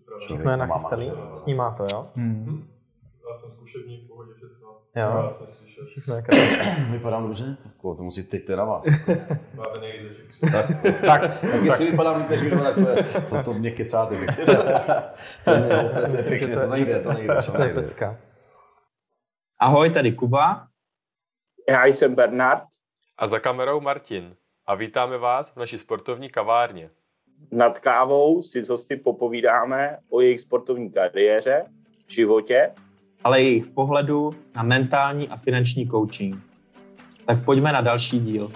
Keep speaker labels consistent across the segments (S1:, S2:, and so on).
S1: Všechno je nachystaný? Snímá to, jo?
S2: Já jsem zkušebník, v pohodě všechno.
S1: Jo.
S2: Já jsem slyšel.
S1: Všechno je krásné.
S3: Vypadám dobře? To musí teď na vás.
S2: Máte někdy řekl.
S3: Tak jestli vypadám líp než vy, tak to mě kecáte. To nejde.
S1: To je pecka.
S4: Ahoj, tady Kuba.
S5: Já jsem Bernard.
S6: A za kamerou Martin. A vítáme vás v naší sportovní kavárně.
S5: Nad kávou si s hosty popovídáme o jejich sportovní kariéře, životě,
S4: Ale jejich pohledu na mentální a finanční coaching. Tak pojďme na další díl.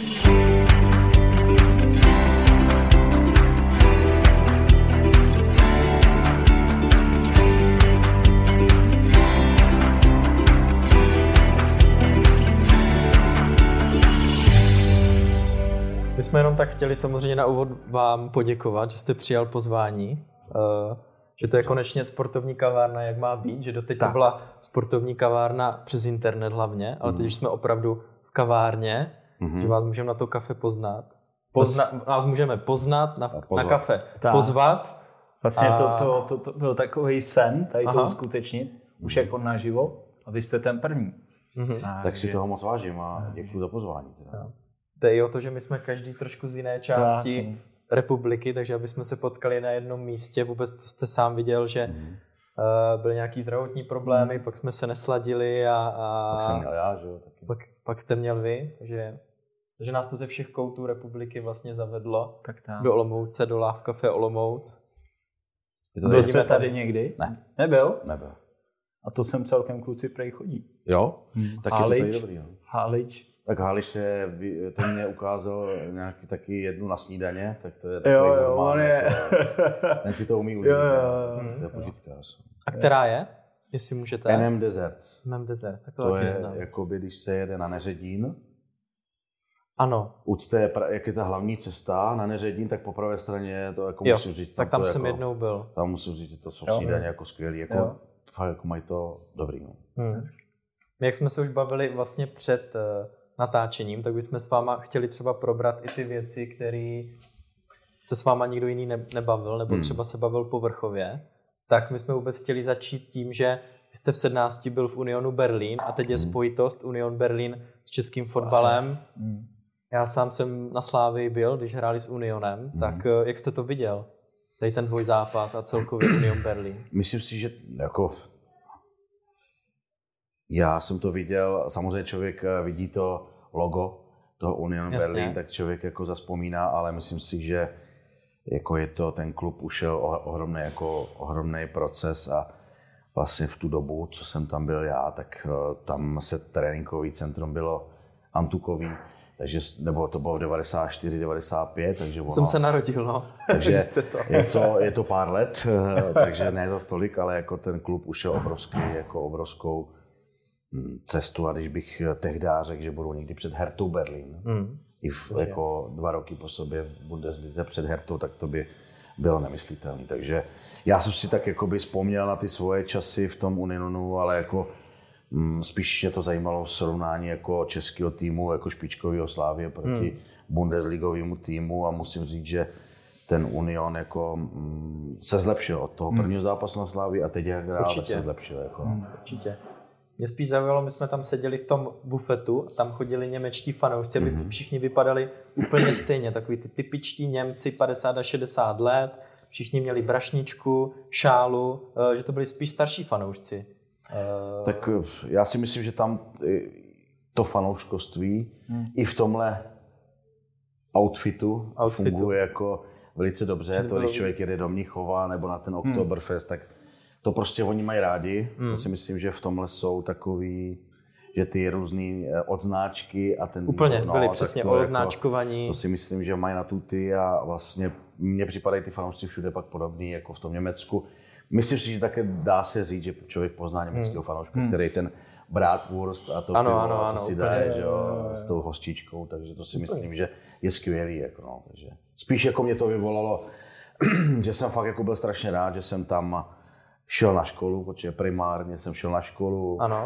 S1: My jsme jenom tak chtěli samozřejmě na úvod vám poděkovat, že jste přijal pozvání, že to je konečně sportovní kavárna, jak má být, že doteď to byla sportovní kavárna přes internet hlavně, ale teď už jsme opravdu v kavárně, že vás můžeme na to kafe poznat. Nás můžeme poznat na kafe, pozvat.
S7: Vlastně to byl takový sen, tady to uskutečnit, už jako naživo, a vy jste ten první.
S3: Tak si toho moc vážím a děkuji za pozvání.
S1: To je i o to, že my jsme každý trošku z jiné části republiky, takže aby jsme se potkali na jednom místě, vůbec to jste sám viděl, že byly nějaký zdravotní problémy, pak jsme se nesladili a
S3: pak jsem měl já, že jo? Taky.
S1: Pak jste měl vy, takže nás to ze všech koutů republiky vlastně zavedlo
S7: Tak tam.
S1: do Olomouce, do Láv Café Olomouc.
S7: Byl jste tady někdy?
S3: Ne.
S7: Nebyl?
S3: Nebyl.
S7: A to sem celkem kluci prej chodí.
S3: Jo? Tak je to tady dobrý. Jo.
S7: Halič.
S3: Tak Halič, ten mě ukázal nějaký taky jednu na snídaně, tak to je takový normální. Ten si to umí udělat. To je požitkář.
S1: A která je? Jestli můžete.
S3: NM Deserts.
S1: NM Deserts, tak to
S3: To
S1: taky
S3: je
S1: neznám.
S3: jakoby, když se jede na Neředín.
S1: Ano.
S3: Jak je ta hlavní cesta na Neředín, tak po pravé straně je to jako musím říct.
S1: Tak tam jsem
S3: jako,
S1: jednou byl.
S3: Tam musím říct, že to jsou snídaně jako skvělý. Jako, fakt jako mají to dobrý. No.
S1: My, jak jsme se už bavili vlastně před natáčením, tak bychom s váma chtěli třeba probrat i ty věci, které se s váma nikdo jiný nebavil, nebo třeba se bavil povrchově. Tak my jsme vůbec chtěli začít tím, že jste v 17 byl v Unionu Berlín a teď je spojitost Union Berlín s českým fotbalem. Já sám jsem na Slávii byl, když hráli s Unionem, tak jak jste to viděl? Tady ten dvojzápas a celkově Union Berlín.
S3: Myslím si, že jako já jsem to viděl, samozřejmě člověk vidí to logo toho Union Berlin, tak člověk jako zazpomíná, ale myslím si, že jako je to, ten klub ušel ohromný proces a vlastně v tu dobu, co jsem tam byl já, tak tam se tréninkový centrum bylo Antukový, takže, nebo to bylo v 94, 95, takže ono...
S1: Jsem se narodil, no.
S3: Takže je to pár let, takže ne za stolik, ale jako ten klub ušel obrovskou cestu a když bych tehdy řekl, že budou někdy před Hertou Berlín, jako 2 roky po sobě v Bundeslize před Hertou, tak to by bylo nemyslitelné. Takže já jsem si tak jakoby vzpomněl na ty svoje časy v tom Unionu, ale jako spíš mě to zajímalo v srovnání jako českého týmu, jako špičkového Slávie proti bundesligovému týmu a musím říct, že ten Union jako se zlepšil od toho prvního zápasu na Slávii a teď jak hrál, tak se zlepšil. Jako.
S1: Určitě. Mě spíš zaujalo, my jsme tam seděli v tom bufetu a tam chodili němečtí fanoušci, aby všichni vypadali úplně stejně, takový ty typičtí Němci 50 a 60 let, všichni měli brašničku, šálu, že to byli spíš starší fanoušci.
S3: Tak já si myslím, že tam to fanouškovství i v tomhle outfitu funguje jako velice dobře. To, když člověk jede do Mnichova nebo na ten Oktoberfest, tak to prostě oni mají rádi. To si myslím, že v tomhle jsou takový, že ty různý odznáčky a ten...
S1: Úplně, byli přesně odznáčkovaní.
S3: Jako, to si myslím, že mají na tuty a vlastně mně připadají ty fanoušci všude pak podobný, jako v tom Německu. Myslím si, že také dá se říct, že člověk pozná německého fanouška, který ten bratwurst a to pivo, to si dá, že jo, s tou hostičkou, takže to si myslím, že je skvělý. Jako, no, takže spíš jako mě to vyvolalo, že jsem fakt jako byl strašně rád, že jsem tam šel na školu, protože primárně jsem šel na školu.
S1: Ano.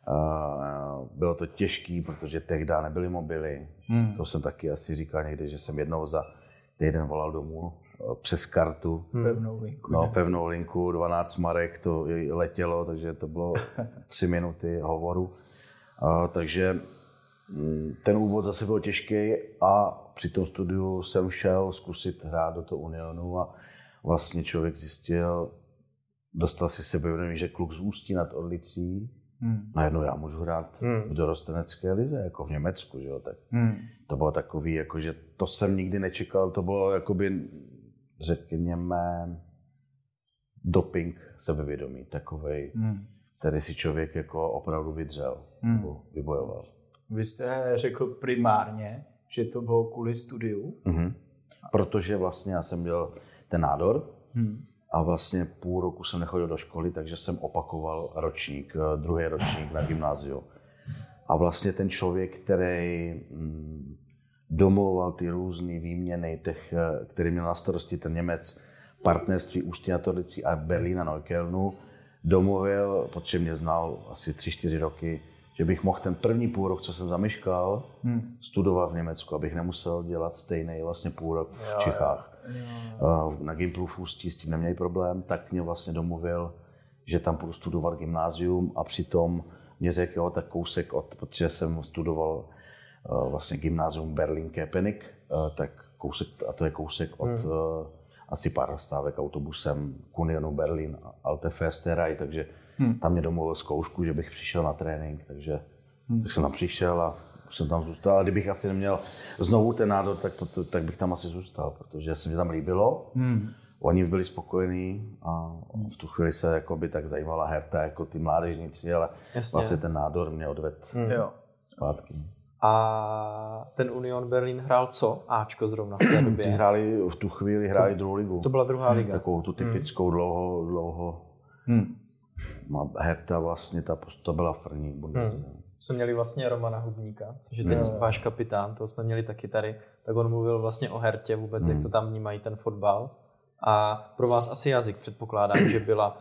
S3: Bylo to těžký, protože tehdy nebyly mobily. To jsem taky asi říkal někdy, že jsem jednou za týden volal domů přes kartu.
S7: Pevnou linku.
S3: No, pevnou linku, 12 marek, to letělo, takže to bylo 3 minuty hovoru. Takže ten úvod zase byl těžký a při tom studiu jsem šel zkusit hrát do toho Unionu a vlastně člověk zjistil, dostal si sebevědomí, že kluk z Ústí nad Orlicí, najednou já můžu hrát v dorostenecké lize, jako v Německu, že jo, tak to bylo takový, jako, že to jsem nikdy nečekal, to bylo jakoby, řekněme, doping sebevědomí, takovej, který si člověk jako opravdu vydřel, nebo vybojoval.
S7: Vy jste řekl primárně, že to bylo kvůli studiu?
S3: Protože vlastně já jsem měl ten nádor a vlastně půl roku jsem nechodil do školy, takže jsem opakoval ročník, druhý ročník na gymnáziu. A vlastně ten člověk, který domlouval ty různé výměny, který měl na starosti ten Němec, partnerství Ústí nad Orlicí a Berlína Neuköllnu, domluvil, protože mě znal asi 3-4 roky, že bych mohl ten první půl rok, co jsem zameškal, studovat v Německu, abych nemusel dělat stejný vlastně půl rok v Čechách. Na Gimplu v Ústí s tím neměli problém, tak mě vlastně domluvil, že tam budu studovat gymnázium a přitom mě řekl, jo, tak kousek protože jsem studoval vlastně gymnázium Berlin-Köpenick, tak kousek, a to je kousek od asi pár stávek autobusem k Unionu Berlin Alte Försterei, takže tam mě domluvil zkoušku, že bych přišel na trénink, takže tak jsem tam přišel a jsem tam zůstal. A kdybych asi neměl znovu ten nádor, tak bych tam asi zůstal, protože se mi tam líbilo. Oni byli spokojení a v tu chvíli se jakoby tak zajímala Hertha jako ty mládežníci, ale vlastně ten nádor mě odvedl zpátky.
S1: A ten Union Berlin hrál co? Ačko zrovna v té době?
S3: V tu chvíli hráli druhou ligu.
S1: To byla druhá liga.
S3: Takovou tu typickou dlouho. Hertha vlastně, to byla v první Bundeslize.
S1: Jsme měli vlastně Romana Hubníka, což je teď váš kapitán, toho jsme měli taky tady. Tak on mluvil vlastně o Hertě vůbec, jak to tam vnímají ten fotbal. A pro vás asi jazyk, předpokládám, že byla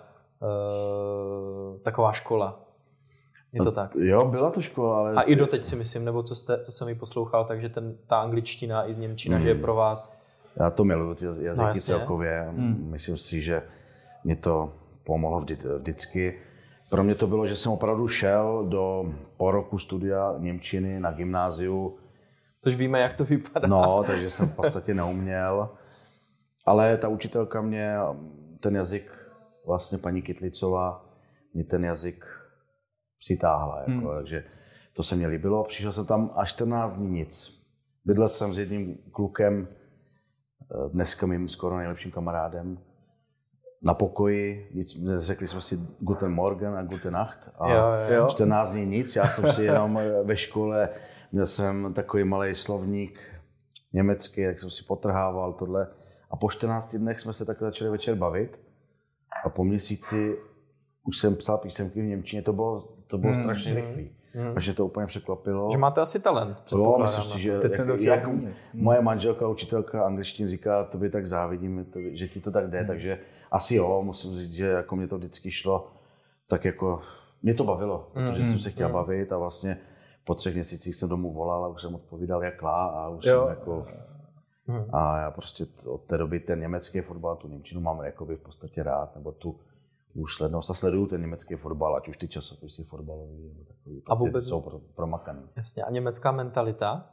S1: taková škola. Je to tak?
S3: Jo, byla to škola, ale...
S1: A i doteď si myslím, nebo co jsem ji poslouchal, takže ta angličtina i němčina, že je pro vás...
S3: Já to miluju, ty jazyky celkově. Myslím si, že mě to pomohlo vždycky. Pro mě to bylo, že jsem opravdu šel po roku studia němčiny na gymnáziu.
S1: Což víme, jak to vypadá.
S3: No, takže jsem v podstatě neuměl. Ale ta učitelka mě ten jazyk, vlastně paní Kytlicová, mě ten jazyk přitáhla. Jako, takže to se mě líbilo. Přišel jsem tam a 14 dní nic. Bydlel jsem s jedním klukem, dneska mým skoro nejlepším kamarádem, na pokoji, řekli jsme si Guten Morgen a Gute Nacht a 14 dní nic, já jsem si jenom ve škole, měl jsem takový malý slovník německý, jak jsem si potrhával tohle a po 14 dnech jsme se takhle začali večer bavit a po měsíci už jsem psal písemky v němčině, to bylo strašně rychlý, protože to úplně překvapilo.
S1: Že máte asi talent, předpokládám.
S3: Jo, myslím si, že moje manželka, učitelka angličtiny říká, tobě tak závidím, že ti to tak jde, takže asi jo, musím říct, že jako mě to vždycky šlo, tak jako mě to bavilo, protože jsem se chtěl bavit a vlastně po 3 měsících jsem domů volal a už jsem odpovídal jak lá a už jsem jako... A já prostě od té doby ten německý fotbal, tu němčinu mám jakoby v podstatě rád, nebo tu důslednost a sleduju ten německý fotbal, ať už ty časopisy fotbalový, nebo takový,
S1: a vůbec
S3: jsou promakaný.
S1: Jasně, a německá mentalita?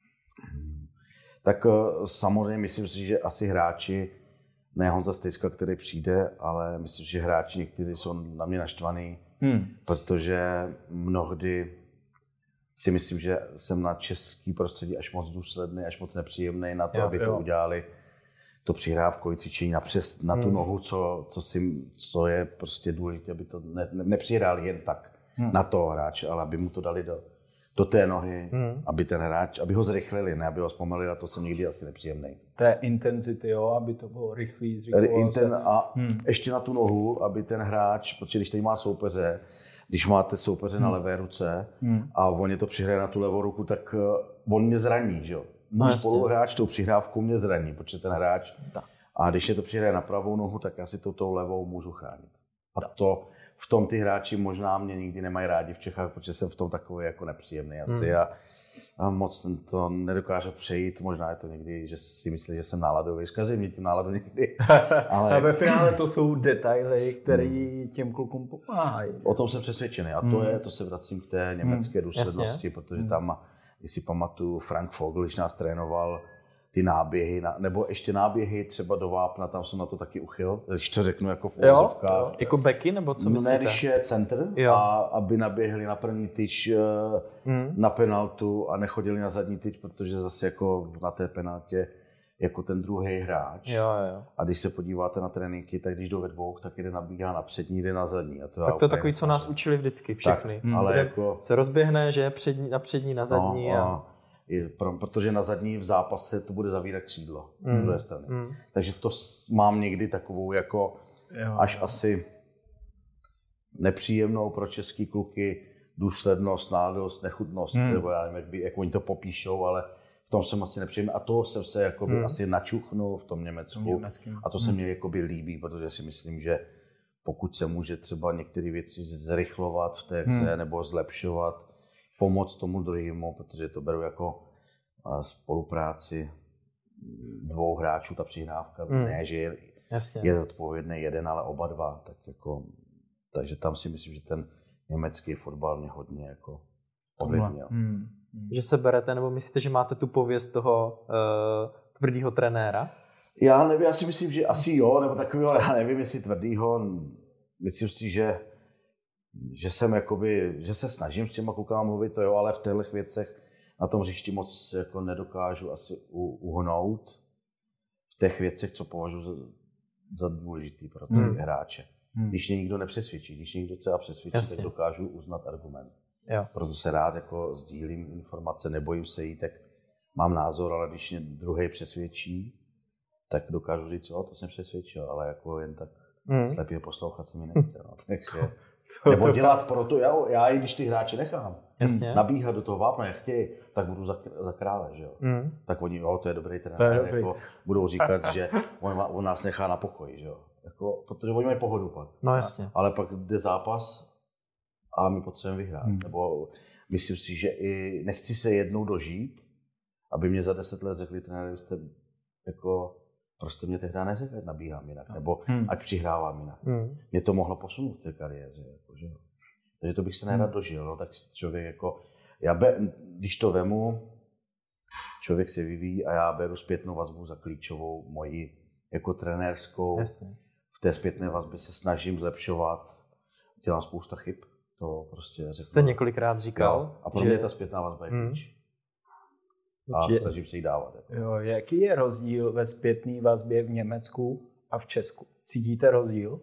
S3: Tak samozřejmě myslím si, že asi hráči, ne Honza Stejska, který přijde, ale myslím si, že hráči někteří jsou na mě naštvaný, protože mnohdy si myslím, že jsem na český prostředí až moc důsledný, až moc nepříjemný na to, aby to udělali to přihrávkové cvičení na tu nohu, co je prostě důležité, aby to nepřihráli jen tak na toho hráče, ale aby mu to dali do té nohy, aby ten hráč, aby ho zrychlili, ne aby ho zpomalili, a to jsem nikdy asi nepříjemný.
S7: Té intenzity, jo, aby to bylo rychlý,
S3: a ještě na tu nohu, aby ten hráč, protože když tady má soupeře, když máte soupeře na levé ruce a on je to přihraje na tu levou ruku, tak on mě zraní, že jo. Můj spoluhráč tou přihrávkou mě zraní, protože ten hráč, a když je to přihraje na pravou nohu, tak já si tou levou můžu chránit. A to v tom ty hráči možná mě nikdy nemají rádi v Čechách, protože jsem v tom takový jako nepříjemný asi a moc to nedokážu přejít. Možná je to někdy, že si myslí, že jsem náladový. Zkazím mě tím náladu někdy. Ale...
S7: A ve finále to jsou detaily, které těm klukům pomáhají.
S3: O tom jsem přesvědčený. A to se vracím k té německé důslednosti, protože tam, když si pamatuju, Frank Vogel, když nás trénoval, ty náběhy, nebo ještě náběhy třeba do vápna, tam jsem na to taky uchyl, když to řeknu jako v uvozovkách.
S1: Jako beky, nebo co myslíte?
S3: Ne, když je centr, a aby naběhli na první tyč na penaltu a nechodili na zadní tyč, protože zase jako na té penaltě jako ten druhý hráč.
S1: Jo.
S3: A když se podíváte na tréninky, tak když jdou ve dvou, tak jeden nabíhá na přední, jde na zadní. A
S1: tak to je takový, co nás učili vždycky, všechny.
S3: Tak, ale jako...
S1: se rozběhne, že je na přední, na zadní.
S3: Protože na zadní v zápase to bude zavírat křídlo z druhé strany. Takže to mám někdy takovou jako až asi nepříjemnou pro český kluky důslednost, nádost, nechutnost, nebo já nevím, jak oni to popíšou, ale v tom jsem asi nepříjemný. A to jsem se jakoby asi načuchnul v tom Německu. A to se mně jakoby líbí, protože si myslím, že pokud se může třeba některé věci zrychlovat v té hře nebo zlepšovat, pomoct tomu druhému, protože to beru jako spolupráci dvou hráčů, ta přihrávka. Ne, že je zodpovědný jeden, ale oba dva. Takže tam si myslím, že ten německý fotbal mě hodně jako ovlivnil.
S1: Že se berete, nebo myslíte, že máte tu pověst toho tvrdýho trenéra?
S3: Já nevím, já si myslím, že asi jo, nebo takový, ale já nevím, jestli tvrdýho. Myslím si, že jsem jakoby, že se snažím s těma klukama mluvit, to jo, ale v těchto věcech na tom hřišti moc jako nedokážu asi uhnout v těch věcech, co považuji za důležitý pro ty hráče. Když mě nikdo nepřesvědčí, když někdo chce přesvědčit, tak dokážu uznat argument.
S1: Jo.
S3: Proto se rád jako sdílím informace, nebojím se jí, tak mám názor, ale když mě druhý přesvědčí, tak dokážu říct, jo, to jsem přesvědčil, ale jako jen tak slepě poslouchat se mi nechce. No. Takže, nebo dělat proto, já i když ty hráče nechám, nabíhat do toho vápna, jak chtějí, tak budu za krále, že jo. Tak oni, jo, to je dobrý trenér, jako, budou říkat, že on nás nechá na pokoji, že jo. Jako, protože oni mají pohodu pak.
S1: No jasně.
S3: Ale pak jde zápas a my potřebujeme vyhrát. Nebo myslím si, že i nechci se jednou dožít, aby mě za 10 let řekli trenér, jste jako prostě mě tehdy neřekl, ať nabíhám jinak, nebo ať přihrávám jinak. Mě to mohlo posunout v té kariéře. Jako, že? Takže to bych se nerad dožil. No, tak člověk jako, když to vemu, člověk se vyvíjí a já beru zpětnou vazbu za klíčovou moji jako trenérskou.
S1: Jasně.
S3: V té zpětné vazbě se snažím zlepšovat. Dělám spousta chyb. To prostě
S1: jste několikrát říkal.
S3: Jo. A pro mě ta zpětná vazba je klíč. A snažím se jí dávat. Jako.
S7: Jo, jaký je rozdíl ve zpětné vazbě v Německu a v Česku? Cítíte rozdíl?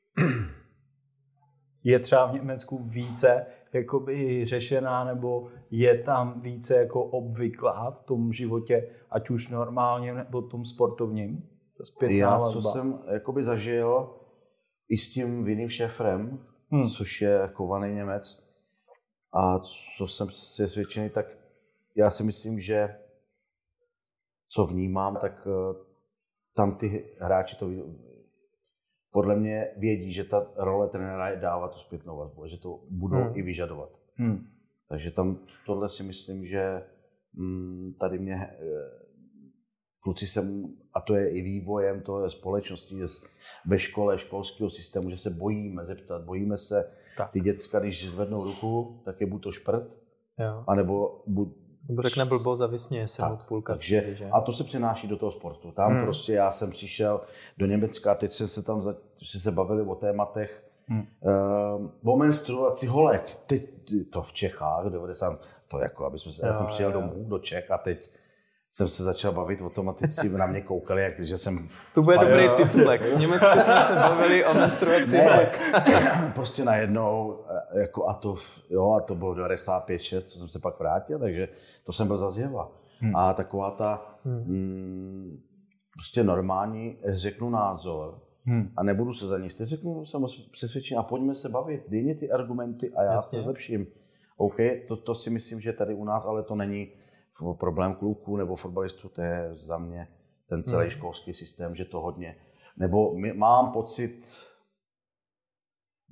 S7: Je třeba v Německu více jakoby řešená, nebo je tam více jako obvyklá v tom životě, ať už normálně nebo tom sportovním? Ta zpětná vazba.
S3: Co jsem jakoby zažil i s tím vinným šéfrem, což je kovaný Němec, a co jsem přesvědčený, tak já si myslím, že co vnímám, tak tam ty hráči to podle mě vědí, že ta role trenéra je dávat tu zpětnou vazbu, že to budou i vyžadovat. Takže tam tohle si myslím, že tady mě kluci a to je i vývojem toho společnosti, ve škole, školského systému, že se bojíme zeptat, bojíme se ty děcka, když zvednou ruku, tak je buď to šprt, anebo
S1: řekne blbost a vysměje se mu půlka.
S3: Takže, a to se přenáší do toho sportu. Tam prostě já jsem přišel do Německa a teď se bavili o tématech o menstruaci holek. Teď to v Čechách, 90, to jako, já jsem přijel domů do Čech a teď jsem se začal bavit o tom a teď si na mě koukali, že jsem...
S1: To bude dobrý titulek. V Německu jsme se bavili o menstruaci.
S3: Prostě najednou, jako a to bylo 95-6, co jsem se pak vrátil, takže to jsem byl zazjeva. A taková ta prostě normální, řeknu názor a nebudu se za nic. Řeknu přesvědčený a pojďme se bavit, dej mě ty argumenty a já se zlepším. OK, to si myslím, že tady u nás, ale to není problém kluků nebo fotbalistů, to je za mě ten celý školský systém, že to hodně. Nebo mám pocit,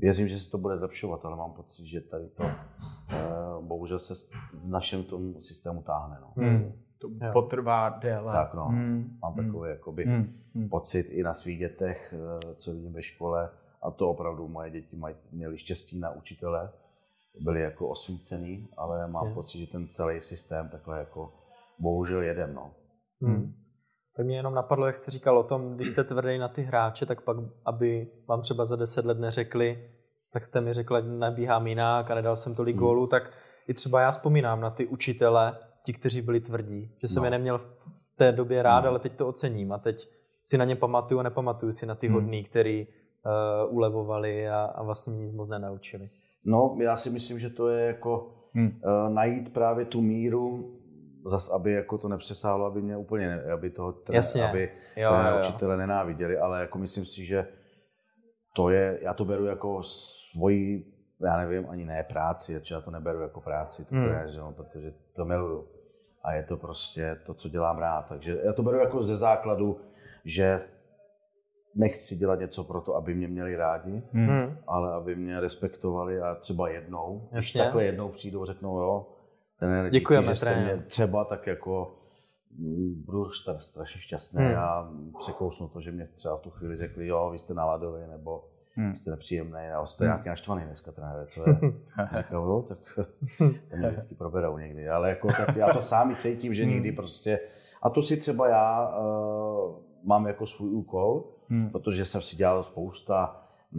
S3: věřím, že se to bude zlepšovat, ale mám pocit, že tady to bohužel se v našem tom systému táhne. No.
S7: To potrvá déle.
S3: Tak no, mám takový jakoby pocit i na svých dětech, co vidím ve škole, a to opravdu moje děti měly štěstí na učitele, byli jako osvícený, ale mám pocit, že ten celý systém takhle jako bohužel jedem. No.
S1: Tak mě jenom napadlo, jak jste říkal o tom, když jste tvrdý na ty hráče, tak pak, aby vám třeba za 10 let neřekli, tak jste mi řekl, že nabíhám jinak a nedal jsem tolik gólů, tak i třeba já vzpomínám na ty učitele, ti, kteří byli tvrdí, že jsem je neměl v té době rád, ale teď to ocením a teď si na ně pamatuju a nepamatuju si na ty hodný, který ulevovali a vlastně mě nic moc nenaučili.
S3: No, já si myslím, že to je jako najít právě tu míru, zas aby jako to nepřesáhlo, aby mě úplně, aby toho aby učitele nenáviděli, ale jako myslím si, že to je, já to beru jako svoji, já nevím, ani ne práci, já to neberu jako práci, to protože to miluju. A je to prostě to, co dělám rád. Takže já to beru jako ze základu, že nechci dělat něco pro to, aby mě měli rádi, ale aby mě respektovali a třeba jednou, když takhle jednou přijdou a řeknou, jo,
S1: děkujeme,
S3: že jste mě třeba tak jako budu strašně šťastný a překousnu to, že mě třeba v tu chvíli řekli, jo, vy jste naladový, nebo jste nepříjemný, nebo jste nějaký naštvaný dneska, trenére, co je? Říkal, jo, tak to mě vždycky proberou někdy, ale jako tak já to sám cítím, že někdy prostě, a to si třeba já mám jako svůj úkol, protože jsem si dělal spousta,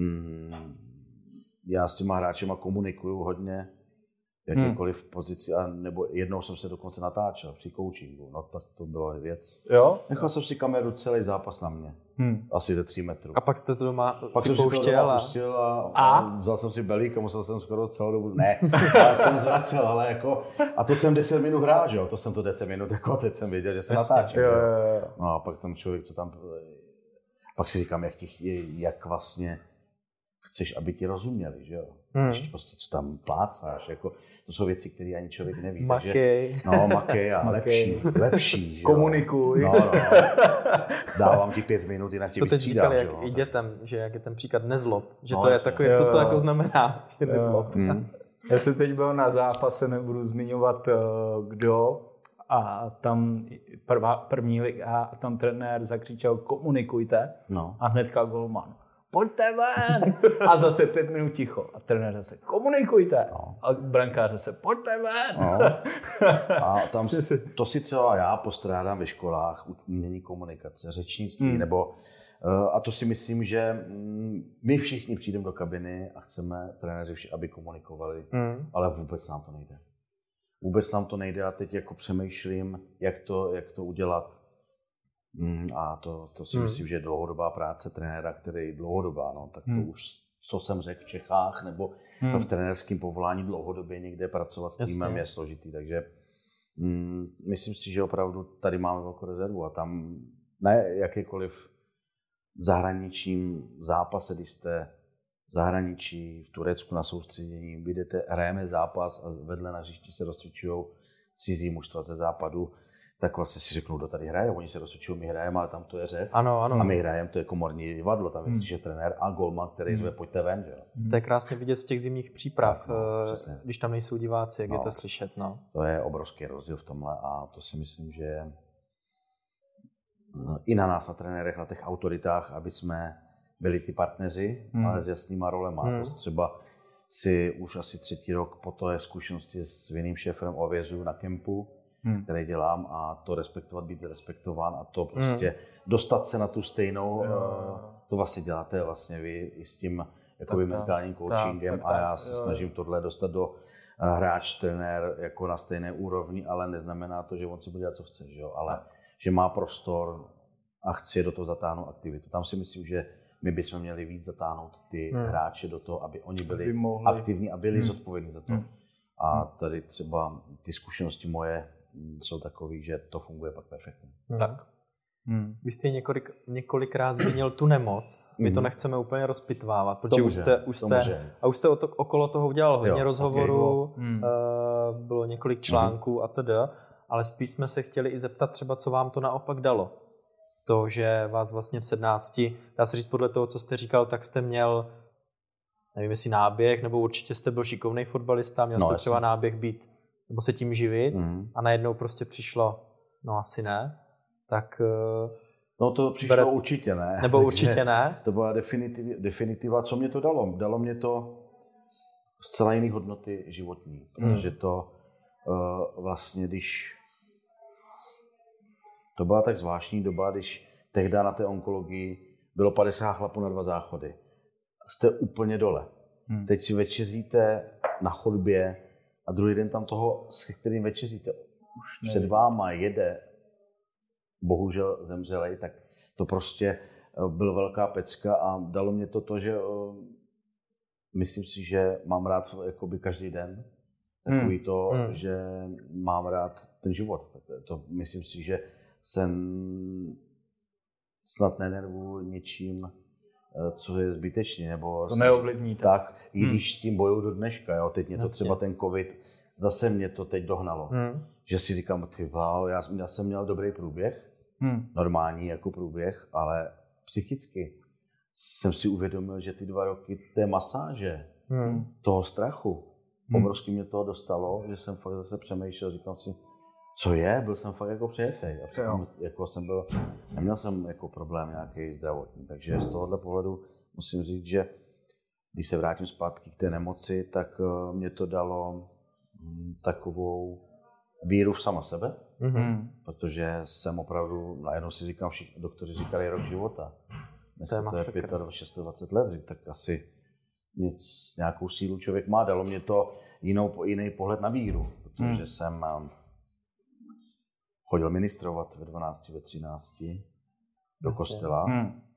S3: já s těma hráčema komunikuju hodně, jakékoliv pozici, a nebo jednou jsem se dokonce natáčel při coachingu, no tak to byla věc.
S7: Jo?
S3: Nechal jsem si kameru celý zápas na mě, asi ze 3 metrů.
S1: A pak jste to doma
S3: pustil a vzal jsem si belík a musel jsem skoro celou dobu, ale jsem zvracel, ale jako, a to jsem 10 minut hrál, že jo, to jsem to 10 minut, jako teď jsem věděl, že se natáčel. No a pak ten člověk, co tam, pak si říkám, jak vlastně chceš, aby ti rozuměli, že jo. Ještě prostě, co tam plácáš, jako, to jsou věci, které ani člověk neví.
S1: Makej.
S3: Takže, makej a lepší. Že
S7: komunikuj.
S3: No. Dávám ti 5 minut, jinak ti vystřídám.
S1: To teď říkali, jak i dětem, že jak je ten příklad nezlob, že to je takové, co to jako znamená, že nezlob.
S7: Já jsem teď byl na zápase, nebudu zmiňovat kdo, a tam první liga a tam trenér zakřičel komunikujte a hnedka golman. Pojďte ven! A zase 5 minut ticho. A trenér zase komunikujte. A brankář zase pojďte ven!
S3: A tam to si třeba já postrádám ve školách, umění komunikace, řečnictví, nebo a to si myslím, že my všichni přijdeme do kabiny a chceme trenéři, aby komunikovali, ale vůbec nám to nejde. Vůbec nám to nejde a teď jako přemýšlím, jak to udělat. A to si myslím, že je dlouhodobá práce trenéra, který je dlouhodobá, no, tak to už, co jsem řekl v Čechách, nebo v trenérském povolání dlouhodobě někde pracovat s týmem je složitý, takže myslím si, že opravdu tady máme velkou rezervu a tam ne jakékoliv zahraničním zápase, když jste v zahraničí, v Turecku na soustředění, vyjdete, hrajeme zápas a vedle na hřišti se rozcvičují cizí mužstva ze západu, tak vlastně si řeknou, kdo tady hraje, oni se rozcvičují, my hrajeme, ale tam to je řev.
S1: Ano.
S3: A my hrajeme, to je komorní divadlo, tam je trenér a golman, který zve, pojďte ven, že jo.
S1: To je krásně vidět z těch zimních příprav, když tam nejsou diváci, jak je to slyšet, To
S3: je obrovský rozdíl v tomhle a to si myslím, že i na nás, na trenérech, na těch autoritách, aby jsme byli ty partneři, ale s jasnýma rolema. To třeba si už asi 3. rok po té zkušenosti s jiným šéfem ověřuju na kempu, který dělám a to respektovat, být respektován a to prostě dostat se na tu stejnou, to vlastně děláte vlastně vy i s tím jakoby mentálním coachingem a já se snažím tohle dostat do hráč, trenér jako na stejné úrovni, ale neznamená to, že on si bude dělat, co chce, že jo? Ale že má prostor a chci do toho zatáhnout aktivitu. Tam si myslím, že my bychom měli víc zatáhnout ty hráče do toho, aby oni byli aktivní a byli zodpovědní za to. A tady třeba ty zkušenosti moje jsou takový, že to funguje pak perfektně.
S1: Tak. Vy jste několikrát zmínil tu nemoc. My to nechceme úplně rozpitvávat, protože už jste okolo toho udělal hodně rozhovorů, bylo několik článků a td. Ale spíš jsme se chtěli i zeptat třeba, co vám to naopak dalo. To, že vás vlastně v 17, dá se říct podle toho, co jste říkal, tak jste měl nevím jestli náběh, nebo určitě jste byl šikovný fotbalista, měl jste třeba náběh být, nebo se tím živit a najednou prostě přišlo, no asi ne, tak...
S3: No to přišlo určitě ne.
S1: Nebo určitě ne.
S3: To byla definitiva, co mě to dalo. Dalo mě to zcela jiné hodnoty životní, protože to vlastně, když to byla tak zvláštní doba, když tehdy na té onkologii bylo 50 chlapů na 2 záchody. Jste úplně dole. Teď si večeříte na chodbě a druhý den tam toho, s kterým večeříte, už před váma jede, bohužel zemřelej, tak to prostě byl velká pecka a dalo mě to, že myslím si, že mám rád jakoby každý den. Takový to, že mám rád ten život. To myslím si, že jsem snad nenervuji něčím, co je zbytečně. Nebo
S7: co neovlivní.
S3: Tak, i když s tím bojuju do dneška. Jo. Teď mě to třeba ten covid, zase mě to teď dohnalo. Že si říkám, já jsem měl dobrý průběh, normální jako průběh, ale psychicky jsem si uvědomil, že ty 2 roky té masáže, toho strachu, obrovsky mě toho dostalo, že jsem fakt zase přemýšlel, říkal si, co je? Byl jsem fakt jako přijetej. A přitom, jako neměl jsem jako problém nějaký zdravotní. Takže z tohohle pohledu musím říct, že když se vrátím zpátky k té nemoci, tak mě to dalo takovou víru v sama sebe, protože jsem opravdu, najednou si říkám, všichni doktoři říkali rok života. Dneska to je 25 let, tak asi nějakou sílu člověk má. Dalo mě to jiný pohled na víru, protože jsem chodil ministrovat ve 12, ve 13 do kostela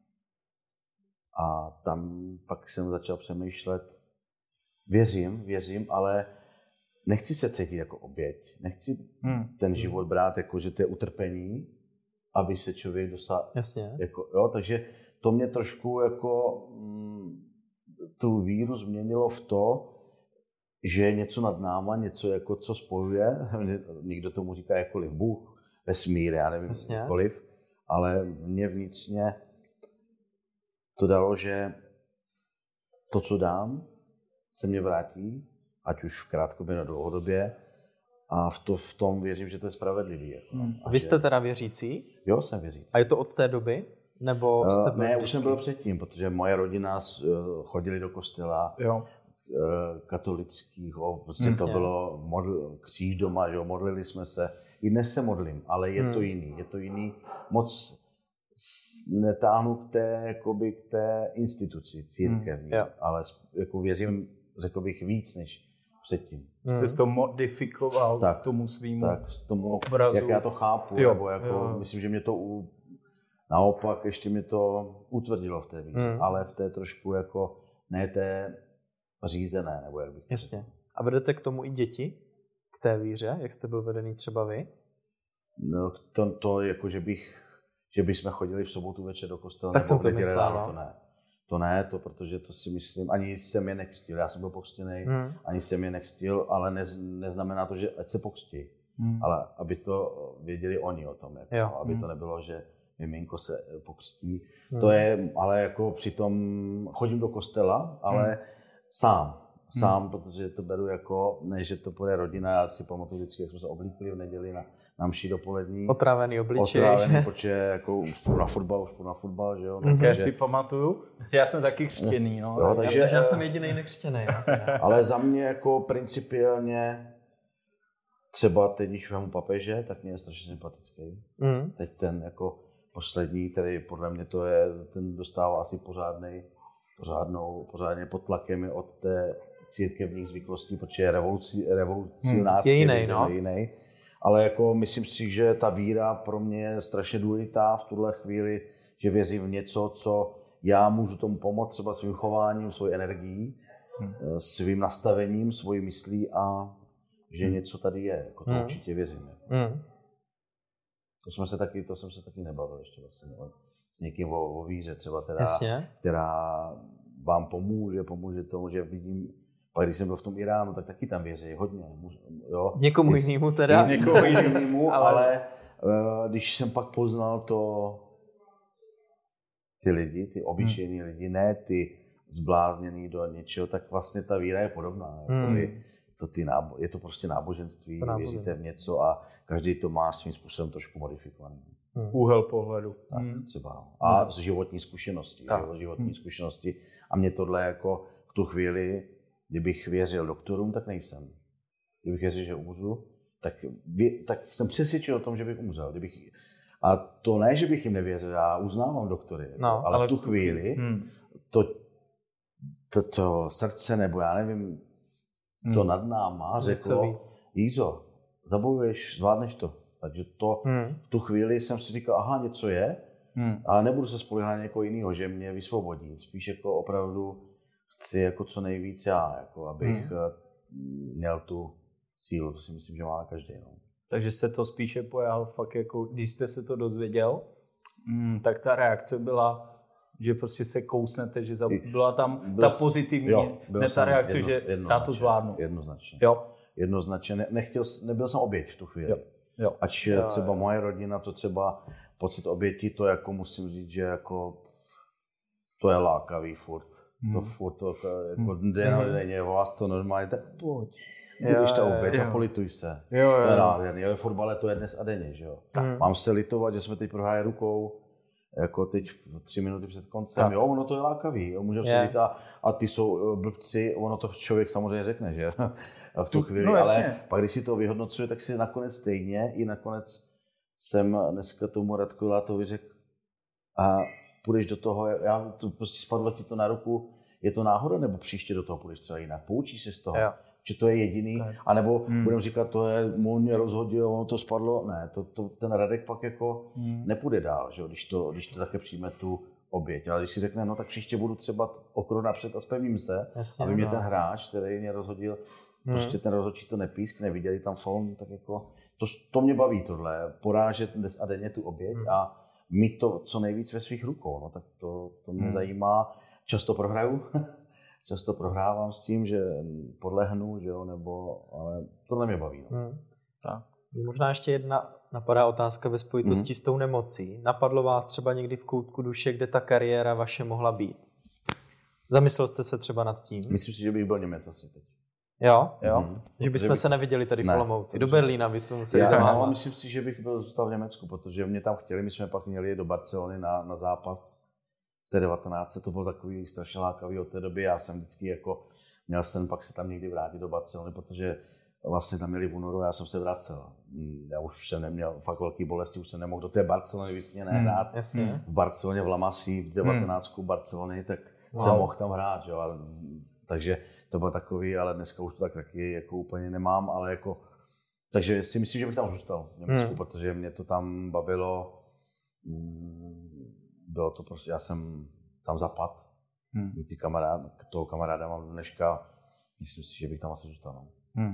S3: a tam pak jsem začal přemýšlet, věřím, ale nechci se cítit jako oběť, nechci ten život brát jako, že to je utrpení, aby se člověk dostal. Takže to mě trošku jako tu víru změnilo v to, že je něco nad náma, něco jako co spojuje, někdo tomu říká jakkoliv Bůh, vesmír, já nevím, jakkoliv, ale mě vnitřně to dalo, že to, co dám, se mě vrátí, ať už v krátkodobě nebo dlouhodobě, a v tom věřím, že to je spravedlivý. Jako.
S1: A vy jste teda věřící?
S3: Jo, jsem věřící.
S1: A je to od té doby? Nebo jste byl
S3: ne, už jsem byl předtím, protože moje rodina chodili do kostela katolického, prostě to bylo kříž doma, že modlili jsme se. I dnes se modlím, ale je to jiný. Moc netáhnu k té instituci církevní, ale jako věřím, řekl bych, víc než předtím.
S7: Jste to modifikoval k tomu svýmu obrazu.
S3: Jak já to chápu, nebo jako, myslím, že mě to naopak ještě mě to utvrdilo v té víře, ale v té trošku jako ne té řízené, nebo jak bych to
S1: Jasně. A vedete k tomu i děti? K té víře? Jak jste byl vedený třeba vy?
S3: No, to jako, že bychom chodili v sobotu večer do kostela,
S1: tak
S3: nebo
S1: jsem to myslel,
S3: To ne, protože to si myslím, ani jsem je nekřtil, já jsem byl pokřtěnej, ani jsem je nekřtil, ale neznamená to, že ať se pokřtí, ale aby to věděli oni o tom, jako, aby to nebylo, že miminko se pokřtí. To je, ale jako přitom chodím do kostela, ale sám, protože to beru jako, ne, že to bude rodina, já si pamatuju vždycky, jak jsme se oblíkli v neděli na mši dopolední.
S1: Otrávený obličej.
S3: Protože jako už půjdu na fotbal, že jo.
S7: Já si pamatuju, já jsem taky křtěný, no.
S3: Jo, takže
S1: já jsem jedinej nekřtěnej.
S3: Ale za mě jako principiálně, třeba teď, když vemu papeže, tak mě je strašně sympatický. Teď ten jako poslední, který podle mě to je, ten dostává asi pořádně pod tlakem od té církevních zvyklostí, protože je revolucionářský, jiný. Ale jako myslím si, že ta víra pro mě je strašně důležitá v tuhle chvíli, že věřím v něco, co já můžu tomu pomoct třeba svým chováním, svojí energií, svým nastavením, svojí myslí a že něco tady je. Jako to určitě věřím. To jsem se taky nebavil ještě vlastně s někým o víře třeba, která vám pomůže tomu, že vidím, pak když jsem byl v tom Iránu, tak taky tam věří hodně. Jo.
S1: Někomu jinému teda?
S3: Někomu jinému, ale když jsem pak poznal ty lidi, ty obyčejní lidi, ne ty zblázněný do něčeho, tak vlastně ta víra je podobná. Je to prostě náboženství, věříte v něco a každý to má svým způsobem trošku modifikovaný.
S7: Úhel pohledu.
S3: Tak třeba. A z životní zkušenosti. Zkušenosti. A mě tohle jako v tu chvíli, kdybych věřil doktorům, tak nejsem. Kdybych věřil, že umřu, tak jsem přesvědčen o tom, že bych umřel. A to ne, že bych jim nevěřil, já uznávám doktory, ale v tu chvíli to srdce, nebo já nevím, to nad náma řeklo, Jízo, zabojuješ, zvládneš to. Takže to v tu chvíli jsem si říkal, aha, něco je, ale nebudu se spoléhat na někoho jiného, že mě vysvobodí. Spíš jako opravdu chci jako co nejvíc já, jako abych měl tu sílu, to si myslím, že má každý. No.
S7: Takže se to spíše pojal fakt jako, když jste se to dozvěděl, tak ta reakce byla, že prostě se kousnete, že byla tam ta pozitivní, ne ta reakce, že já to zvládnu.
S3: Jednoznačně.
S7: Jo.
S3: Jednoznačně. Nebyl jsem oběť v tu chvíli.
S7: Jo.
S3: Ač třeba moje rodina, to třeba pocit oběti, to jako musím říct, že jako to je lákavý furt. To furt to jako denně, vás to normálně, tak pojď. Budeš ta oběť a polituj se. To je nádherný. Ve fotbale to je dnes a denně, že jo. Mám se litovat, že jsme teď prohráli rukou, jako teď 3 minuty před koncem. Tak. Jo, ono to je lákavý. Můžeme si říct, a ty jsou blbci, ono to člověk samozřejmě řekne, že v tu chvíli, ale pak když si to vyhodnocuje, tak si nakonec stejně, i nakonec jsem dneska tomu Radku Látovi řekl, a půjdeš do toho, to prostě spadlo ti to na ruku, je to náhoda, nebo příště do toho půjdeš třeba jinak, poučíš se z toho. Jo. Že to je jediný, anebo budeme říkat, to je, on mě rozhodil, ono to spadlo, ne, ten Radek pak jako nepůjde dál, že? Když to také přijme tu oběť, ale když si řekne, no tak příště budu třeba o krok napřed a spevním se, aby mě ten hráč, který mě rozhodil, prostě ten rozhodčí to nepísk, neviděli tam faul, tak jako, to mě baví tohle, porážet dnes a denně tu oběť a mít to co nejvíc ve svých rukou, no tak to mě zajímá, často prohraju. Často prohrávám s tím, že podlehnu, že jo, ale tohle mě baví. No.
S1: Tak. Možná ještě jedna napadá otázka ve spojitosti s tou nemocí. Napadlo vás třeba někdy v koutku duše, kde ta kariéra vaše mohla být? Zamyslel jste se třeba nad tím?
S3: Myslím si, že bych byl Němec asi teď.
S1: Jo? Že bychom se neviděli tady v Olomouci. Do Berlína bychom museli za váma.
S3: Myslím si, že bych zůstal v Německu, protože mě tam chtěli, my jsme pak měli do Barcelony na zápas. V té 19. to bylo takový strašně lákavý od té doby. Já jsem vždycky jako měl sen pak se tam někdy vrátit do Barcelony, protože vlastně tam měli v únoru, já jsem se vracel. Já už jsem neměl fakt velký bolesti, už jsem nemohl do té Barcelony vysněné hrát. V Barceloně v La Masii v 19. Barcelony, tak jsem mohl tam hrát. Jo. Takže to bylo takový, ale dneska už to tak taky jako úplně nemám, ale jako, takže si myslím, že bych tam zůstal v Německu, protože mě to tam bavilo. Bylo to prostě, já jsem tam zapadl. Toho kamaráda mám dneška, myslím si, že bych tam asi zůstal.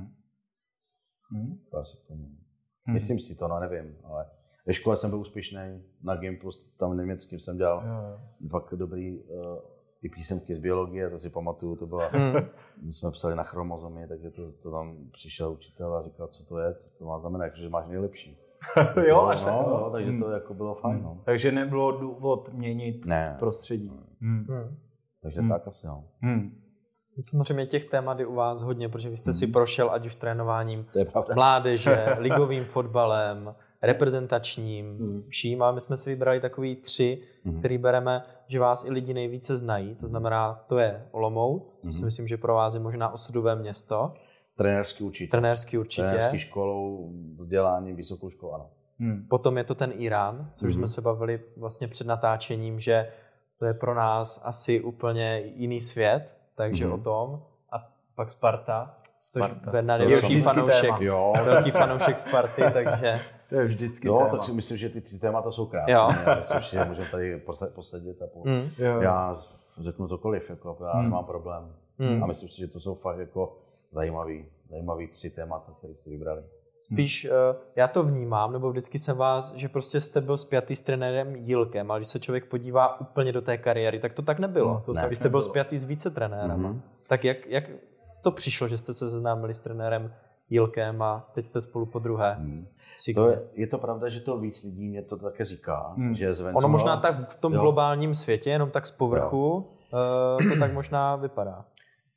S3: To asi k tomu. Myslím si to, nevím, ale ve škole jsem byl úspěšný, na Gimpus, tam německým jsem dělal pak dobrý i písemky z biologie, to si pamatuju, to byla, my jsme psali na chromozomy, takže to tam přišel učitel a říkal, co to je, co to má znamenat, že máš nejlepší. Takže to jako bylo fajn. No.
S7: Takže nebylo důvod měnit prostředí.
S3: Takže tak asi, no.
S1: Samozřejmě těch témat je u vás hodně, protože vy jste si prošel ať už trénováním mládeže, ligovým fotbalem, reprezentačním, vším, ale my jsme si vybrali takový 3, který bereme, že vás i lidi nejvíce znají, co znamená, to je Olomouc, co si myslím, že pro vás je možná osudové město.
S3: Trenérský určitě. Trenérský školou, vzděláním, vysokou školou, ano.
S1: Potom je to ten Irán, což jsme se bavili vlastně před natáčením, že to je pro nás asi úplně jiný svět, takže o tom.
S7: A pak Sparta.
S1: Bernard je velký fanoušek Sparty, takže
S7: to je vždycky téma.
S3: Tak si myslím, že ty 3 témata jsou krásné. Myslím, že můžeme tady posedět a já řeknu cokoliv, jako, já nemám problém. A myslím si, že to jsou fakt jako zajímavý 3 témata, které jste vybrali.
S1: Spíš já to vnímám, nebo vždycky jsem vás, že prostě jste byl spjatý s trenérem Jílkem, ale když se člověk podívá úplně do té kariéry, tak to tak nebylo. Vy jste byl spjatý s více trenérem. Tak jak to přišlo, že jste se seznámili s trenérem Jílkem a teď jste spolu po druhé?
S3: Je to pravda, že to víc lidí mě to také říká. Že
S1: ono možná tak v tom globálním světě, jenom tak z povrchu, to tak možná vypadá.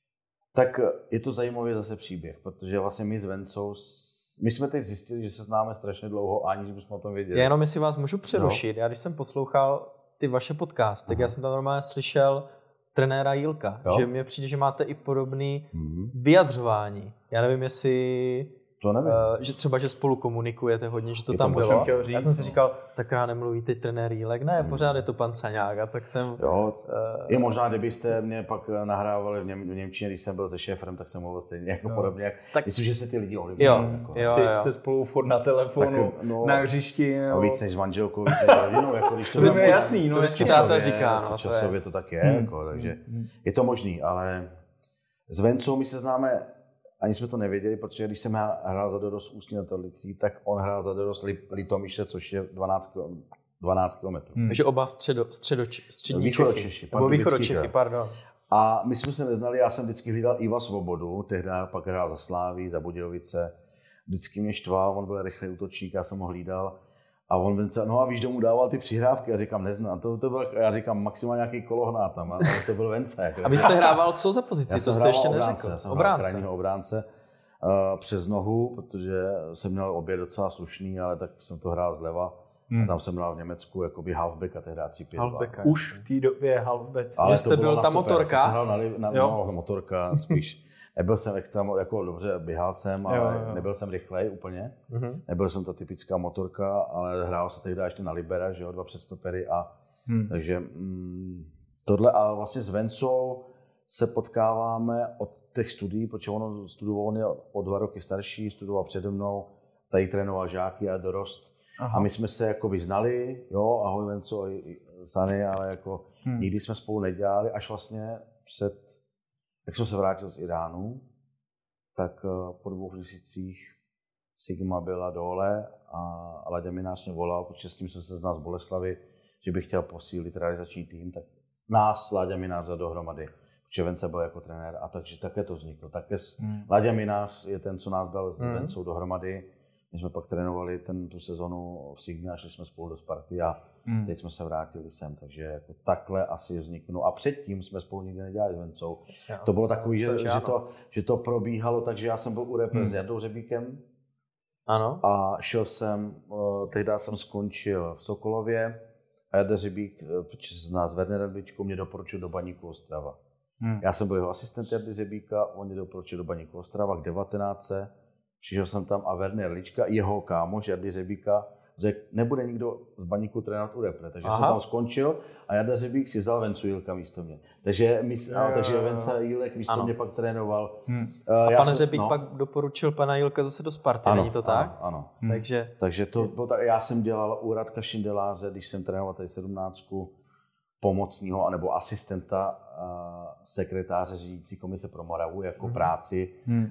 S3: Tak je to zajímavý zase příběh, protože vlastně my s Vencou, my jsme teď zjistili, že se známe strašně dlouho, aniž bychom o tom věděli.
S1: Já jenom jestli vás můžu přerušit. Já když jsem poslouchal ty vaše podcasty, tak já jsem tam normálně slyšel trenéra Jílka, že mně přijde, že máte i podobný vyjadřování. Já nevím, jestli
S3: to nevím.
S1: Že třeba, že spolu komunikujete hodně, že to
S3: Je
S1: tam
S3: to
S1: bylo.
S7: Říct,
S1: já jsem si říkal, sakra, nemluví teď trenér Jílek, ne, pořád je to pan Saňák, a tak jsem...
S3: Jo, je možná, kdybyste mě pak nahrávali v Němčině, když jsem byl se šéfem, tak jsem mluvil stejně jako podobně.
S1: Tak,
S3: myslím, že se ty lidi ohlíbí.
S1: Jo.
S7: Jste spolu furt na telefonu, na hřišti.
S3: No, víc než s manželkou, víc než s rodinou, jako když to
S1: vždycky,
S7: jasný,
S1: to vždycky táta říká.
S3: No, časově to tak je, jako, takže je to možný, ale s Vencou my se známe. Ani jsme to nevěděli, protože když jsem hrál za Dorost Ústí nad Orlicí, tak on hrál za Dorost Litomyše, což je 12 kilometrů.
S1: Takže oba střední
S3: Češi.
S1: Nebo východočechy, pardon.
S3: A my jsme se neznali, já jsem vždycky hlídal Iva Svobodu, tehdy pak hrál za Sláví, za Budějovice. Vždycky mě štval, on byl rychlý útočník, já jsem ho hlídal. A on Vence, no a víš, kdo mu dával ty přihrávky? Já říkám, neznám, to byl, já říkám, maximálně nějaký kolohnát tam, ale to byl Vence.
S1: A vy jste hrával co za pozici? To jste ještě neřekl.
S3: Já jsem hrál krajního obránce přes nohu, protože jsem měl obě docela slušný, ale tak jsem to hrál zleva. A tam jsem hrál v Německu jakoby halfbacka, tehdy 3-5-2.
S7: Už v té době halfback.
S1: Ale jste byl ta motorka?
S3: To jsem hrál na motorka spíš. Nebyl jsem extra, jako dobře, běhal jsem, ale nebyl jsem rychlej úplně. Nebyl jsem ta typická motorka, ale hrál se tehdy ještě na libera, že jo, 2 předstopery takže tohle a vlastně s Vencou se potkáváme od těch studií, protože on studoval, on je o 2 roky starší, studoval přede mnou, tady trénoval žáky a dorost. Aha. A my jsme se jako vyznali, jo, ahoj Venco, Sany, ale jako nikdy jsme spolu nedělali, až vlastně jak jsem se vrátil z Iránu, tak po 2 měsících Sigma byla dole a Láďa Minář mě volal, protože s tím jsem se znal z Boleslavy, že bych chtěl posílit realizační tým, tak nás Láďa Minář dal dohromady, protože Vence byl jako trenér a takže také to vzniklo. Také Láďa Minář je ten, co nás dal s Vencou dohromady. My jsme pak trénovali tu sezonu v Sigmě a šli jsme spolu do Sparty a teď jsme se vrátili sem, takže jako takhle asi vzniknu. A předtím jsme spolu nikdy nedělali s Vencou. To bylo takový, že to probíhalo, takže já jsem byl u repre s Jardou Řebíkem.
S1: Ano.
S3: A šel jsem, tehdy jsem skončil v Sokolově a Jarda Řebík, protože se zná s Wernerem Ličkou, mě doporučil do Baníku Ostrava. Já jsem byl jeho asistent Jardy Řebíka, on mě doporučil do Baníku Ostrava k 19. Přišel jsem tam a Werner Lička, jeho kámoš Jardy Řebíka, řekl, nebude nikdo z Baníku trénovat u repre. Takže jsem tam skončil a Jarda Řebík si vzal Vencu Jílka místo mě. Takže Vence Jílek místo mě pak trénoval.
S1: A pan Řebík pak doporučil pana Jílka zase do Sparty, není to tak?
S3: Ano.
S1: Takže
S3: to bylo tak, já jsem dělal u Radka Šindeláře, když jsem trénoval tady 17, pomocního anebo asistenta sekretáře řídící komise pro Moravu jako práci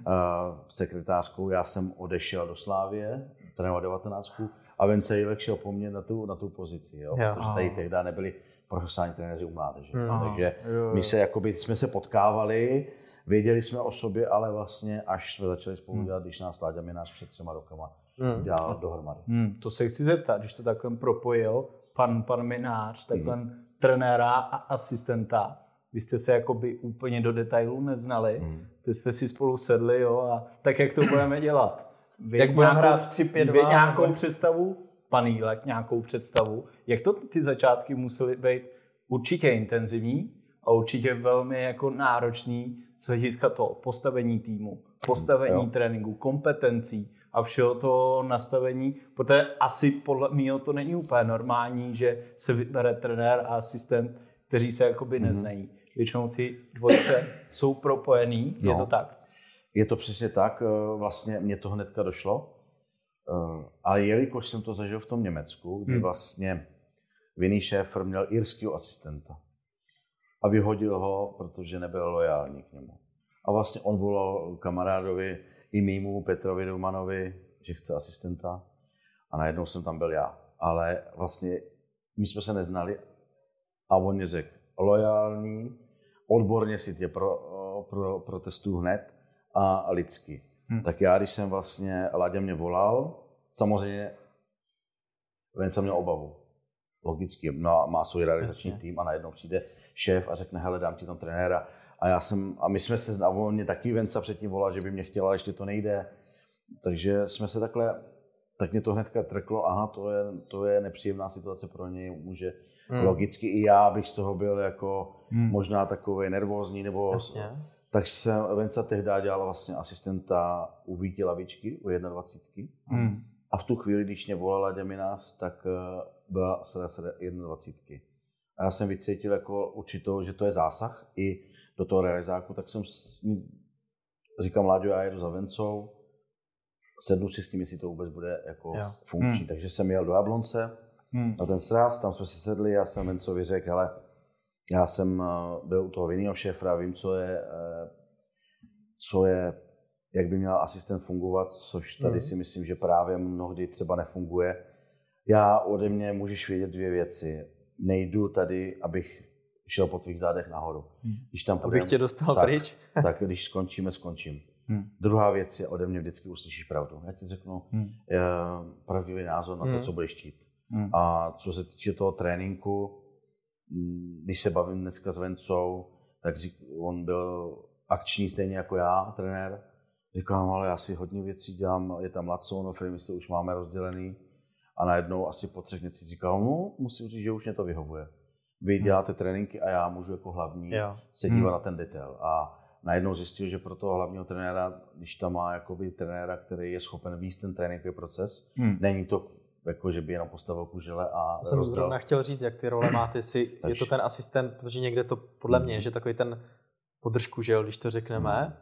S3: sekretářkou. Já jsem odešel do Slávie, trénoval 19 a Vence Jílek šel po mně na tu pozici, jo? Protože tady tehdy nebyli profesionální trenéři u mládeže. Takže my jsme se potkávali, věděli jsme o sobě, ale vlastně až jsme začali spolu dělat, když nás Láďa Minář před 3 rokama dělal dohromady.
S7: To se chci zeptat, když to takhle propojil pan Minář, takhle trenéra a asistenta, vy jste se jakoby úplně do detailů neznali, ty jste si spolu sedli, jo, a tak jak to budeme dělat?
S1: Jak budeme hrát 3-5-2?
S7: Nějakou představu? Pan Jílek, nějakou představu? Jak to ty začátky musely být určitě intenzivní a určitě velmi jako náročný z hlediska toho postavení týmu, postavení tréninku, kompetencí a všeho toho nastavení, protože asi podle mého to není úplně normální, že se vybere trenér a asistent, kteří se jakoby neznají. Většinou ty dvojice jsou propojený, je to tak?
S3: Je to přesně tak, vlastně mě to hnedka došlo, ale jelikož jsem to zažil v tom Německu, kdy vlastně vinný šéf měl irského asistenta a vyhodil ho, protože nebyl lojální k němu. A vlastně on volal kamarádovi i mýmu Petrovi Dumanovi, že chce asistenta a najednou jsem tam byl já. Ale vlastně my jsme se neznali a on mě řekl, lojální, odborně si tě protestuju hned a lidsky. Tak já, když jsem vlastně, Láďa mě volal, samozřejmě Vence měl obavu. logicky, no, má svůj realizační tým a najednou přijde šéf a řekne, hele, dám ti tam trenéra. A my jsme se volně taky Venca předtím volal, že by mě chtěla, ale ještě to nejde. Takže jsme se takhle, tak mě to hnedka trklo, aha, to je nepříjemná situace pro něj, může logicky i já bych z toho byl jako možná takový nervózní, nebo tak jsem Venca tehdy dělal vlastně asistenta u Víti Lavičky, u 21. A v tu chvíli, když mě volala Deminas, tak byla sraz 21. A já jsem vycítil jako určitou, že to je zásah i do toho realizáku, tak jsem říkám, Láďo, já jedu za Vencou, sednu si s tím, jestli to vůbec bude jako funkční. Takže jsem jel do Jablonce na ten sraz, tam jsme si sedli, já jsem Vencovi řekl, hele, já jsem byl u toho vinného šéfra, vím, co je, jak by měl asistent fungovat, což tady si myslím, že právě mnohdy třeba nefunguje. Ode mě můžeš vědět 2 věci. Nejdu tady, abych šel po tvých zádech nahoru. Když tam půjdem,
S1: abych tě dostal pryč?
S3: Tak když skončím. Druhá věc je, ode mě vždycky uslyšíš pravdu. Já ti řeknu pravdivý názor na to, co budeš chtít. A co se týče toho tréninku, když se bavím dneska s Vencou, tak on byl akční stejně jako já, trenér. Říkám, ale já si hodně věcí dělám, je tam Laco, my se už máme rozdělený. A najednou asi po 3 měsících říkal, no musím říct, že už mě to vyhovuje. Vy děláte tréninky a já můžu jako hlavní se dívat na ten detail. A najednou zjistil, že pro toho hlavního trenéra, když tam má jakoby trenéra, který je schopen víc ten tréninkový proces, není to jako, že by jenom postavil kužele a
S1: to jsem zrovna chtěl říct, jak ty role máte si, je to ten asistent, protože někde to podle mě, že takový ten podržkužel, když to řekneme,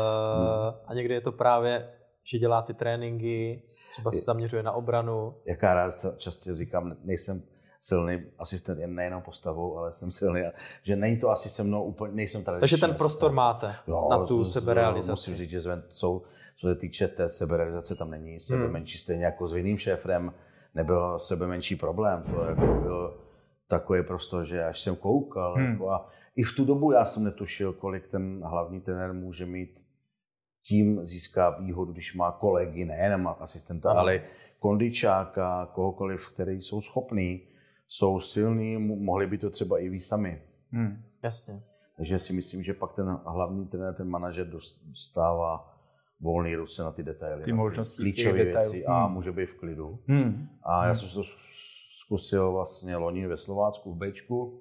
S1: a někdy je to právě, že dělá ty tréninky, třeba se zaměřuje na obranu.
S3: Jak já rád často říkám, nejsem silný asistent jen nejenom postavou, ale jsem silný, že není to asi se mnou úplně, nejsem tradiční.
S1: Takže ten prostor máte na tu seberealizaci.
S3: Musím říct, že co se týče té seberealizace, tam není sebe menší, stejně jako s jiným šéfrem, nebyl sebe menší problém, to jako byl takový prostor, že až jsem koukal, jako a i v tu dobu já jsem netušil, kolik ten hlavní trenér může mít, tím získá výhodu, když má kolegy, nejenom asistenta, ale kondičáka, kohokoliv, který jsou schopní, jsou silní, mohli by to třeba i vy sami.
S1: Jasně.
S3: Takže si myslím, že pak ten hlavní trenér, ten manažer dostává volné ruce na ty detaily.
S7: Ty možnosti,
S3: klíčové věci a může být v klidu. A já jsem to zkusil vlastně loni ve Slovácku, v Bčku.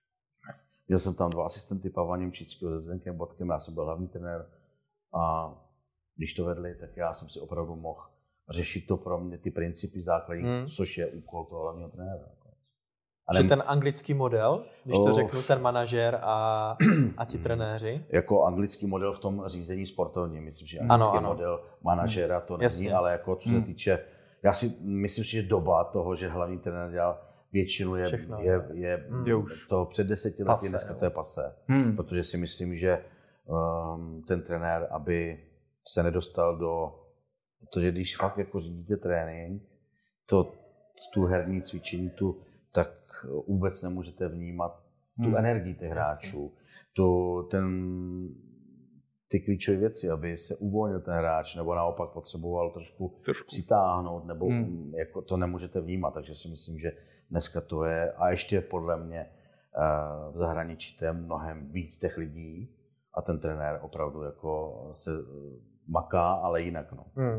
S3: Měl jsem tam 2 asistenty, Pavla Němčického se Zdenkem Bodkem, já jsem byl hlavní trenér. A když to vedli, tak já jsem si opravdu mohl řešit to pro mě, ty principy základní, což je úkol toho hlavního trenéra.
S1: Že ten anglický model, když to řeknu, ten manažer a ti trenéři?
S3: Jako anglický model v tom řízení sportovním. Myslím, že anglický model manažera to není, ale jako co se týče, já si myslím, že doba toho, že hlavní trenér dělal většinu je už to před 10 lety, dneska to je pasé. Protože si myslím, že ten trenér, aby se nedostal protože když fakt jako řídíte trénink, tu herní cvičení, tak vůbec nemůžete vnímat tu energii těch hráčů, ty klíčové věci, aby se uvolnil ten hráč, nebo naopak potřeboval trošku přitáhnout, nebo jako to nemůžete vnímat, takže si myslím, že dneska to je, a ještě podle mě v zahraničí to je mnohem víc těch lidí, a ten trenér opravdu jako se maká, ale jinak.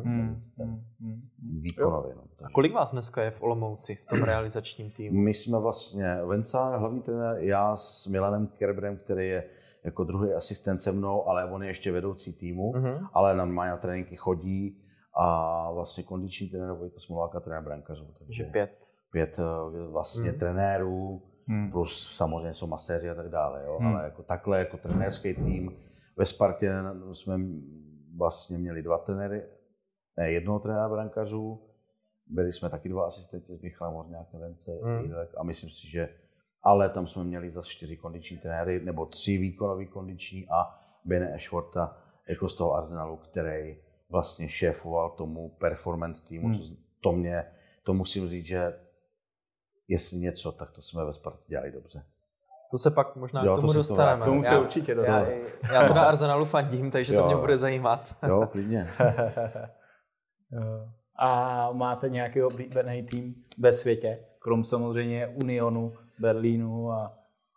S3: Výkonově.
S1: A kolik vás dneska je v Olomouci, v tom realizačním týmu?
S3: My jsme vlastně Venca, hlavní trenér, já s Milanem Kerberem, který je jako druhý asistent se mnou, ale on je ještě vedoucí týmu, ale normálně na tréninky chodí a vlastně kondiční trenér Vojta Smoláka, trenér brankařů.
S1: Takže
S3: 5 vlastně trenérů, plus samozřejmě jsou maséři a tak dále, ale jako takhle jako trenérský tým. Ve Spartě jsme vlastně měli 2 trenéry, ne, 1 trenéra brankařů, byli jsme taky 2 asistenti s Michalem Horňákem, Vence, a myslím si, že ale tam jsme měli zase 4 kondiční trenéry, nebo 3 výkonový kondiční a Bene Ashworta jako z toho Arsenalu, který vlastně šéfoval tomu performance týmu. To musím říct, že jestli něco, tak to jsme ve Spartě dělali dobře.
S1: To se pak možná k tomu dostaneme.
S7: K tomu se určitě dostaneme.
S1: Já teda Arsenalu fandím, takže to mě bude zajímat.
S3: Jo, klidně.
S7: A máte nějaký oblíbený tým ve světě? krom samozřejmě Unionu, Berlínu a...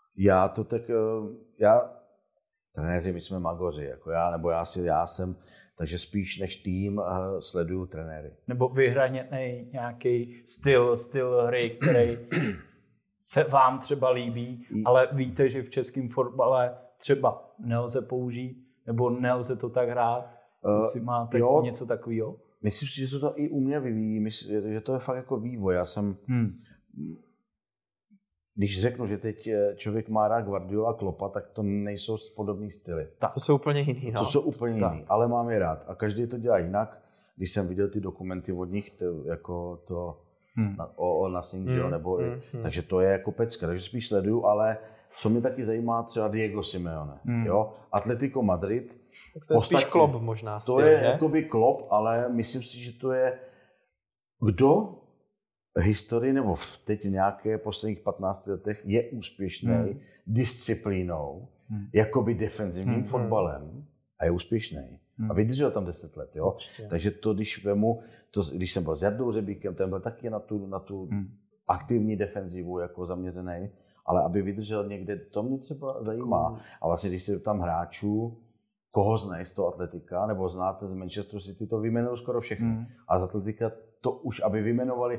S3: Trenéři, my jsme magoři, jako já jsem, takže spíš než tým sleduju trenéry.
S7: Nebo vyhraněný nějaký styl hry, který se vám třeba líbí, ale víte, že v českém fotbale třeba nelze použít, nebo nelze to tak hrát, jestli máte něco takového.
S3: Myslím si, že se to i u mě vyvíjí, že to je fakt jako vývoj. Já jsem, když řeknu, že teď člověk má rád Guardiola a Kloppa, tak to nejsou podobný styly.
S1: To jsou úplně jiný, no.
S3: To jsou úplně jiný, ale mám je rád. A každý to dělá jinak. Když jsem viděl ty dokumenty od nich, jako to o Nothing, takže to je jako pecka. Takže spíš sleduju, ale co mě taky zajímá, třeba Diego Simeone. Jo? Atletico Madrid.
S1: Tak to je spíš Klopp možná styl,
S3: to je jakoby Klopp, ale myslím si, že to je kdo historii, nebo teď v nějaké posledních 15 letech je úspěšný disciplínou, jakoby defenzivním fotbalem a je úspěšný. A vydržel tam 10 let, jo. Takže to, když vemu, když jsem byl s Jardou Řebíkem, ten byl taky na tu aktivní defenzivu jako zaměřený, ale aby vydržel někde, to mě třeba zajímá. A vlastně, když se tam hráčů, koho znají z toho Atletika, nebo znáte z Manchesteru City, to vyjmenují skoro všechny. A z Atletika to už, aby vyjmenovali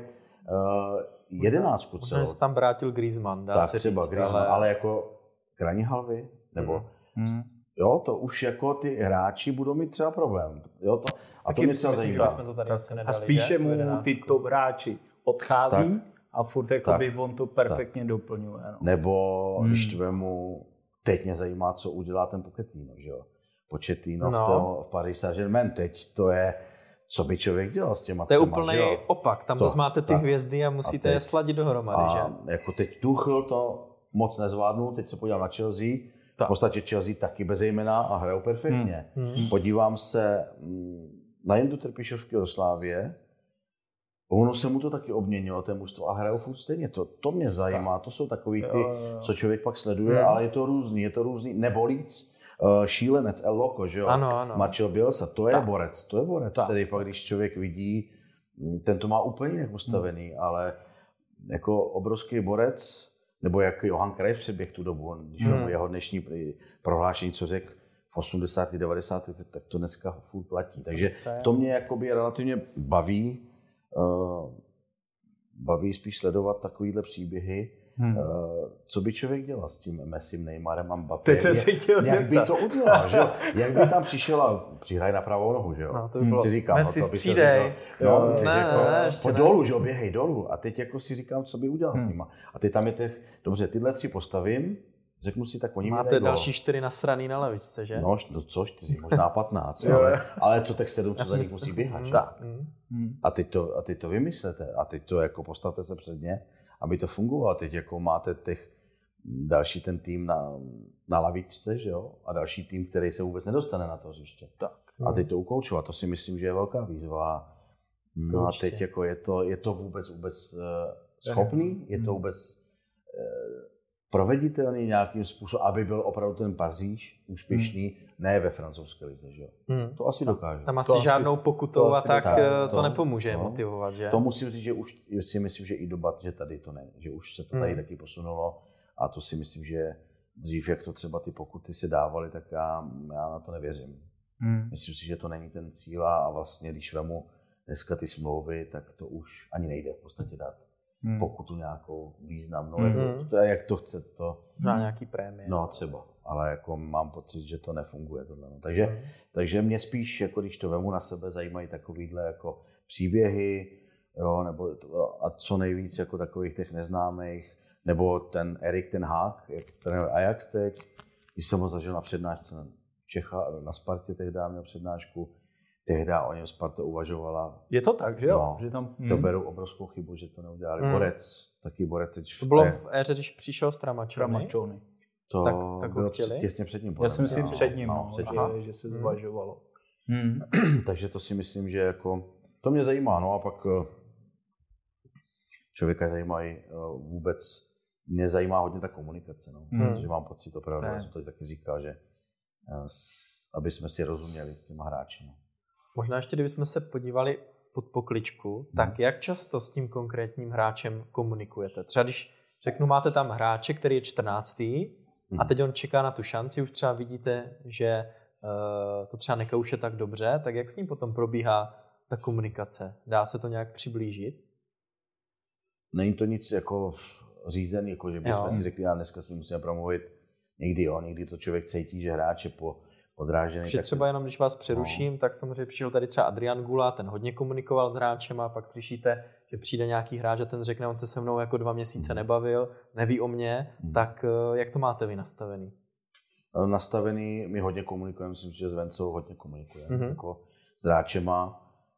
S3: 11 celou.
S1: Možná, že se tam vrátil Griezmann, dá se
S3: třeba
S1: říct,
S3: Griezmann, ale jako Kranihalvy, nebo jo, to už jako ty hráči budou mít třeba problém. Jo, a to mě třeba zajímá.
S7: A spíše mu ty top hráči odchází a furt jakoby on to perfektně doplňuje. No.
S3: Nebo když vemu, teď mě zajímá, co udělá ten Pochettino, že jo. Pochettino v Paris Saint-Germain, teď to je, co by člověk dělal s těma
S1: třema. To je úplný opak, tam zase máte ty hvězdy a musíte je sladit dohromady, že?
S3: Jako teď Tuchel to moc nezvládnu, teď se podívám na Chelsea, v podstatě Chelsea taky bez jména a hrajou perfektně. Podívám se na Jindu Trpišovského do Slávie, ono se mu to taky obměnilo, ten mužstvo, a hrajou furt stejně. To mě zajímá, to jsou takový ty, co člověk pak sleduje, ale je to různý. Nebo Leeds, šílenec, El Loco, že jo?
S1: Ano.
S3: Marcel Bielsa, to je borec, který pak, když člověk vidí, ten to má úplně jinak ustavený, ale jako obrovský borec, nebo jak Johan Cruyff přeběh tu dobu, když jeho dnešní prohlášení, co řekl v 80. 90. tak to dneska furt platí. Takže to mě jakoby relativně baví spíš sledovat takovýhle příběhy. Co by člověk dělal s tím Messim, Neymarem a Mbappé? Jak by to udělal, že jo? Jak by tam přišel a přihraj na pravou nohu, že jo?
S1: No, to by bylo,
S3: si říkám,
S1: Messi
S3: to by
S1: střídej.
S3: Pojď dolů, že jo, běhej dolů. A teď jako si říkám, co by udělal s nima. A teď tam je dobře, tyhle 3 postavím, řeknu si, tak oni
S1: máte další 4 nasraný na levičce, že?
S3: No co 4, možná 15, ale co tak 7, co za nich musí běhat, že? A teď to vymyslete a teď to jako postavte se před ně, aby to fungovalo. Teď jako máte další ten tým na lavičce, že jo? A další tým, který se vůbec nedostane na to hřiště. A teď to ukoučovat, to si myslím, že je velká výzva. No a teď jako je to vůbec schopný, je to vůbec proveditelný nějakým způsobem, aby byl opravdu ten Paříž úspěšný, ne ve francouzské lize, že jo? To asi dokáže.
S1: Tam asi žádnou pokutou a tak to nepomůže motivovat, že?
S3: To musím říct, že už si myslím, že i doba, že tady to ne, že už se to tady taky posunulo a to si myslím, že dřív, jak to třeba ty pokuty se dávaly, tak já na to nevěřím. Myslím si, že to není ten cíl a vlastně, když vemu dneska ty smlouvy, tak to už ani nejde v podstatě dát pokutu nějakou významnou, jak to chce to.
S1: Na nějaký prémie.
S3: No třeba, ale jako mám pocit, že to nefunguje tohle. Takže mě spíš, jako když to vemu na sebe, zajímají takovýhle jako příběhy, jo, nebo a co nejvíc jako takových těch neznámých, nebo ten Erik ten Haag, jak trénuje Ajax teď, když jsem ho zažil na přednášce na Spartě, tehdy měl přednášku, tehdy o něm Sparta uvažovala.
S7: Je to tak, že jo?
S3: No,
S7: že tam,
S3: to berou obrovskou chybu, že to neudělali. Taky borec.
S1: To bylo v éře, když přišel Stramaccioni.
S3: To
S1: tak
S3: bylo
S1: chtěli?
S3: těsně před ním.
S7: Já si myslím před ním, že se zvažovalo.
S3: Takže to si myslím, že jako, to mě zajímá. No a pak člověka zajímají mě zajímá hodně ta komunikace. No. Protože mám pocit opravdu, já jsem to taky říkal, že aby jsme si rozuměli s těma hráči. No.
S1: Možná ještě, kdybychom se podívali pod pokličku, tak jak často s tím konkrétním hráčem komunikujete? Třeba když řeknu, máte tam hráče, který je 14. a teď on čeká na tu šanci, už třeba vidíte, že to třeba nekouše tak dobře, tak jak s ním potom probíhá ta komunikace? Dá se to nějak přiblížit?
S3: Není to nic jako řízený, jako že bychom si řekli, a dneska si musíme promluvit. Někdy to člověk cítí, že hráč je podrážený.
S1: Tak třeba jenom, když vás přeruším, tak samozřejmě přišel tady třeba Adrian Gula, ten hodně komunikoval s hráčem a pak slyšíte, že přijde nějaký hráč a ten řekne, on se se mnou jako 2 měsíce nebavil, neví o mně, tak jak to máte vy nastavený?
S3: Nastavený, my hodně komunikujeme, myslím, že s Vencou hodně komunikujeme, jako s hráčema.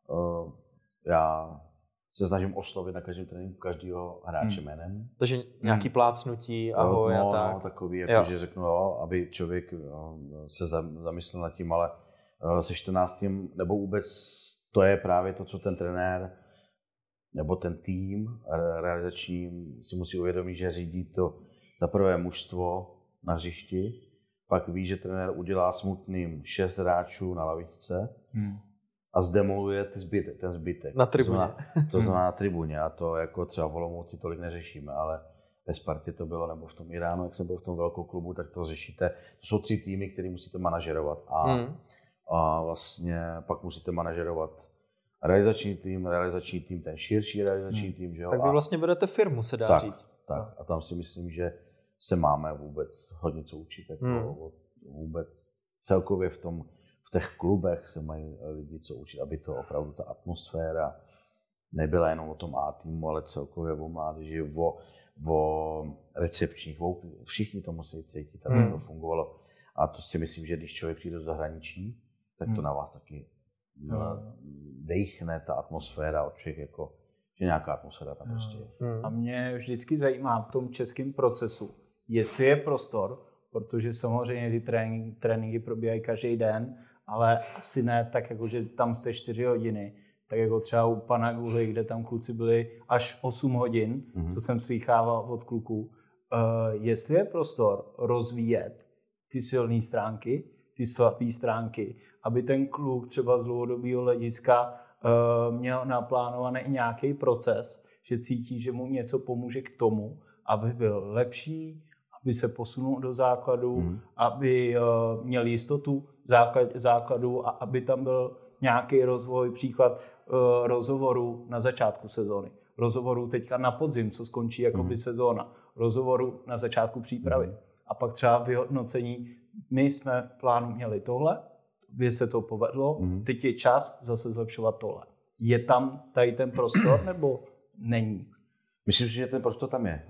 S3: Já se snažím oslovit na každém tréninku každého hráče jménem.
S1: Takže nějaký plácnutí, ahoj a tak.
S3: No, takový, jako že řeknu, aby člověk se zamyslel nad tím, ale se 14. nebo vůbec to je právě to, co ten trenér nebo ten tým realizační si musí uvědomit, že řídí to za prvé mužstvo na hřišti, pak ví, že trenér udělá smutným 6 hráčů na lavičce a zdemoluje ten zbytek.
S1: Na tribuně.
S3: To znamená na tribuně a to jako třeba v Olomouci tolik neřešíme, ale ve Spartě to bylo, nebo v tom Iránu, jak jsem byl v tom velkou klubu, tak to řešíte. To jsou 3 týmy, které musíte manažerovat a vlastně pak musíte manažerovat realizační tým, ten širší realizační tým. Že jo?
S1: Tak vy vlastně vedete firmu, se dá říct.
S3: Tak. A tam si myslím, že se máme vůbec hodně co učit. Jako vůbec celkově v těch klubech se mají lidi co učit, aby to opravdu ta atmosféra nebyla jenom o tom A-týmu, ale celkově o mládeži, o recepčních, všichni to musí cítit, aby to fungovalo. A to si myslím, že když člověk přijde do zahraničí, tak to na vás taky dejchne ta atmosféra od všech, jako, že nějaká atmosféra tam prostě je.
S7: A mě vždycky zajímá v tom českém procesu, jestli je prostor, protože samozřejmě ty tréninky probíhají každý den, ale asi ne tak, jako, že tam jste 4 hodiny, tak jako třeba u pana Guly, kde tam kluci byli až 8 hodin, co jsem slýchával od kluků. Jestli je prostor rozvíjet ty silné stránky, ty slabé stránky, aby ten kluk třeba z dlouhodobého hlediska měl naplánovaný nějaký proces, že cítí, že mu něco pomůže k tomu, aby byl lepší, aby se posunul do základu, aby měl jistotu základu a aby tam byl nějaký rozvoj, příklad rozhovoru na začátku sezóny, rozhovoru teďka na podzim, co skončí jakoby sezóna, rozhovoru na začátku přípravy. A pak třeba vyhodnocení, my jsme v plánu měli tohle, by se to povedlo, teď je čas zase zlepšovat tohle. Je tam tady ten prostor, nebo není?
S3: Myslím si, že ten prostor tam je.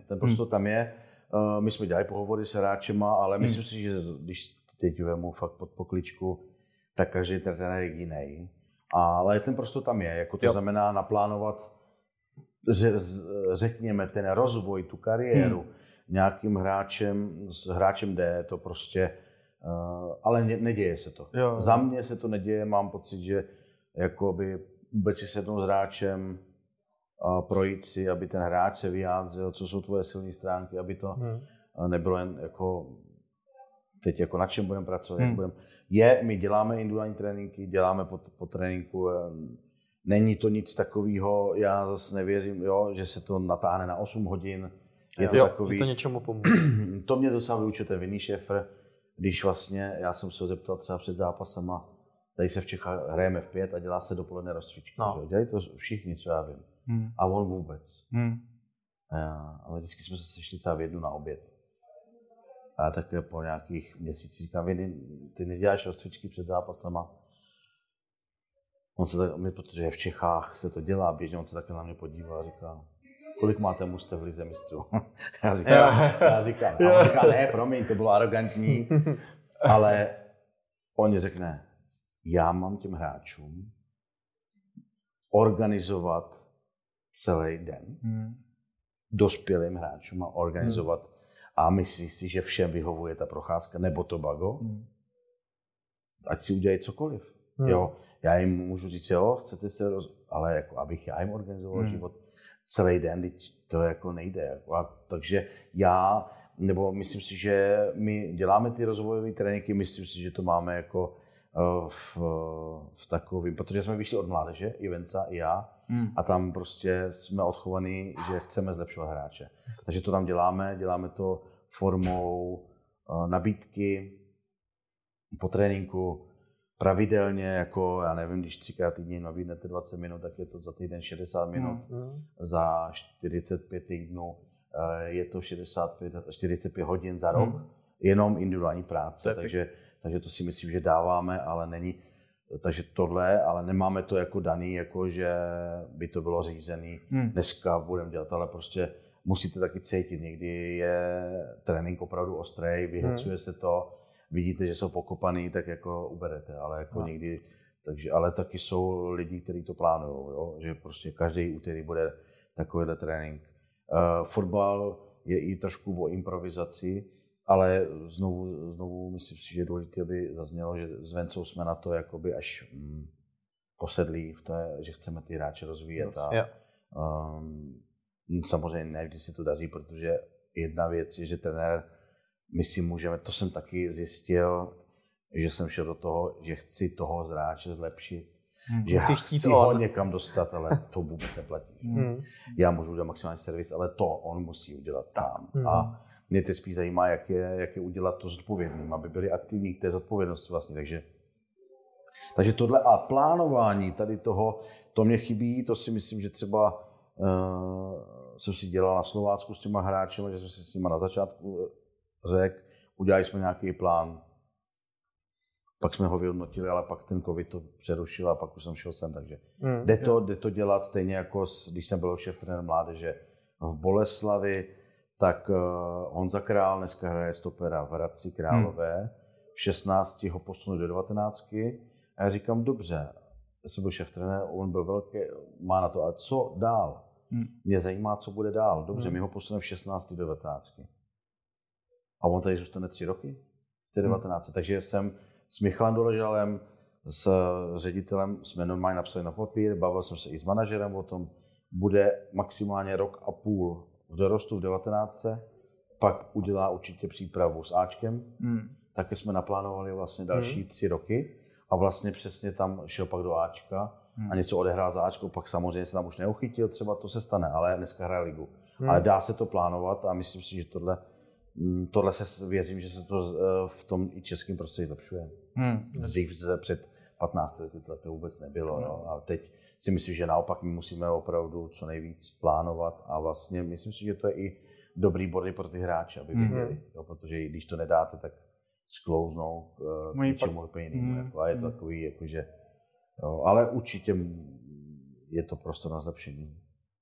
S3: My jsme dělali pohovory s hráčema, ale myslím si, že když teď vemu fakt pod pokličku, tak každý trenér je jiný. Ale ten prostor tam je. Jako to znamená naplánovat, řekněme, ten rozvoj, tu kariéru nějakým hráčem D, to prostě, ale neděje se to. Za mě se to neděje, mám pocit, že jakoby vůbec si sednout s hráčem, projít si, aby ten hráč se vyjádřil, co jsou tvoje silné stránky, aby to nebylo jen jako teď jako na čem budeme pracovat, jak budeme. My děláme individuální tréninky, děláme po tréninku, není to nic takového, já zase nevěřím, že se to natáhne na 8 hodin. Je to takový,
S1: že to něčemu pomůže.
S3: To mě docela vyučil ten Vinny Šéfer, když vlastně, já jsem se ho zeptal třeba před zápasama, tady se v Čechách hrajeme v 5 a dělá se dopoledne rozcvičky. Dělají to všichni, co já vím. A on vůbec. Ale vždycky jsme se sešli třeba v 1 na oběd. A tak po nějakých měsících říkám, ty neděláš rozcvičky před zápasama. On se tak, protože v Čechách se to dělá běžně, on se také na mě podíval a říká, kolik máte mužstev v lize mistrů? Já říkám, ne, promiň, to bylo arrogantní, ale on řekne, já mám těm hráčům organizovat celý den, dospělým hráčům a organizovat a myslíš si, že všem vyhovuje ta procházka nebo to bago, ať si udělají cokoliv. Já jim můžu říct, chcete se ale jako, abych já jim organizoval život celý den, to jako nejde. Takže myslím si, že my děláme ty rozvojové tréninky, myslím si, že to máme jako v takovým, protože jsme vyšli od mládeže, i Venca, i já, a tam prostě jsme odchovaní, že chceme zlepšovat hráče. Takže to tam děláme to formou nabídky po tréninku, pravidelně, jako já nevím, když 3x týdně nabídnete 20 minut, tak je to za týden 60 minut, za 45 týdnů je to 45 hodin za rok, jenom individuální práce, takže to si myslím, že dáváme, ale není, takže tohle, ale nemáme to jako daný, jako že by to bylo řízený, dneska budeme dělat, ale prostě musíte taky cítit, někdy je trénink opravdu ostrý, vyhecuje se to, vidíte, že jsou pokopaný, tak jako uberete, ale jako někdy, takže, ale taky jsou lidi, kteří to plánují, že prostě každý úterý bude takovýhle trénink. Fotbal je i trošku o improvizaci, ale znovu myslím si, že je důležité, aby zaznělo, že s Vencou jsme na to jakoby až posedlí v té, že chceme ty hráče rozvíjet. Samozřejmě ne vždy se to daří, protože jedna věc je, že trenér, my si můžeme, to jsem taky zjistil, že jsem šel do toho, že chci toho hráče zlepšit, že chci ho někam dostat, ale to vůbec neplatí. Já můžu udělat maximální servis, ale to on musí udělat sám. A mě teď spíš zajímá, jak je udělat to zodpovědným, aby byli aktivní k té zodpovědnosti vlastně. Takže tohle a plánování tady toho, to mě chybí, to si myslím, že třeba jsem si dělal na Slovácku s těma hráči, že jsme si s nimi na začátku řekl, udělali jsme nějaký plán, pak jsme ho vyhodnotili, ale pak ten covid to přerušil a pak už jsem šel sem, takže jde to dělat stejně jako když jsem byl šéf trenér mládeže v Boleslavi, tak Honza Král dneska hraje stopera v Hradci Králové, v 16 ho posunul do 19 a já říkám, dobře, já jsem byl šéf trenér, on byl velký, má na to, ale co dál? Mě zajímá, co bude dál. Dobře, my ho posuneme v 16 do 19. A on tady zůstane 3 roky v té 19. Takže jsem s Michalem Doležalem, s ředitelem, jsme normálně napsali na papír, bavil jsem se i s manažerem o tom, bude maximálně rok a půl v dorostu v 19. Pak udělá určitě přípravu s Ačkem. Taky jsme naplánovali vlastně další 3 roky a vlastně přesně tam šel pak do Ačka a něco odehrál za Ačko, pak samozřejmě se tam už neochytil, třeba to se stane, ale dneska hraje ligu. Ale dá se to plánovat a myslím si, že tohle se věřím, že se to v tom i českém prostředí zlepšuje. Dřív před 15 lety to vůbec nebylo, no. A teď si myslím, že naopak my musíme opravdu co nejvíc plánovat a vlastně myslím si, že to je i dobrý body pro ty hráče, aby věděli, protože když to nedáte, tak sklouznou k něčemu úplně jinému. A je to takový, jakože, ale určitě je to prostor na zlepšení.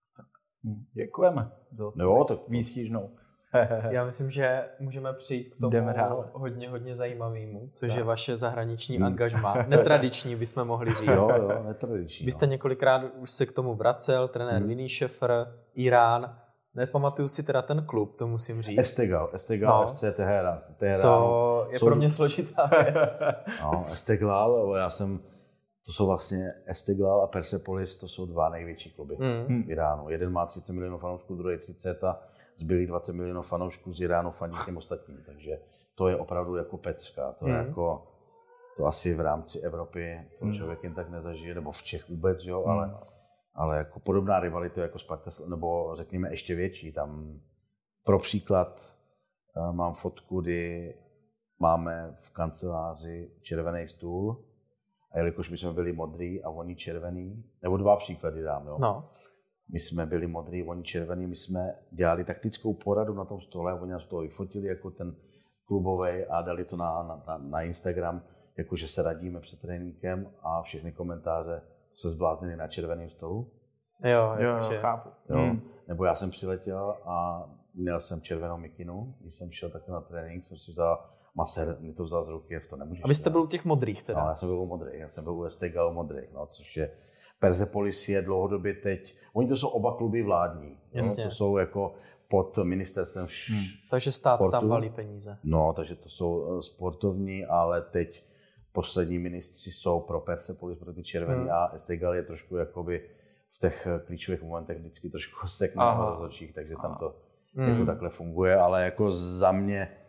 S7: Děkujeme za výstižnou.
S1: Já myslím, že můžeme přijít k tomu hodně zajímavému, což je vaše zahraniční angažmá. Netradiční bychom mohli říct.
S3: Jo, netradiční.
S1: Vy jste několikrát už se k tomu vracel, trenér Vinny Šefr, Irán. Nepamatuju si teda ten klub, to musím říct.
S3: Estegal FC Teherán.
S1: To je pro mě složitá věc.
S3: Estegal, to jsou vlastně Estegal a Persepolis, to jsou 2 největší kluby v Iránu. Jeden má 30 milionů fanoušků, druhý 30 a zbylých 20 milionů fanoušků z Iránu fandí těm ostatním. Takže to je opravdu jako pecka. To je jako, to asi v rámci Evropy to člověk jen tak nezažije, nebo v Čech vůbec, jo, ale jako podobná rivalita jako Sparta, nebo řekněme ještě větší. Tam pro příklad mám fotku, kdy máme v kanceláři červený stůl a jelikož my jsme byli modrý a oni červený, nebo 2 příklady dám, jo.
S1: No.
S3: My jsme byli modrý, oni červený, my jsme dělali taktickou poradu na tom stole a oni nás to vyfotili jako ten klubovej a dali to na Instagram, jakože se radíme před tréninkem a všechny komentáře se zbláznili na červeném stolu.
S1: Jo, chápu.
S3: Jo. Nebo já jsem přiletěl a měl jsem červenou mikinu, když jsem šel takhle na trénink, jsem si vzal masér, mi to vzal z ruky, to nemůžeš.
S1: A vy jste byl u těch modrých teda?
S3: No, já jsem byl u modrých, já jsem byl u Estegalu modrých, což je Persepolis je dlouhodobě teď, oni to jsou oba kluby vládní, to jsou jako pod ministerstvem
S1: takže stát
S3: sportu. Tam
S1: valí peníze.
S3: No, takže to jsou sportovní, ale teď poslední ministři jsou pro Persepolis, pro ty červený a Estegal je trošku jakoby v těch klíčových momentech vždycky trošku sekne v rozhodčích, takže tam to jako takhle funguje, ale jako za mě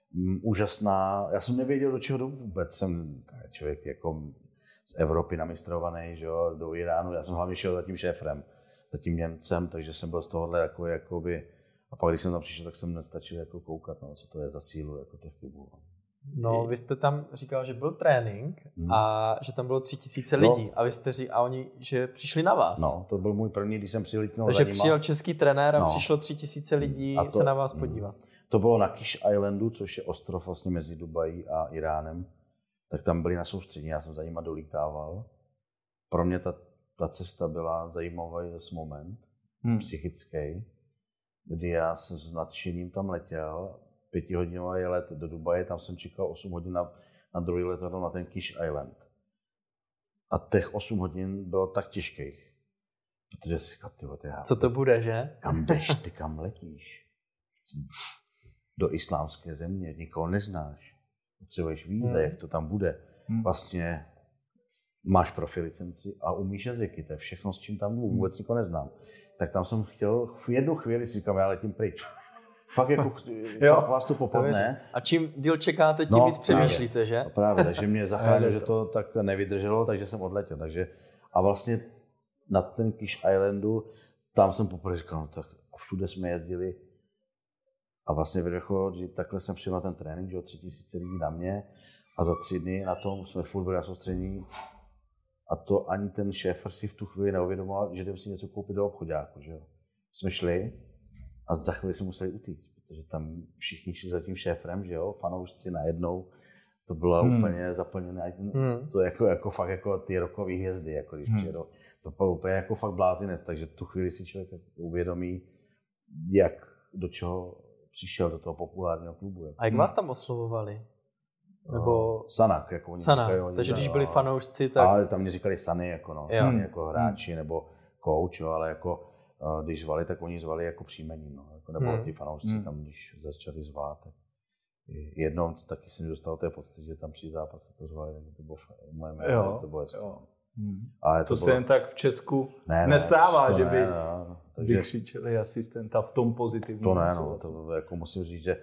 S3: úžasná. Já jsem nevěděl, do čeho jdu vůbec. Jsem člověk jako z Evropy namistrovaný, že jo, do Iránu. Já jsem hlavně šel za tím šéfrem, za tím Němcem, takže jsem byl z tohohle jakoby. A pak, když jsem tam přišel, tak jsem nestačil jako koukat, no, co to je za sílu jako těch klubů.
S1: No, vy jste tam říkal, že byl trénink a že tam bylo 3000 lidí a vy jste a oni, že přišli na vás.
S3: No, to byl můj první, když jsem přilítnul
S1: Takže přijel český trenér a přišlo 3000 lidí
S3: a to,
S1: se na vás podívat.
S3: To bylo na Kish Islandu, což je ostrov vlastně mezi Dubají a Iránem. Tak tam byli na soustředění, já jsem za nima dolítával. Pro mě ta cesta byla zajímavý moment, psychický, kdy já jsem s nadšením tam letěl. 5hodinový let do Dubaje, tam jsem čekal 8 hodin na druhý letadlo na ten Kish Island. A těch 8 hodin bylo tak těžkých, protože si říkal,
S1: co to bude, že?
S3: Kam jdeš, ty kam letíš? Do islámské země, nikoho neznáš, potřebuješ víza, jak to tam bude. Vlastně máš profilicenci a umíš jazyky, to je všechno, s čím tam jdu, vůbec nikoho neznám. Tak tam jsem chtěl, v jednu chvíli si říkám, já letím pryč. Fakt jako, fakt vás to popadne.
S1: A čím díl čekáte, tím víc přemýšlíte, že?
S3: Právě, takže mě zachránilo, že to tak nevydrželo, takže jsem odletěl. A vlastně na ten Kish Islandu, tam jsem poprvé říkal, no tak a všude jsme jezdili. A vlastně vyvrcholilo, že takhle jsem přijel na ten trénink, že 3000 lidí na mě a za 3 dny na tom jsme furt byli na soustředění. A to ani ten šéfr si v tu chvíli neuvědomoval, že jdeme si něco koupit do obchodáku, že jo. Jsme šli a za chvíli jsme museli utíct, protože tam všichni šli za tím šéfrem, že jo, fanoušci najednou. To bylo úplně zaplněné, to jako fakt jako ty rokové hvězdy, jako když přijedou. To bylo úplně jako fakt blázinec, takže tu chvíli si člověk uvědomí, jak do čeho přišel do toho populárního klubu. Jako.
S1: A jak vás tam oslovovali? Nebo
S3: Sanak, jako oni říkají,
S1: takže když byli fanoušci, tak...
S3: Ale tam mě říkali Sany, jako no, Sany jako hráči nebo coach, jo, ale jako když zvali, tak oni zvali jako příjmení, no, jako, nebo ty fanoušci tam, když začali zvát, tak jednou taky jsem dostal té pocit, že tam při zápase to zvali, takže to bylo moje jméno, to bylo hezké.
S7: Ale to se jen tak v Česku nestává, že by vykřičeli asistenta v tom pozitivním.
S3: To ne, no, to jako musím říct, že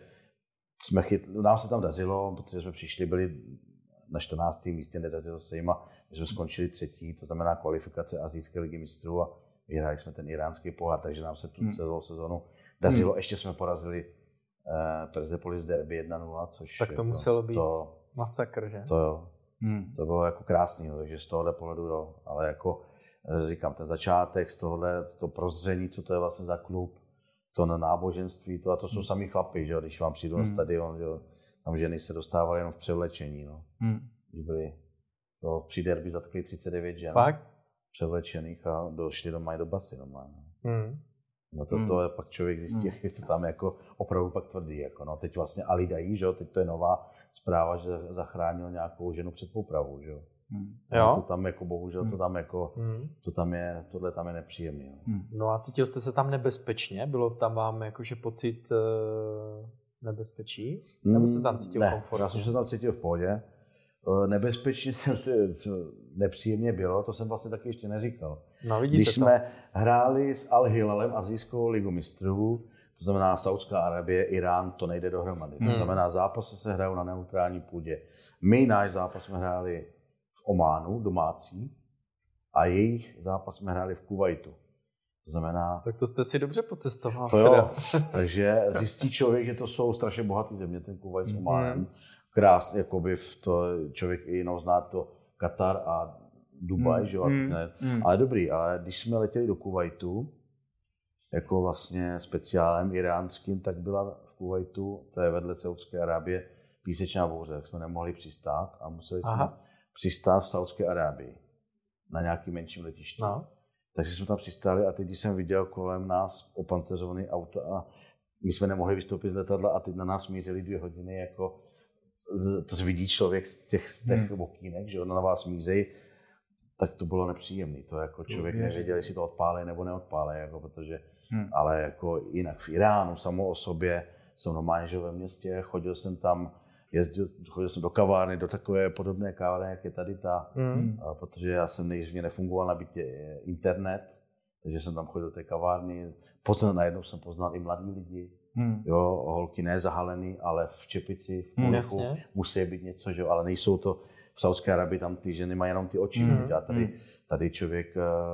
S3: nám se tam dařilo, protože jsme přišli, byli na 14. místě, nedařilo se jim a my jsme skončili 3., to znamená kvalifikace Asijské ligy mistrů a vyhráli jsme ten iránský pohár, takže nám se tu celou sezonu dařilo. Ještě jsme porazili Persepolis derby 1-0, což
S1: tak to muselo být masakr, že?
S3: To jo. To bylo jako krásný, no, takže z tohohle pohledu jo, ale jako říkám, ten začátek z tohohle, to prozření, co to je vlastně za klub, to na náboženství, to jsou sami chlapi, že jo, když vám přijdu na stadion, že jo, tam ženy se dostávaly jenom v převlečení, no. Když byli, to při derby zatkli 39 žen.
S1: Fakt?
S3: Převlečených a došli do basy normálně. No to je pak člověk zjistí, jak je to tam jako opravdu pak tvrdý, jako no. Teď vlastně Ali Dají, že jo, teď to je nová zpráva, že zachránil nějakou ženu před popravou, že jo. To tam jako bohužel, to tam jako, tohle tam je nepříjemný.
S1: No a cítil jste se tam nebezpečně? Bylo tam vám jakože pocit nebezpečí? Nebo jste tam cítil komfortně?
S3: Já jsem se tam cítil v pohodě. Nebezpečně jsem se, nepříjemně bylo, to jsem vlastně taky ještě neříkal.
S1: No, vidíte
S3: když jsme hráli s Al-Hilalem Asijskou ligu mistrů, to znamená Saudská Arabie, Irán, to nejde dohromady. To znamená, zápasy se hrajou na neutrální půdě. My náš zápas jsme hráli v Ománu, domácí, a jejich zápas jsme hráli v Kuvajtu. To znamená...
S1: Tak to jste si dobře pocestoval.
S3: To jo, takže zjistí člověk, že to jsou strašně bohatý země, ten Kuvajt s Ománem. Krásně, jakoby to člověk i jinou zná to Katar a Dubaj, že jo, ale dobrý, ale když jsme letěli do Kuvajtu, jako vlastně speciálem iránským, tak byla v Kuvajtu, to je vedle Saudské Arábie, písečná bouře, tak jsme nemohli přistát a museli jsme přistát v Saudské Arábii na nějakým menším letišti. No. Takže jsme tam přistáli a teď, když jsem viděl kolem nás opanceřované auta a my jsme nemohli vystoupit z letadla a teď na nás mířili 2 hodiny, jako to vidí člověk z těch okýnek, že na vás míří, tak to bylo nepříjemné. To jako člověk nevěděl, jestli to odpálí nebo neodpálí, jako protože, ale jako jinak v Iránu samo o sobě jsem normálně žil ve městě, chodil jsem jsem do kavárny, do takové podobné kavárny, jak je tady ta, protože já jsem nejdřív nefungoval na bytě internet, takže jsem tam chodil do té kavárny, potom najednou jsem poznal i mladí lidi, Jo, holky ne zahalený, ale v čepici, v půlichu musí být něco, že jo, ale nejsou to v Saudské Arabii, tam ty ženy mají jenom ty oči. A tady člověk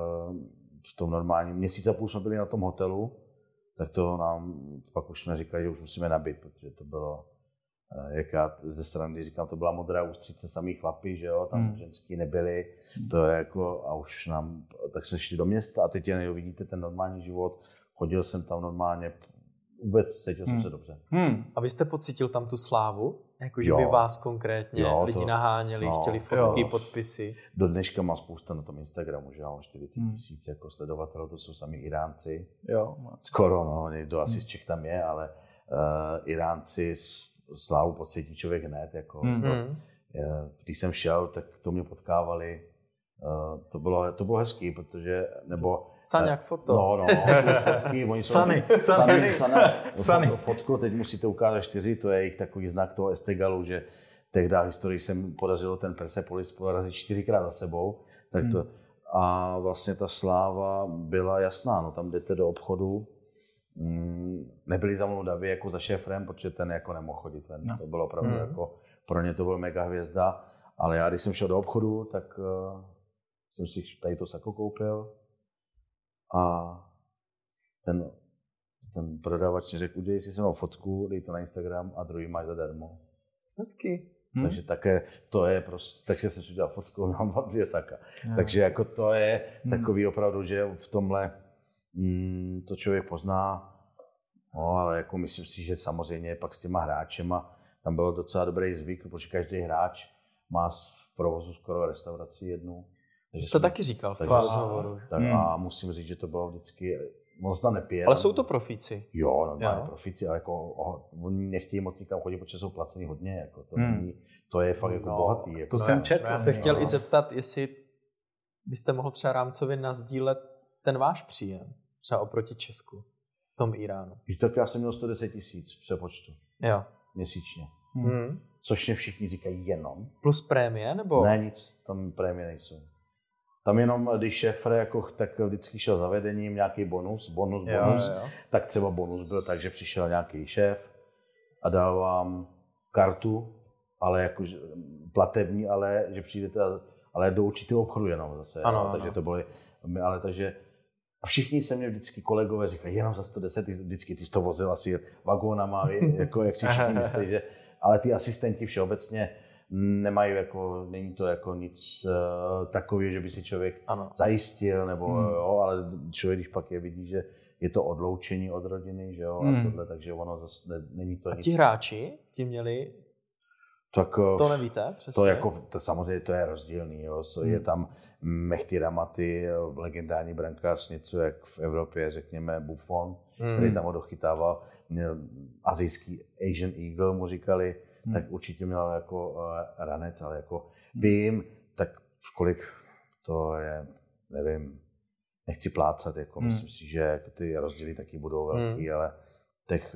S3: v tom normálním měsíc a půl jsme byli na tom hotelu, tak to nám pak už jsme říkali, že už musíme nabít, protože to bylo, jak já ze strany, když říkám, to byla modrá ústřice, samý chlapi, že jo, tam ženský nebyli, to je jako, a už nám, tak jsme šli do města a teď vidíte ten normální život, chodil jsem tam normálně, vůbec cítil jsem se dobře.
S1: A vy jste pocítil tam tu slávu? Jakože by vás konkrétně lidi naháněli, chtěli fotky, podpisy?
S3: Do dneška mám spousta na tom Instagramu, že mám 40 000 jako sledovatelů, to jsou sami Iránci. Skoro, no, někdo asi z Čech tam je, ale Iránci slávu pocítí člověk hned. Jako, když jsem šel, tak to mě potkávali. To bylo hezký, protože, nebo...
S1: Saňák foto.
S3: No, fotky, oni jsou... Sany. Fotku, teď musíte ukázat 4, to je jejich takový znak toho Estegalu, že tehdy v historii se mi podařilo ten Persepolis porazit 4krát za sebou, tak to... A vlastně ta sláva byla jasná, no tam jdete do obchodu, nebyli za mnou davy jako za šéfrem, protože ten jako nemohl chodit ven. To bylo opravdu jako, pro ně to byl mega hvězda, ale já když jsem šel do obchodu, tak jsem si tady to sako koupil a ten prodavač řekl, udělej si se mnou fotku, dej to na Instagram a druhý máš zadarmo.
S1: Hezky.
S3: Takže také to je prostě, takže jsem si udělal fotku, mám 2 saka. Takže jako to je takový opravdu, že v tomhle to člověk pozná, no, ale jako myslím si, že samozřejmě pak s těma hráčema tam bylo docela dobrý zvyk, protože každý hráč má v provozu skoro restauraci jednu.
S1: Jsi to taky říkal v tom rozhovoru.
S3: A musím říct, že to bylo vždycky, moc tam nepije.
S1: Ale jsou to profíci.
S3: Jo, normálně profíci, ale jako oni nechtějí moc nikam chodit, protože jsou placení hodně. Jako, to je fakt jako bohatý. Jako,
S7: to jsem četl.
S1: Já se chtěl i zeptat, jestli byste mohl třeba rámcově nazdílet ten váš příjem, třeba oproti Česku, v tom Iránu.
S3: Tak já jsem měl 110 000 v přepočtu.
S1: Jo.
S3: Měsíčně. Což mě všichni říkají jenom.
S1: Plus prémie, nebo?
S3: Ne, nic, tam prémie nejsou. Tam jenom, když šéf jako, tak vždycky šel za vedením, nějaký bonus, tak třeba bonus byl tak, že přišel nějaký šéf a dal vám kartu, ale jako platební, ale že přijdete, ale do určitého obchodu jenom zase.
S1: Ano.
S3: Takže to bylo, ale takže a všichni se mě vždycky kolegové říkají, jenom za 110, vždycky ty jsi to vozil asi vagónama, jako jak si všichni myslí, že, ale ty asistenti všeobecně nemají jako, není to jako nic takového, že by si člověk zajistil, nebo jo, ale člověk, když pak vidí, že je to odloučení od rodiny, že jo, a tohle, takže ono zase není to nic.
S1: A ti hráči, ti měli,
S3: tak,
S1: to nevíte přesně?
S3: To jako, to samozřejmě to je rozdílný, jo, je tam Mehdi Ramati, legendární brankář, něco jak v Evropě, řekněme Buffon, který tam ho dochytával, měl asijský Asian Eagle, mu říkali, tak určitě měl jako ranec, ale jako vím, tak kolik to je, nevím, nechci plácat, jako myslím si, že ty rozdíly taky budou velký, ale těch,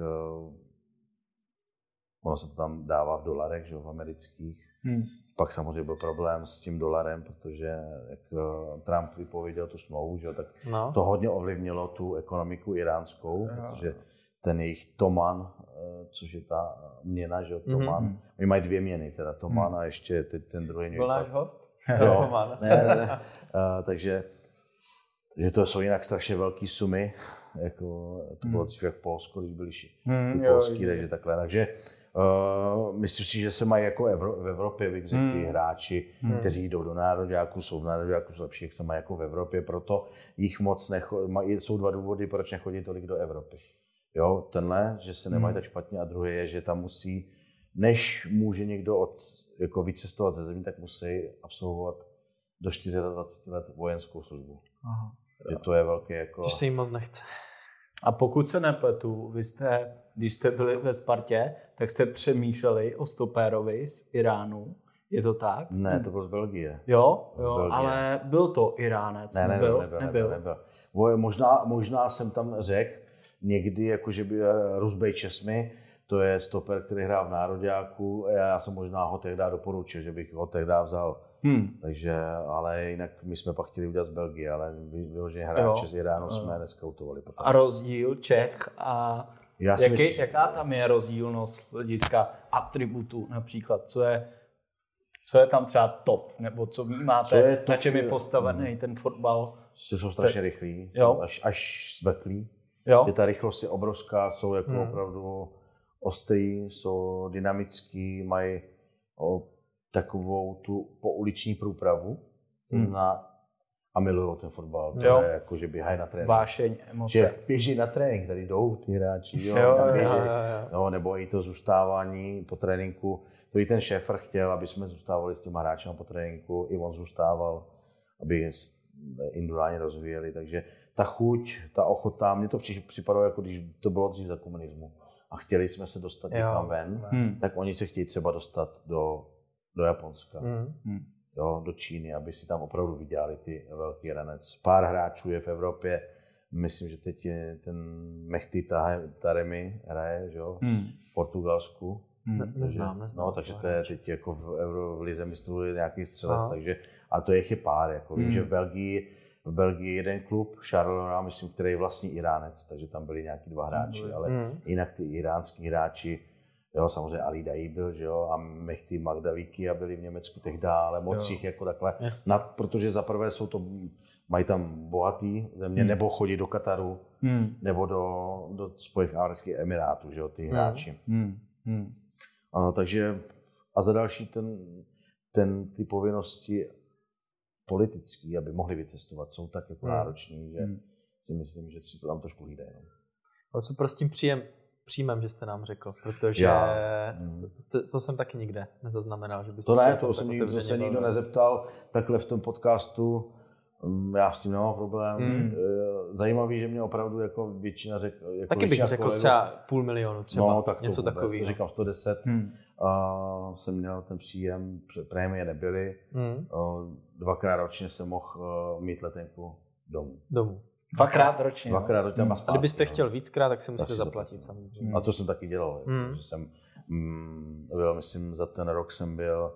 S3: ono se to tam dává v dolarech, že v amerických. Pak samozřejmě byl problém s tím dolarem, protože jak Trump vypověděl tu smlouvu, že, tak to hodně ovlivnilo tu ekonomiku iránskou, protože ten jejich toman, což je ta měna, že toman. Oni mají 2 měny, teda toman a ještě ten druhý.
S1: Byl náš host?
S3: Jo, ne. Takže to jsou jinak strašně velké sumy, jako to bylo dřív jak v Polsku, když byli polský, takže takhle. Takže myslím si, že se mají jako v Evropě, bych řekl, ty hráči, kteří jdou do nároďáků, jsou v nároďáků, jsou lepší, jak se mají jako v Evropě, proto jich moc jsou 2 důvody, proč nechodí tolik do Evropy. Jo, tenhle, že se nemají tak špatně, a druhý je, že tam musí, než může někdo jako vycestovat ze zemí, tak musí absolvovat do 24 let vojenskou službu. Že to je velké jako...
S1: Což se jim moc nechce.
S7: A pokud se nepletu, vy jste, když jste byli ve Spartě, tak jste přemýšleli o stopérovi z Iránu. Je to tak?
S3: Ne, to byl z Belgie.
S7: Jo, ale byl to Iránec.
S3: Nebyl. Možná jsem tam řekl někdy, jako že by Rusbej Česmy, to je stoper, který hrál v nároďáku, a já jsem možná ho tehdy doporučil, že bych ho tehdy vzal. Takže, ale jinak my jsme pak chtěli udělat z Belgie, ale vyloženě hráče z Iránu jsme neskautovali.
S7: A rozdíl Čech a Jaká tam je rozdílnost z hlediska atributů například? Co je tam třeba top? Nebo co vnímáte, na čem je postavený ten fotbal?
S3: Jsou strašně rychlí, až zbrklí. Je ta rychlost je obrovská, jsou jako opravdu ostrý, jsou dynamický, mají takovou tu pouliční průpravu a milují ten fotbal. To je jako, že běhají na trénink.
S7: Vášeň, emoce.
S3: Že běží na trénink, tady jdou ty hráči, nebo i to zůstávání po tréninku. To i ten šéfr chtěl, aby jsme zůstávali s těma hráči po tréninku, i on zůstával, aby individuálně rozvíjeli. Takže ta chuť, ta ochota, mně to připadalo, jako když to bylo dřív za komunismu a chtěli jsme se dostat někam ven, tak oni se chtějí třeba dostat do Japonska, do Číny, aby si tam opravdu vydělali ty velký ranec. Pár hráčů je v Evropě, myslím, že teď je ten Mehdi Taremi hraje, v Portugalsku.
S1: Neznám.
S3: No, takže to je teď jako v lize mistrů nějaký střelec, takže, ale to je pár. Jako. Vím, že v Belgii jeden klub, Charleroi, myslím, který je vlastní Iránec, takže tam byli nějaký 2 hráči, ale jinak ty iránský hráči, samozřejmě Ali Daei byl, a Mehdi Magdavíky a byli v Německu tehdy, ale moc jich jako takhle, protože zaprvé mají tam bohatý země, nebo chodí do Kataru, nebo do Spojených arabských emirátů, ty hráči. Takže a za další ty povinnosti politický, aby mohli vycestovat, jsou tak jako nároční, že si myslím, že si to tam trošku hlídají.
S1: Ale super s tím příjmem, že jste nám řekl, protože to jsem taky nikde nezaznamenal, že byste
S3: to se nikdo nezeptal, takhle v tom podcastu, já s tím nemám problém. Zajímavý, že mě opravdu jako většina řekl. Jako
S1: taky bych řekl třeba 500 000 třeba,
S3: tak
S1: něco takového.
S3: Říkám 110, jsem měl ten příjem, prémie nebyly, 2krát ročně jsem mohl mít letenku domů.
S7: 2krát ročně.
S3: 2krát ročně a zpátky.
S1: Kdybyste chtěl víckrát, tak si musíte zaplatit samozřejmě.
S3: A to jsem taky dělal, že jsem byl, myslím, za ten rok jsem byl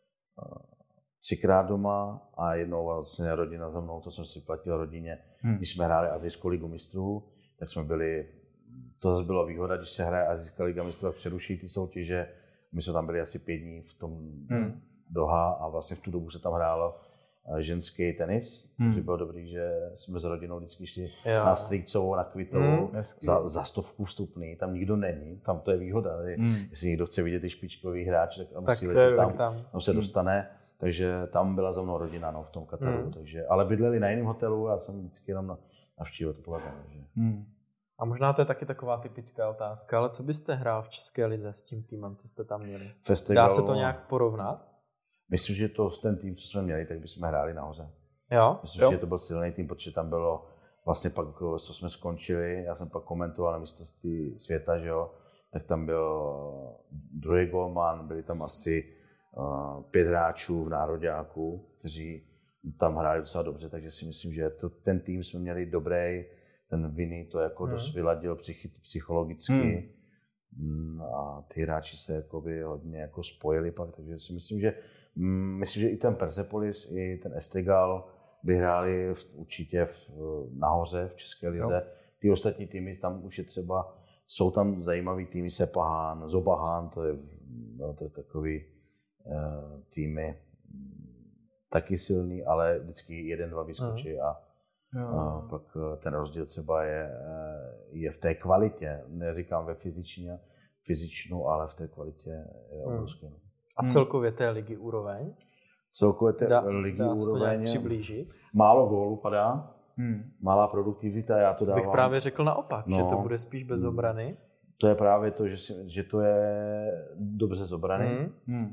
S3: 3krát doma a jednou vlastně rodina za mnou, to jsem si platil rodině. Když jsme hráli Asijskou ligu mistrů, tak jsme byli, to zase byla výhoda, když se hraje Asijská liga mistrů a přeruší ty soutěže. My jsme tam byli asi 5 dní v tom Doha a vlastně v tu dobu se tam hrálo ženský tenis, takže bylo dobrý, že jsme s rodinou vždycky šli na Strýkcovou, na Kvitovou, za 100 vstupný, tam nikdo není, tam to je výhoda. Jestli někdo chce vidět ty špičkový hráč, tak musí letět tam se dostane. Takže tam byla za mnou rodina v tom Kataru. Takže, ale bydleli na jiném hotelu a já jsem vždycky jenom navštívil to pohled.
S1: A možná to je taky taková typická otázka, ale co byste hrál v České lize s tím týmem, co jste tam měli? Dá se to nějak porovnat?
S3: Myslím, že ten tým, co jsme měli, tak bychom hráli nahoře. Myslím, že to byl silný tým, protože tam bylo vlastně pak, co jsme skončili, já jsem pak komentoval na mistrovství světa, tak tam byl druhý golman, byli tam asi 5 hráčů v nároďáku, kteří tam hráli docela dobře, takže si myslím, že ten tým jsme měli dobrý, ten Vinny to jako dost vyladil psychologicky a ty hráči se jakoby hodně jako spojili pak, takže si myslím, že i ten Persepolis, i ten Esteghlal by hráli určitě nahoře v České lize. Ty ostatní týmy tam už je třeba, jsou tam zajímavý týmy, Sepahan, Zobahan, to je takový týmy taky silný, ale vždycky 1-2 vyskočí a pak ten rozdíl třeba je v té kvalitě, neříkám ve fyzičnu, ale v té kvalitě je obrovský.
S1: A celkově té ligy úroveň?
S3: Celkově té ligy
S1: úroveň
S3: to nějak
S1: přiblížit?
S3: Málo gólů padá, malá produktivita, já to dávám.
S1: Bych právě řekl naopak, že to bude spíš bez obrany.
S3: To je právě to, že to je dobře z obrany.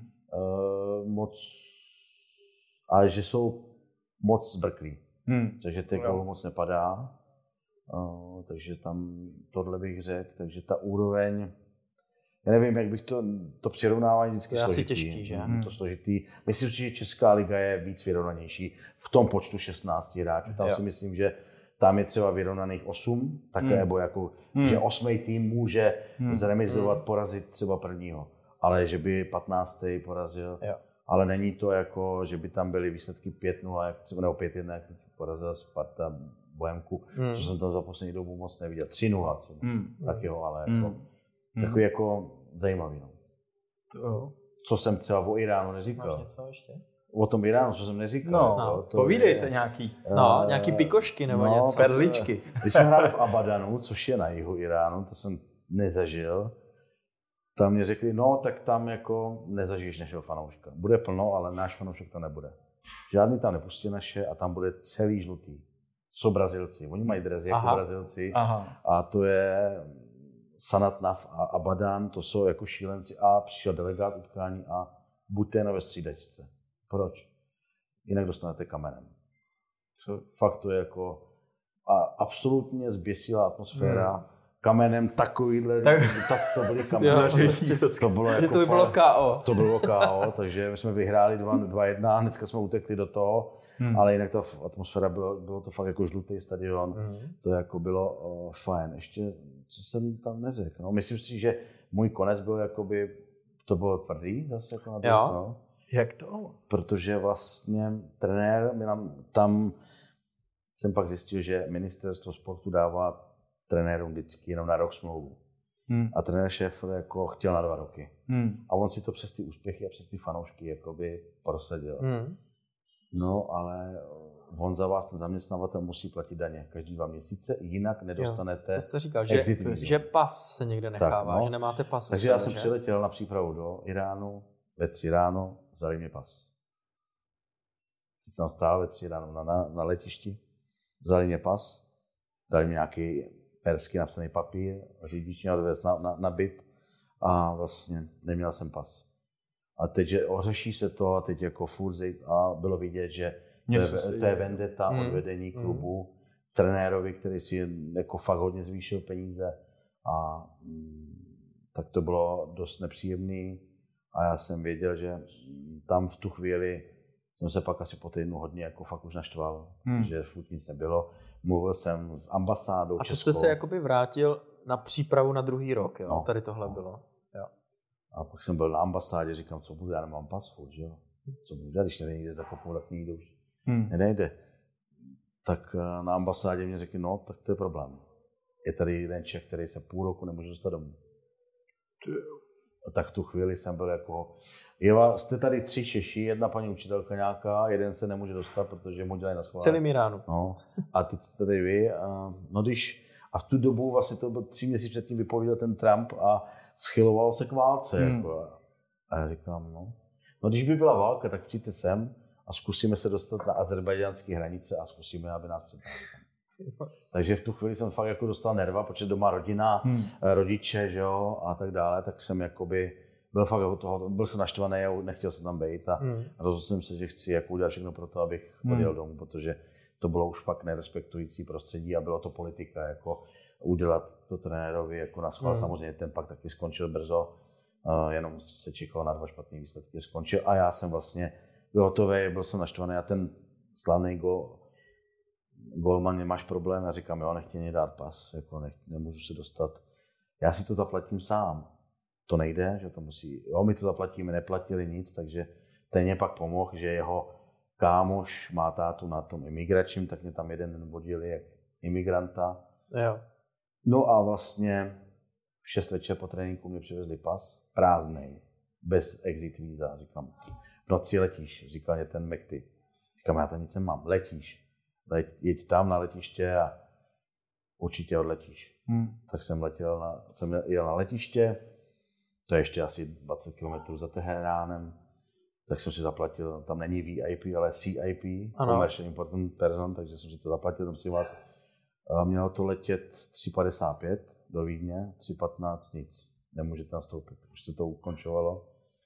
S3: Ale že jsou moc zbrklí. Takže těch gólů moc nepadá. Takže tam tohle bych řekl. Takže ta úroveň, já nevím, jak bych to přirovnávání vždycky složitý.
S1: To je asi těžký, že?
S3: To složitý. Myslím si, že Česká liga je víc vyrovnanější v tom počtu 16 hráčů. Tam si myslím, že tam je třeba vyrovnaných 8, takhle, nebo jako, že 8. tým může zremizovat, porazit třeba prvního. Ale že by 15. porazil. Ale není to jako, že by tam byly výsledky 5-0, nebo 5-1, jak teď porazila Sparta Bohemku, co jsem tam za poslední dobu moc neviděl. 3-0 třeba. Tak jo, ale jako, takový jako zajímavý. No. Co jsem třeba o Iránu neříkal.
S1: Máš něco ještě?
S3: O tom Iránu, co jsem neříkal.
S7: No, povídejte nějaký.
S1: No, nějaký pikošky nebo něco.
S7: Perličky.
S3: Když jsme hráli v Abadanu, což je na jihu Iránu, to jsem nezažil, tam mě řekli, no tak tam jako nezažiješ našeho fanouška. Bude plno, ale náš fanoušek tam nebude. Žádný tam nepustí naše a tam bude celý žlutý. Jsou Brazilci, oni mají dresy jako Brazilci a to je Sanat Naf a Abadan, to jsou jako šílenci a přišel delegát utkání a buďte jen ve střídačce. Proč? Jinak dostanete kamenem. Fakt to je jako absolutně zběsilá atmosféra. Kamenem takovýhle, tak to byly kameny. To bylo jako
S1: to by bylo KO.
S3: To bylo KO, takže my jsme vyhráli 2-1, hnedka jsme utekli do toho, ale jinak ta atmosféra, bylo to fakt jako žlutý stadion, to jako bylo fajn. Ještě, co jsem tam neřekl, no, myslím si, že můj konec byl jakoby, to bylo tvrdý zase jako na to, no.
S7: Jak to?
S3: Protože vlastně trenér, tam jsem pak zjistil, že ministerstvo sportu dává trenérům vždycky jenom na rok smlouvu. A trenér šéf jako chtěl na 2 roky. A on si to přes ty úspěchy a přes ty fanoušky jakoby prosadil. No, ale on za vás, ten zaměstnavatel, musí platit daně každý 2 měsíce, jinak nedostanete.
S1: To jste říkal, že pas se někde nechává, tak, že nemáte pas.
S3: Takže já jsem přiletěl na přípravu do Iránu, ve 3 ráno, vzali mě pas. Teď jsem stál ve 3 ráno na letišti, vzali mě pas, dali mě nějaký persky napsaný papír, řidič mě odvez na byt a vlastně neměl jsem pas. A teď, že ořeší se to a teď jako furt zejít a bylo vidět, že to je vendeta od vedení klubu, trenérovi, který si jako fakt hodně zvýšil peníze a tak to bylo dost nepříjemný a já jsem věděl, že tam v tu chvíli jsem se pak asi po týdnu hodně jako fakt už naštval, že furt nic nebylo. Mluvil jsem s ambasádou
S1: českou. A to
S3: českou.
S1: jste se jakoby vrátil na přípravu na 2. rok, jo? No, tady tohle bylo. Jo.
S3: A pak jsem byl na ambasádě, říkám, co budu, já nemám pas furt, že jo? Co budu dělat, když nejde za kopou, tak nejde už. Nejde. Tak na ambasádě mě řekli, no, tak to je problém. Je tady jeden Čech, který se půl roku nemůže dostat domů. A tak v tu chvíli jsem byl jako, jste tady 3 Češi, 1 paní učitelka nějaká, 1 se nemůže dostat, protože mu dělají na schvál.
S1: Celým Iránu.
S3: No, a teď jste tady vy. A v tu dobu vlastně to bylo 3 měsíce předtím vypověděl ten Trump a schyloval se k válce. Jako. A já říkám, no když by byla válka, tak přijďte sem a zkusíme se dostat na azerbajdžánské hranice a zkusíme, aby nás předtáhli. Takže v tu chvíli jsem fakt jako dostal nerva, protože doma rodina, rodiče, že jo, a tak dále, tak jsem jakoby byl fakt jako toho, byl jsem naštvaný a nechtěl jsem tam být a rozhodl jsem se, že chci jako udělat všechno pro to, abych odjel domů, protože to bylo už fakt nerespektující prostředí a bylo to politika, jako udělat to trenérovi jako na schvál. Samozřejmě ten pak taky skončil brzo, jenom se čekalo na 2 špatné výsledky, skončil a já jsem vlastně byl hotový, byl jsem naštvaný a ten slavný golman, nemáš problém, já říkám, jo, nechtěj mě dát pas, jako nemůžu se dostat, já si to zaplatím sám. To nejde, že to musí, jo, my to zaplatíme, neplatili nic, takže ten mě pak pomohl, že jeho kámoš má tátu na tom imigračním, tak mě tam jeden den vodili jak imigranta.
S1: Jo.
S3: No a vlastně v 6 večer po tréninku mě přivezli pas, prázdnej, bez exit víza. Říkám, v noci letíš, říkal mě ten Mekty. Říkám, já tam nic nemám, letíš. Jeď tam na letiště a určitě odletíš. Tak jsem jel na letiště, to je ještě asi 20 km za Teheránem, tak jsem si zaplatil, tam není VIP, ale CIP, Commercial Important Person, takže jsem si to zaplatil, tam si vás, mělo to letět 3,55 do Vídně, 3,15 nic, nemůžete nastoupit, už se to ukončovalo.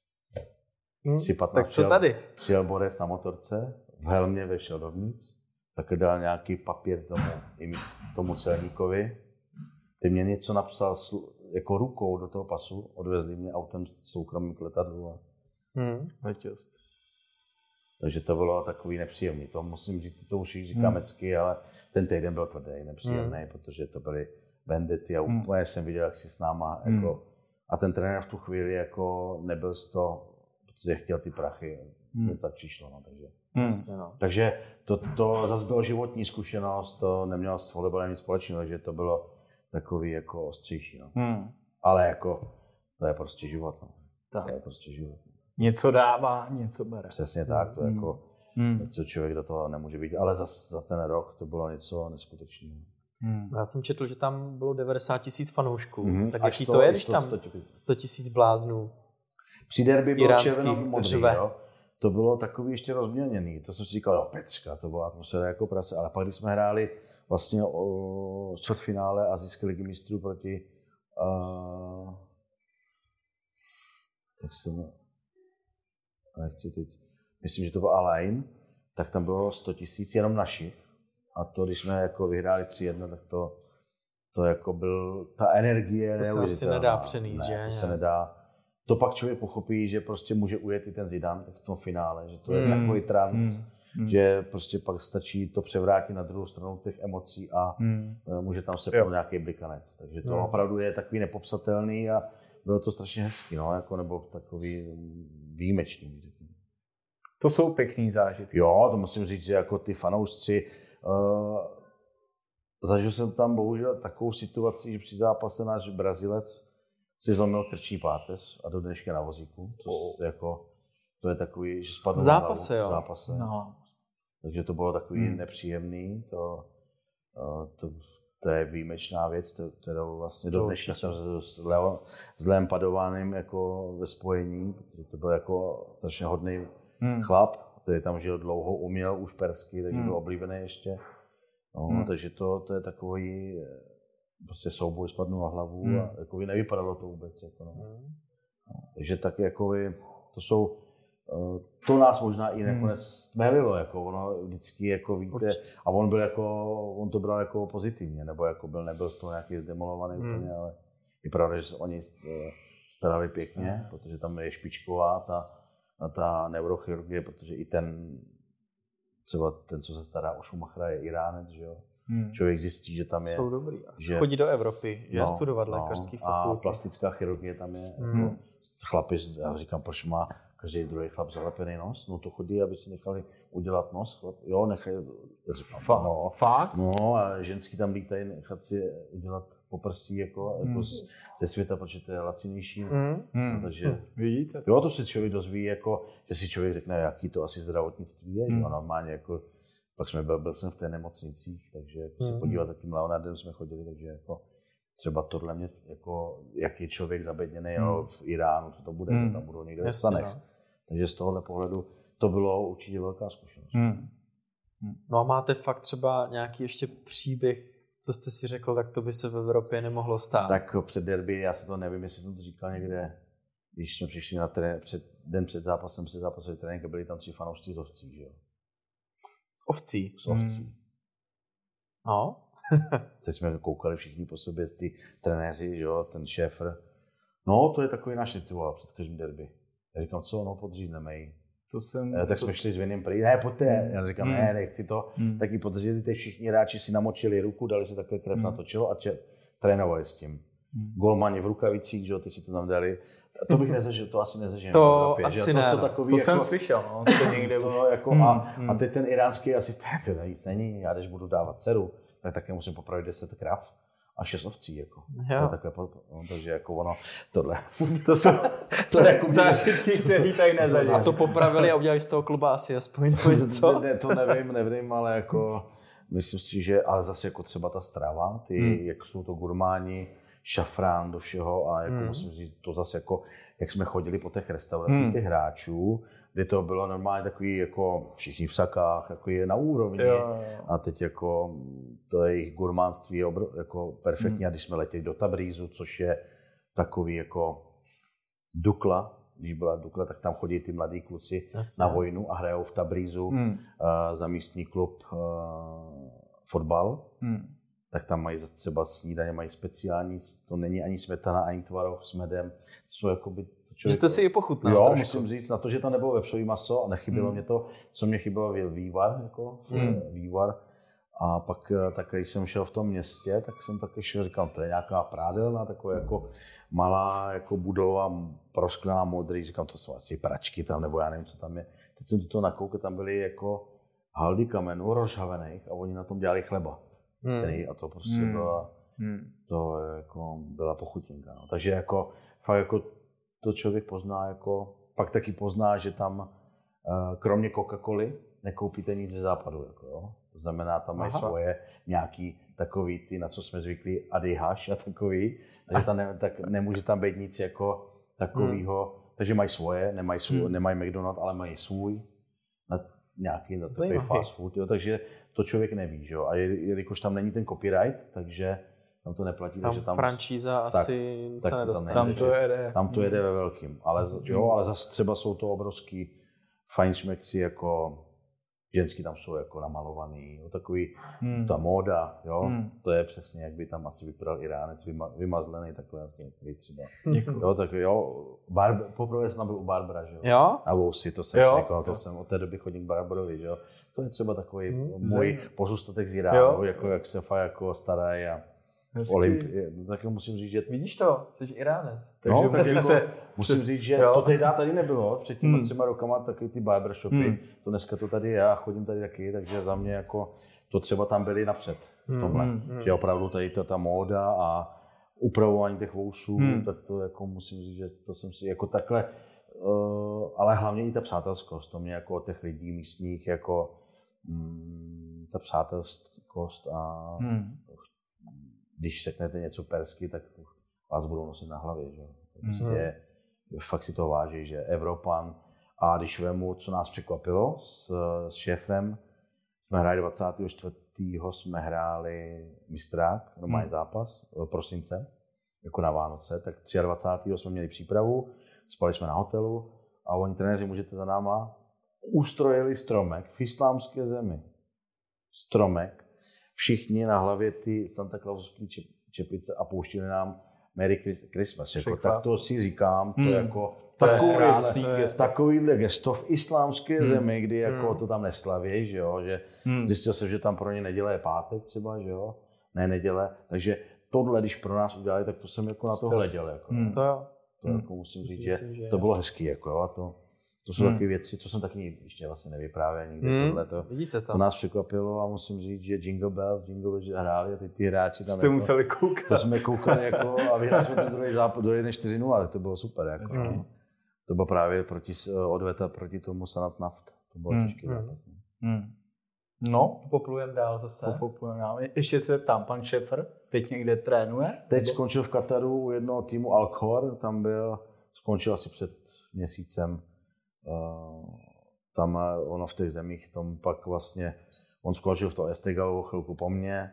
S3: 3,15
S1: tak co tady?
S3: Přijel borec na motorce, v helmě vešel dovnitř, tak dal nějaký papír tomu celníkovi. Ty mě něco napsal jako rukou do toho pasu, odvezli mě autem soukromým k letadlu. Takže to bylo takový nepříjemný. To musím říct, to už říkám hezky, ale ten týden byl tvrdý, nepříjemný, protože to byly bandity a úplně jsem viděl, jak si s náma jako, a ten trenér v tu chvíli jako nebyl z toho, protože chtěl ty prachy. mi tak přišlo. No, takže.
S1: Jasně, no.
S3: Takže to zase bylo životní zkušenost, to nemělo s volejbalem nic společného, takže to bylo takový jako ostřejší. No. Ale jako to je prostě život. No.
S7: Tak.
S3: To je prostě život.
S7: Něco dává, něco bere.
S3: Přesně tak, to jako, co člověk do toho nemůže být. Ale za ten rok to bylo něco neskutečného.
S1: Já jsem četl, že tam bylo 90 000 fanoušků. Tak
S3: Až
S1: jaký to je, když
S3: 100
S1: tam 100 000 bláznů?
S3: Při derby bylo
S1: Iránský
S3: červeno-modrý,
S1: řve.
S3: jo. To bylo takový ještě rozmělněný. To jsem si říkal, jo, pecka, to byla atmosféra jako prase. Ale pak, když jsme hráli vlastně o čtvrtfinále asijské ligy mistrů proti jak jsem nechci teď, myslím, že to byl Alain, tak tam bylo 100 000 jenom našich. A to, když jsme jako vyhráli 3-1, tak to jako byl, ta energie
S1: To se asi nedá přenést,
S3: ne,
S1: že?
S3: To se nedá. To pak člověk pochopí, že prostě může ujet i ten Zidane v tom finále, že to je takový trans, že prostě pak stačí to převrátit na druhou stranu těch emocí a může tam sepnout nějaký blikanec. Takže to opravdu je takový nepopsatelný a bylo to strašně hezký, no, jako, nebo takový výjimečný.
S7: To jsou pěkný zážitky.
S3: Jo, to musím říct, že jako ty fanoušci, zažil jsem tam bohužel takovou situaci, že při zápase náš Brazilec si zlomil krční páteř a do dneška na vozíku. To je takový, že spadl
S1: v zápase,
S3: v zápase.
S7: No.
S3: Takže to bylo takový nepříjemný. To je výjimečná věc, kterou vlastně do dneška jsem s Leem Padovaným jako ve spojení, protože to byl jako strašně hodný chlap, který tam žil dlouho, uměl už persky, takže byl oblíbený ještě. No, takže to je takový prostě souboj spadnul na hlavu a jako nevypadalo to vůbec. Jako, no. Takže tak jako to jsou, to nás možná i nakonec stmelilo, jako ono vždycky jako víte, a on to bral jako pozitivně, nebo jako nebyl z toho nějaký zdemolovaný úplně, ale je pravda, že se oni starali pěkně, protože tam je špičková ta neurochirurgie, protože i třeba ten, co se stará o Schumachera, je Iránec, že jo. Člověk zjistí, že tam je...
S1: Jsou dobrý. Chodí do Evropy, studovat lékařský fakulty.
S3: A plastická chirurgie tam je. Jako chlapi, já říkám, proč má každý druhý chlap zalepený nos? No to chodí, aby si nechali udělat nos. Chlap. Jo, nechají...
S7: Fakt?
S3: No a ženský tam lítají nechat si udělat poprstí jako ze světa, protože to je lacinější. No, takže...
S7: Vidíte?
S3: Jo, to si člověk dozví, jako, že si člověk řekne, jaký to asi zdravotnictví je. Že normálně jako... Pak byl jsem v té nemocnicích, takže jako se podívat za tím Leonardem jsme chodili, takže jako třeba tohle mě, jako, jak je člověk zabedněný v Iránu, co to bude, tam budou někde ve stanech. No. Takže z tohohle pohledu to bylo určitě velká zkušenost.
S1: No a máte fakt třeba nějaký ještě příběh, co jste si řekl, tak to by se v Evropě nemohlo stát?
S3: Tak před derby, já si to nevím, jestli jsem to říkal někde, když jsme přišli na den před zápasový trénink, byli tam 3 fanoušci z ovcí, že jo.
S1: Z ovcí?
S3: Z ovcí.
S1: No.
S3: Teď jsme koukali všichni po sobě, ty trenéři, že jo, ten Šéfr. No, to je takový náš rituál před každým derby. Já říkám, co, no, podřízneme ji. Tak jsme šli s Vinem prý, ne, pojďte. Já říkám, ne, nechci to. Tak ji podřízli, teď všichni hráči si namočili ruku, dali si takhle krev na to čelo a trénovali s tím. Golmani v rukavicích, že jo, ty si to tam dali. To bych nezažil, to asi nezažil.
S1: To asi ne.
S7: To jsem slyšel, no, to někde už.
S3: Jako, a teď ten iránský asistent, nic není, já když budu dávat dceru, tak také musím popravit 10 krav a 6 ovcí, jako. Takže jako ono, tohle.
S7: To jsou jako zážitky, které tady nezažil.
S1: A to popravili a udělali z toho kluba asi aspoň něco?
S3: Ne, to nevím, ale jako, myslím si, že, ale zase jako třeba ta strava, jak jsou to gurmáni, šafrán do všeho a jako musím říct, to zase jako, jak jsme chodili po těch restauracích těch hráčů, kde to bylo normálně takový jako všichni v sakách, jako je na úrovni a teď jako to jejich gurmánství je jako perfektní a když jsme letěli do Tabrízu, což je takový jako Dukla, když byla Dukla, tak tam chodí ty mladí kluci na vojnu a hrajou v Tabrízu za místní klub fotbal. Tak tam mají třeba snídaně, mají speciální, to není ani smetana, ani tvaroh s medem. To jsou jakoby,
S1: že jste si i pochutnal.
S3: Jo, trošku. Musím říct, na to, že tam nebylo vepřový maso a nechybělo mě to, co mě chybělo, je vývar, jako vývar. A pak, tak když jsem šel v tom městě, tak jsem taky šel, říkám, to je nějaká prádelna, taková jako malá jako budova, prosklená modrý, říkám, to jsou asi pračky tam, nebo já nevím, co tam je. teď jsem do toho nakoukal, tam byly jako haldy kamenů rozhavených a oni na tom dělali chleba. A to prostě byla pochutinka. No. Takže jako fakt jako to člověk pozná, jako pak taky pozná, že tam kromě Coca-Coly nekoupíte nic ze západu. Jako, jo? To znamená, tam mají svoje nějaký takový ty, na co jsme zvyklí, adihaš a takový. Takže tam nemůže tam být nic jako takovýho. Takže mají svoje, nemají McDonald's, ale mají svůj. Nějaký takový fast food. Jo? Takže to člověk neví. Že jo? A jelikož tam není ten copyright, takže tam to neplatí.
S1: Tam
S3: takže tam
S1: franšíza asi se nedostane.
S3: Tam to jede ve velkým. Ale zase třeba jsou to obrovský fajnšmekci, jako ženský tam jsou jako namalovaný, jo, takový ta móda, jo, to je přesně, jak by tam asi vypadal Iránec, vymazlený, takhle asi třeba. Jo, tak jo, poprvé jsem tam byl u Barbara, že jo. Na Vousy, to jsem říkal, to jsem od té doby chodím k Barbarovi, že jo. To je třeba takový můj pozůstatek z Iránu, jako jak se fakt jako starají a v Olympii, tak musím říct, že...
S1: Vidíš to, jsi Iránec.
S3: Takže tak jako musím říct, že to tehdy tady nebylo, před těma 3 rokama taky ty barbershopy, to dneska to tady je a chodím tady taky, takže za mě jako to třeba tam byli napřed v tomhle, že opravdu tady ta móda a upravování těch vousů, tak to jako musím říct, že to jsem si jako takhle, ale hlavně i ta přátelskost, to mě jako od těch lidí místních jako ta přátelskost a když řeknete něco persky, tak vás budou nosit na hlavě. Že? Prostě fakt si to váží, že Evropan. A když vemu, co nás překvapilo s šéfem, jsme hráli 24. jsme hráli mistrák, normální zápas, prosince, jako na Vánoce, tak 23. jsme měli přípravu, spali jsme na hotelu a oni trenéři, můžete za náma, ustrojili stromek v islámské zemi. Stromek. Všichni na hlavě ty Santa Clausovské čepice a pouštili nám Merry Christmas. Jako, tak to si říkám, to jako takovýhle gesto v islámské zemi, kdy jako to tam neslaví, že jo, že zjistil jsem, že tam pro ně neděle je pátek třeba, že jo, ne neděle, takže tohle, když pro nás udělali, tak to jsem jako na to hleděl. Jako,
S1: To jo.
S3: To jako musím říct, že to bylo hezký, jako jo, a to jsou takové věci, co jsem taky ještě vlastně nevyprávěl nikdy.
S1: Vidíte to.
S3: To nás překvapilo a musím říct, že Jingle Bells hráli a ty hráči tam
S7: jste
S3: jako,
S7: museli koukat.
S3: To jsme koukali jako, a vyhráli jsme ten druhý zápas, druhý než 4-0, tak to bylo super. Jako, to bylo právě odveta proti tomu Sanat Naft. To bylo těžký zápas.
S7: No,
S1: poplujeme dál zase.
S7: Ještě se tam pan Šefr teď někde trénuje?
S3: Teď skončil v Kataru u jednoho týmu Al-Khor, tam skončil asi před měsícem. Tam ono v těch zemích, tam pak vlastně, on skončil v toho Estegalu chvilku po mně,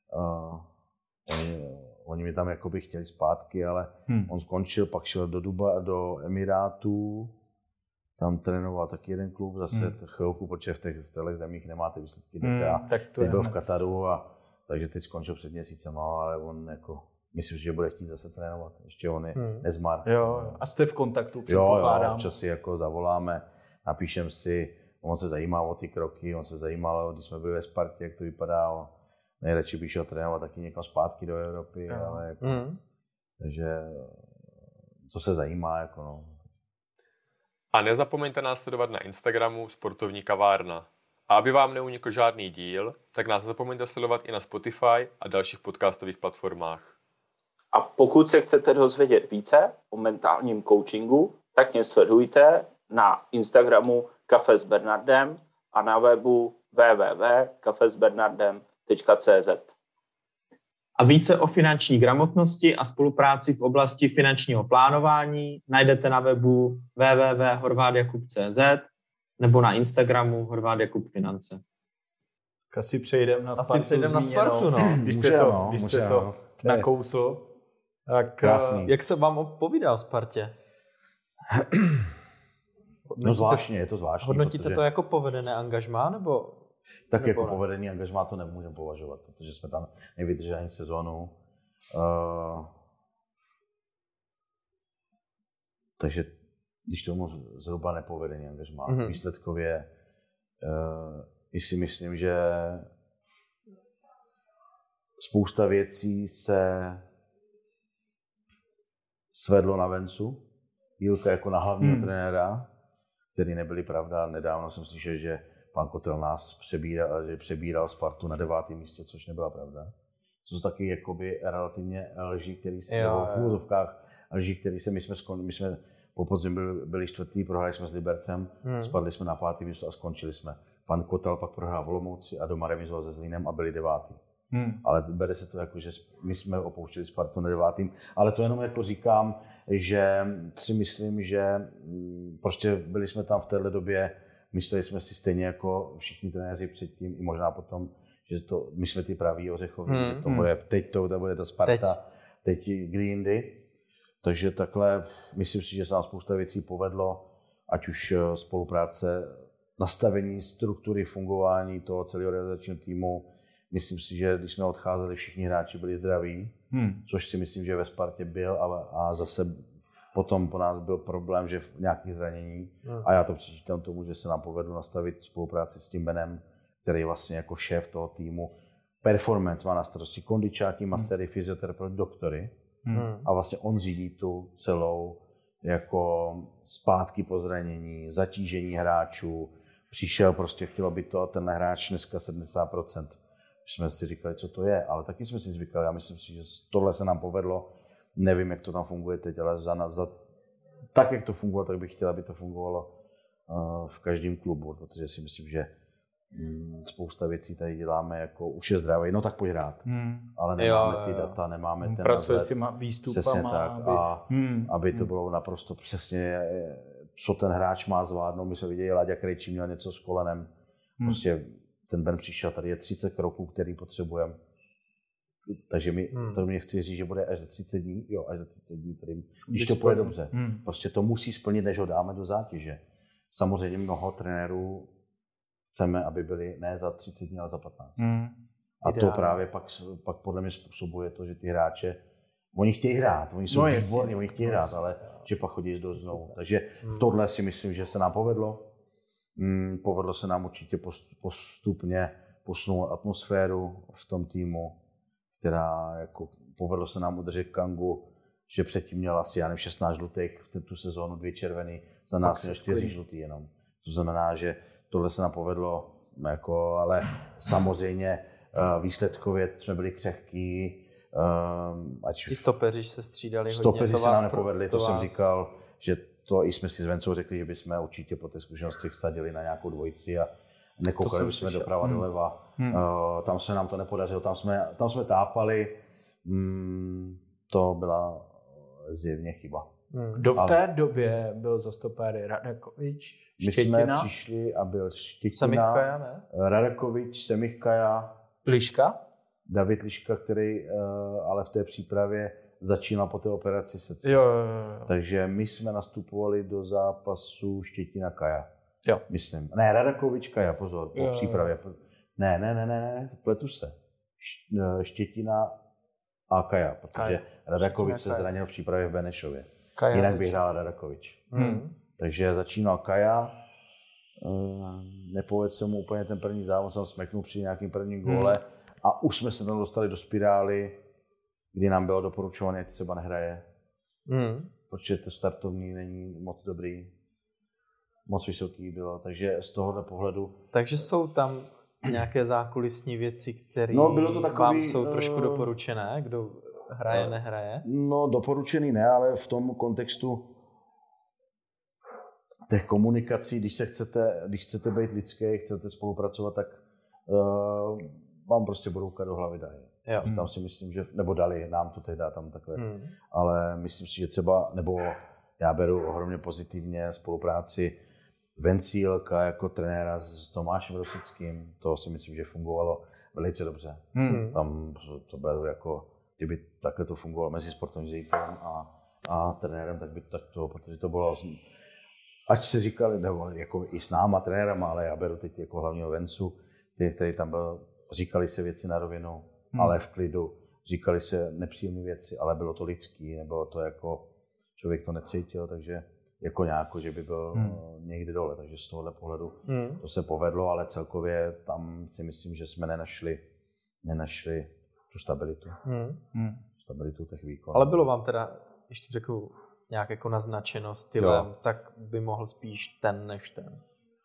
S3: oni mi tam jakoby chtěli zpátky, ale on skončil, pak šel do Emirátů, tam trénoval taky jeden klub, zase chvilku, protože v těch zemích nemáte výsledky teď byl v Kataru, takže teď skončil před měsícem, ale on jako, myslím, že bude chtít zase trénovat, ještě on je nezmar.
S7: Jo. A jste v kontaktu,
S3: předpokládám? Jo, občas si jako zavoláme, napíšem si, on se zajímá o ty kroky, on se zajímal, když jsme byli ve Spartě, jak to vypadá, nejradši by šel trénovat taky někam zpátky do Evropy, ale jako, takže to se zajímá, jako no.
S6: A nezapomeňte nás sledovat na Instagramu Sportovní kavárna. A aby vám neunikl žádný díl, tak nás nezapomeňte sledovat i na Spotify a dalších podcastových platformách.
S5: A pokud se chcete dozvědět více o mentálním coachingu, tak mě sledujte na Instagramu Kafe s Bernardem a na webu www.kafesbernardem.cz.
S4: A více o finanční gramotnosti a spolupráci v oblasti finančního plánování najdete na webu www.horvátjakub.cz nebo na Instagramu Horvát Jakub Finance.
S7: Asi přejdeme na Spartu.
S1: Na Spartu, no.
S7: Když jste to nakousl. Tak,
S1: jak se vám povídá o Spartě?
S3: No zvláštně, je to zvláštní.
S1: Hodnotíte to jako povedené angažmá, nebo?
S3: Tak jako povedený angažmá to nemůžeme považovat, protože jsme tam nevydrželi ani sezonu. Takže když tomu zhruba nepovedený angažmá, výsledkově i si myslím, že spousta věcí se svedlo na Vencu. Jílka jako na hlavního trenéra, které nebyly pravda. Nedávno jsem slyšel, že pan Kotel nás přebíral Spartu na 9. místě, což nebyla pravda. To jsou taky jakoby relativně lži, který se v úvozovkách lži, který se my jsme po podzim byli 4., prohráli jsme s Libercem, spadli jsme na 5. místo a skončili jsme. Pan Kotel pak prohrál v Olomouci a doma remizoval se Zlínem a byli 9. Ale bere se to jako, že my jsme opouštěli Spartu na 9. Ale to jenom jako říkám, že si myslím, že prostě byli jsme tam v téhle době, mysleli jsme si stejně jako všichni trenéři předtím i možná potom, že to, my jsme ty praví ořechoví, že to bude, teď to bude ta Sparta, teď kdy jindy. Takže takhle myslím si, že se nám spousta věcí povedlo, ať už spolupráce, nastavení struktury, fungování toho celého realizačního týmu. Myslím si, že když jsme odcházeli, všichni hráči byli zdraví, což si myslím, že ve Spartě byl a zase potom po nás byl problém, že v nějakých zranění. A já to přičítám tomu, že se nám povedlo nastavit spolupráci s tím Benem, který je vlastně jako šéf toho týmu. Performance má na starosti kondičáky, mastery, fyzioterapeuty, doktory. A vlastně on řídí tu celou jako zpátky po zranění, zatížení hráčů. Přišel, prostě chtělo by to a tenhle hráč dneska 70%. Jsme si říkali, co to je, ale taky jsme si zvykali. Já myslím si, že tohle se nám povedlo. Nevím, jak to tam funguje teď, ale tak, jak to funguje, tak bych chtěl, aby to fungovalo v každém klubu, protože si myslím, že spousta věcí tady děláme, jako už je zdravý, no tak pojď hrát. Ale nemáme ty data, nemáme ten
S7: pracuje s těma výstupama,
S3: tak, aby to bylo naprosto přesně, co ten hráč má zvládnout. My jsme viděli, Láďa Krejčí měl něco s kolenem. Prostě ten Ben přišel, tady je 30 kroků, který potřebujeme. Takže to mě chci říct, že bude až za 30 dní, až za 30 dní, když to půjde dobře. Prostě to musí splnit, než ho dáme do zátěže. Samozřejmě mnoho trenérů chceme, aby byli ne za 30 dní, ale za 15. A to právě pak podle mě způsobuje to, že ty hráče, oni chtějí hrát, oni jsou výborní, oni chtějí hrát, ale že pak chodí do znovu. Takže tohle si myslím, že se nám povedlo. Povedlo se nám určitě postupně posunout atmosféru v tom týmu, která jako povedlo se nám udržet Kangu, že předtím měl asi 16 žlutých, tu sezónu 2 červený, za nás měl 4 žlutý jenom. To znamená, že tohle se nám povedlo, jako, ale samozřejmě výsledkově jsme byli křehký.
S1: Ti stopeři se střídali hodně.
S3: Stopeři se nám nepovedli, to jsem říkal, že to i jsme si s Vencou řekli, že bychom určitě po té zkušenosti vsadili na nějakou dvojici a nekoukali bychom doprava, doleva. Tam se nám to nepodařilo, tam jsme tápali. To byla zjevně chyba.
S7: Kdo v té době byl za stopéry? Radakovič, Štětina?
S3: My jsme přišli a byl Štětina,
S1: Semich-Kaja, ne?
S3: Radakovič, Semich-Kaja,
S7: Liška?
S3: David Liška, který ale v té přípravě začínal po té operaci srdce.
S7: Jo.
S3: Takže my jsme nastupovali do zápasu Štětina-Kaja.
S7: Jo.
S3: Myslím. Ne, Radakovič Kaja, pozor, po přípravě. Ne, pletu se. Štětina a Kaja, protože Radakovič se zranil v přípravě v Benešově. Jinak by hrál Radakovič. Takže začínal Kaja, nepovedl se mu úplně ten první závod, jsem smeknul při nějakým prvním góle a už jsme se tam dostali do spirály, kdy nám bylo doporučované, ať třeba nehraje, protože to startovní není moc dobrý, moc vysoký bylo, takže z tohohle pohledu...
S1: Takže jsou tam nějaké zákulisní věci, které vám jsou trošku doporučené, kdo hraje, nehraje?
S3: No, doporučený ne, ale v tom kontextu těch komunikací, když chcete být lidský, chcete spolupracovat, tak vám prostě Borouka do hlavy dají. Tam si myslím, že, nebo dali, nám to tehdy tam takhle, ale myslím si, že třeba, nebo já beru ohromně pozitivně spolupráci Vencílka jako trenéra s Tomášem Rosickým, to si myslím, že fungovalo velice dobře. Tam to beru jako, kdyby takhle to fungovalo mezi sportovním ředitelem a trenérem, tak to, protože to bylo, ať se říkali, nebo jako i s náma trenérama, ale já beru teď jako hlavního Vencu, který tam byl, říkali se věci na rovinu, ale v klidu, říkali se nepříjemné věci, ale bylo to lidský, nebylo to jako, člověk to necítil, takže jako nějako, že by byl někde dole, takže z tohohle pohledu to se povedlo, ale celkově tam si myslím, že jsme nenašli tu stabilitu. Stabilitu těch výkonů.
S1: Ale bylo vám teda, když to řeknu nějak jako naznačeno stylem, tak by mohl spíš ten než ten.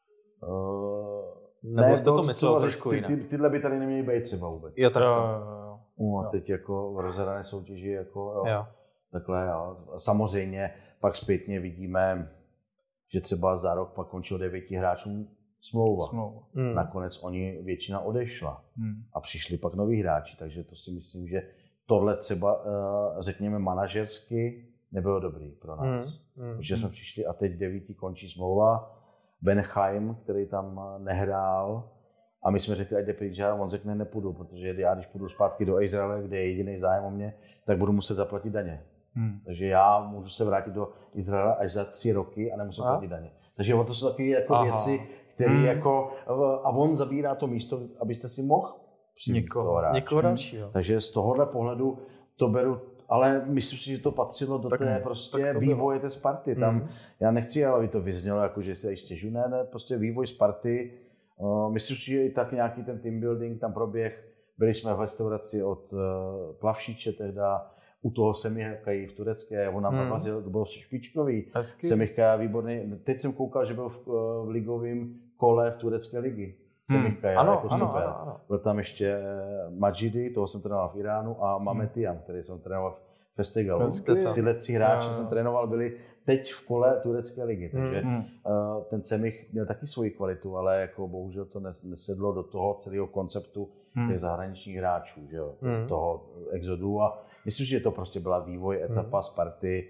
S1: Nebo jste to myslel trošku jinak?
S3: Tyhle by tady neměly být třeba vůbec.
S1: Jo, tak to.
S3: No a teď jako v rozhrané soutěži jako
S1: Jo.
S3: Takhle jo. Samozřejmě pak zpětně vidíme, že třeba za rok pak končilo 9 hráčům smlouva. Nakonec oni většina odešla a přišli pak noví hráči, takže to si myslím, že tohle třeba řekněme manažersky nebylo dobrý pro nás. Protože jsme přišli a teď 9 končí smlouva. Benheim, který tam nehrál, a my jsme řekli, ať jde pryč, a on řekne, nepůjdu, protože já, když půjdu zpátky do Izraele, kde je jediný zájem o mě, tak budu muset zaplatit daně. Takže já můžu se vrátit do Izraela až za 3 roky a nemusím platit daně. Takže to jsou takové jako věci, které jako, a on zabírá to místo, abyste si mohl přijít
S1: někoho dalšího.
S3: Takže z tohohle pohledu to beru, ale myslím si, že to patřilo do té prostě vývoje té Sparty. Tam, já nechci, aby to vyznělo, jako, že se tady stěžu, ne, prostě vývoj Sparty. Myslím si, že i tak nějaký ten team building tam proběh. Byli jsme v restauraci od Plavšiče tehda, u toho Semihka v turecké, on nám navazil, to byl špičkový. Semihka výborný. Teď jsem koukal, že byl v ligovém kole v turecké ligy. Semihka jako super. Ano. Byl tam ještě Majidi, toho jsem trénoval v Iránu, a Mametian, který jsem trénoval v Festigalu. Tyhle 3 hráči jsem trénoval, byli teď v kole turecké ligy, takže ten Semich měl taky svoji kvalitu, ale jako bohužel to nesedlo do toho celého konceptu těch zahraničních hráčů, že jo, toho exodu, a myslím, že to prostě byla vývoj etapa Sparty.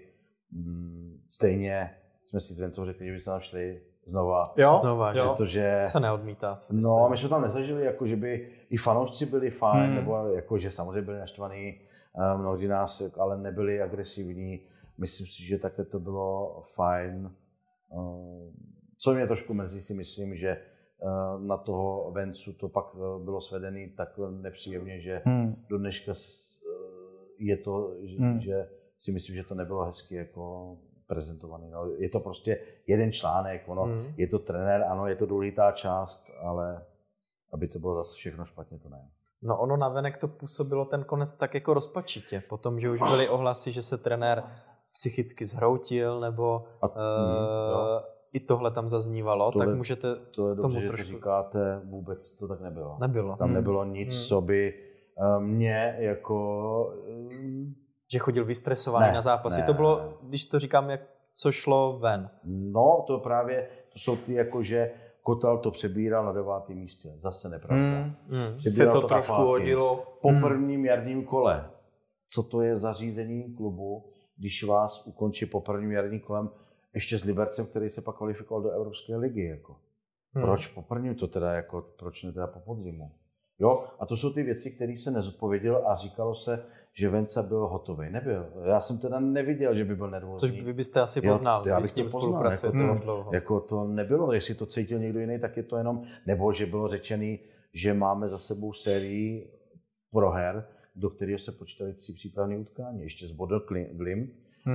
S3: Stejně jsme si s Vencou řekli, že by se tam šli znova, protože
S1: se neodmítá.
S3: No, my jsme tam nezažili, jako, že by i fanoušci byli fajn, nebo jako, že samozřejmě byli naštvaní, mnohdy nás, ale nebyli agresivní. Myslím si, že také to bylo fajn. Co mě trošku mrzí, si myslím, že na toho Vencu to pak bylo svedený tak nepříjemně, že do dneška je to, že si myslím, že to nebylo hezky jako prezentovaný. No, je to prostě jeden článek, je to trenér, ano, je to důležitá část, ale aby to bylo zase všechno špatně, to ne.
S1: No ono navenek to působilo ten konec tak jako rozpačitě, potom, že už byly ohlasy, že se trenér psychicky zhroutil, nebo i tohle tam zaznívalo, tak můžete
S3: to je dobře,
S1: tomu
S3: že
S1: trošku...
S3: to říkáte, vůbec to tak nebylo.
S1: Nebylo.
S3: Tam nebylo nic, co by mě jako...
S1: Že chodil vystresovaný na zápasy. To bylo, když to říkám, jak co šlo ven.
S3: No, to právě, to jsou ty jako, že Kotal to přebíral na 9. místě. Zase nepravda.
S7: Se to trošku hodilo.
S3: Po prvním jarním kole. Co to je za řízení klubu, když vás ukončí po prvním jarním kolem ještě s Libercem, který se pak kvalifikoval do Evropské ligy. Jako. Proč po prvním to teda, jako, proč ne teda po podzimu? Jo? A to jsou ty věci, které se nezodpověděl a říkalo se, že Venca byl hotový. Nebyl. Já jsem teda neviděl, že by byl nervózní.
S1: Což vy byste asi poznal, když s ním spolupracujete dlouho.
S3: Jako to nebylo, jestli to cítil někdo jiný, tak je to jenom, nebo že bylo řečený, že máme za sebou sérii proher, do kterého se počítali 3 přípravné utkání. Ještě s Bodø Glimt,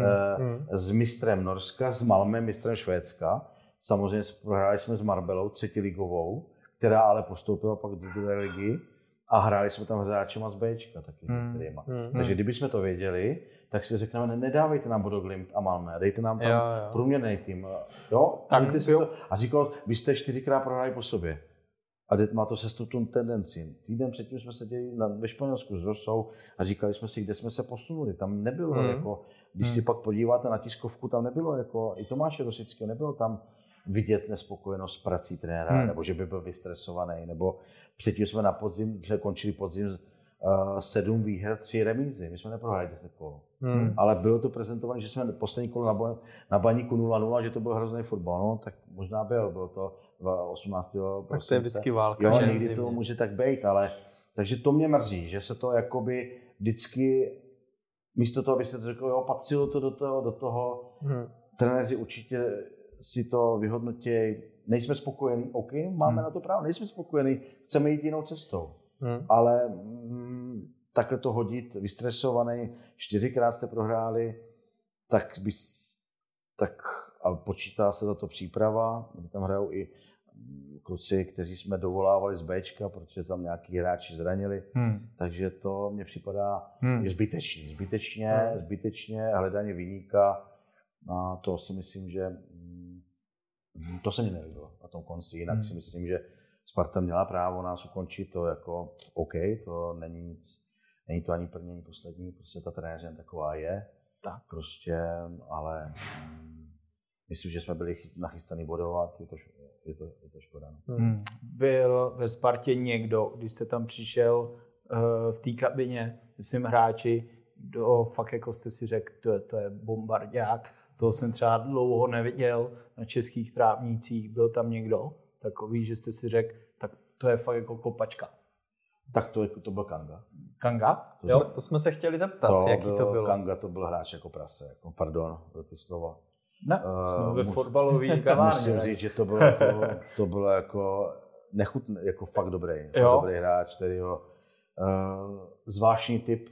S3: s mistrem Norska, s Malmem, mistrem Švédska. Samozřejmě prohráli jsme s Marbellou, 3. ligovou, která ale postoupila pak do 2. ligy, a hráli jsme tam s hráčema z Bčka taky některýma. Takže kdybychom to věděli, tak si řekneme, nedávejte nám Bodø Glimt a Malmö, dejte nám tam průměrný tým. Jo? A říkal, vy jste 4krát prohráli po sobě. A má to sestupnou tendenci. Týden předtím jsme seděli ve Španělsku s Rosou a říkali jsme si, kde jsme se posunuli. Tam nebylo, jako, když si pak podíváte na tiskovku, tam nebylo, jako, i Tomáše Rosického, nebylo tam vidět nespokojenost s prací trenéra, nebo že by byl vystresovaný, nebo předtím jsme na podzim, jsme končili podzim 7 výher, 3 remízy. My jsme neprohráli 10 kol. Ale bylo to prezentované, že jsme poslední kolo na Baníku 0-0, že to byl hrozný fotbal. No, tak možná bylo to 18. prosince.
S1: Tak to je vždycky válka.
S3: Jo, někdy to může tak být, ale takže to mě mrzí, že se to jakoby vždycky, místo toho, aby se řekl, jo, patřilo to do toho. Trenéři určitě si to vyhodnotí, nejsme spokojení, OK, máme na to právo, nejsme spokojení, chceme jít jinou cestou. Ale takhle to hodit, vystresovaný, 4krát jste prohráli, tak a počítá se za to příprava, tam hrajou i kluci, kteří jsme dovolávali z Bčka, protože tam nějaký hráči zranili, takže to mně připadá zbytečně hledání viníka. A to si myslím, že to se mi nelíbilo na tom konci. Jinak si myslím, že Sparta měla právo nás ukončit, to jako OK, to není nic, není to ani první, ani poslední, prostě ta trenéřina taková je. Tak. Prostě, ale myslím, že jsme byli nachystaný bodovat, je to škoda.
S7: Byl ve Spartě někdo, když jste tam přišel v té kabině, myslím hráči, kdo fakt jako jste si řekl, to je bombardák, toho jsem třeba dlouho neviděl na českých trávnících, byl tam někdo takový, že jste si řekl, tak to je fakt jako kopačka.
S3: Tak to byl Kanga.
S7: Kanga?
S1: To jsme se chtěli zeptat, jaký to bylo.
S3: Kanga to byl hráč jako prase, jako, pardon za ty slova.
S7: Ne, jsme ve fotbalové kavárně.
S3: Musím říct, že to bylo jako nechutný, jako fakt dobrý hráč, kterýho zvláštní typ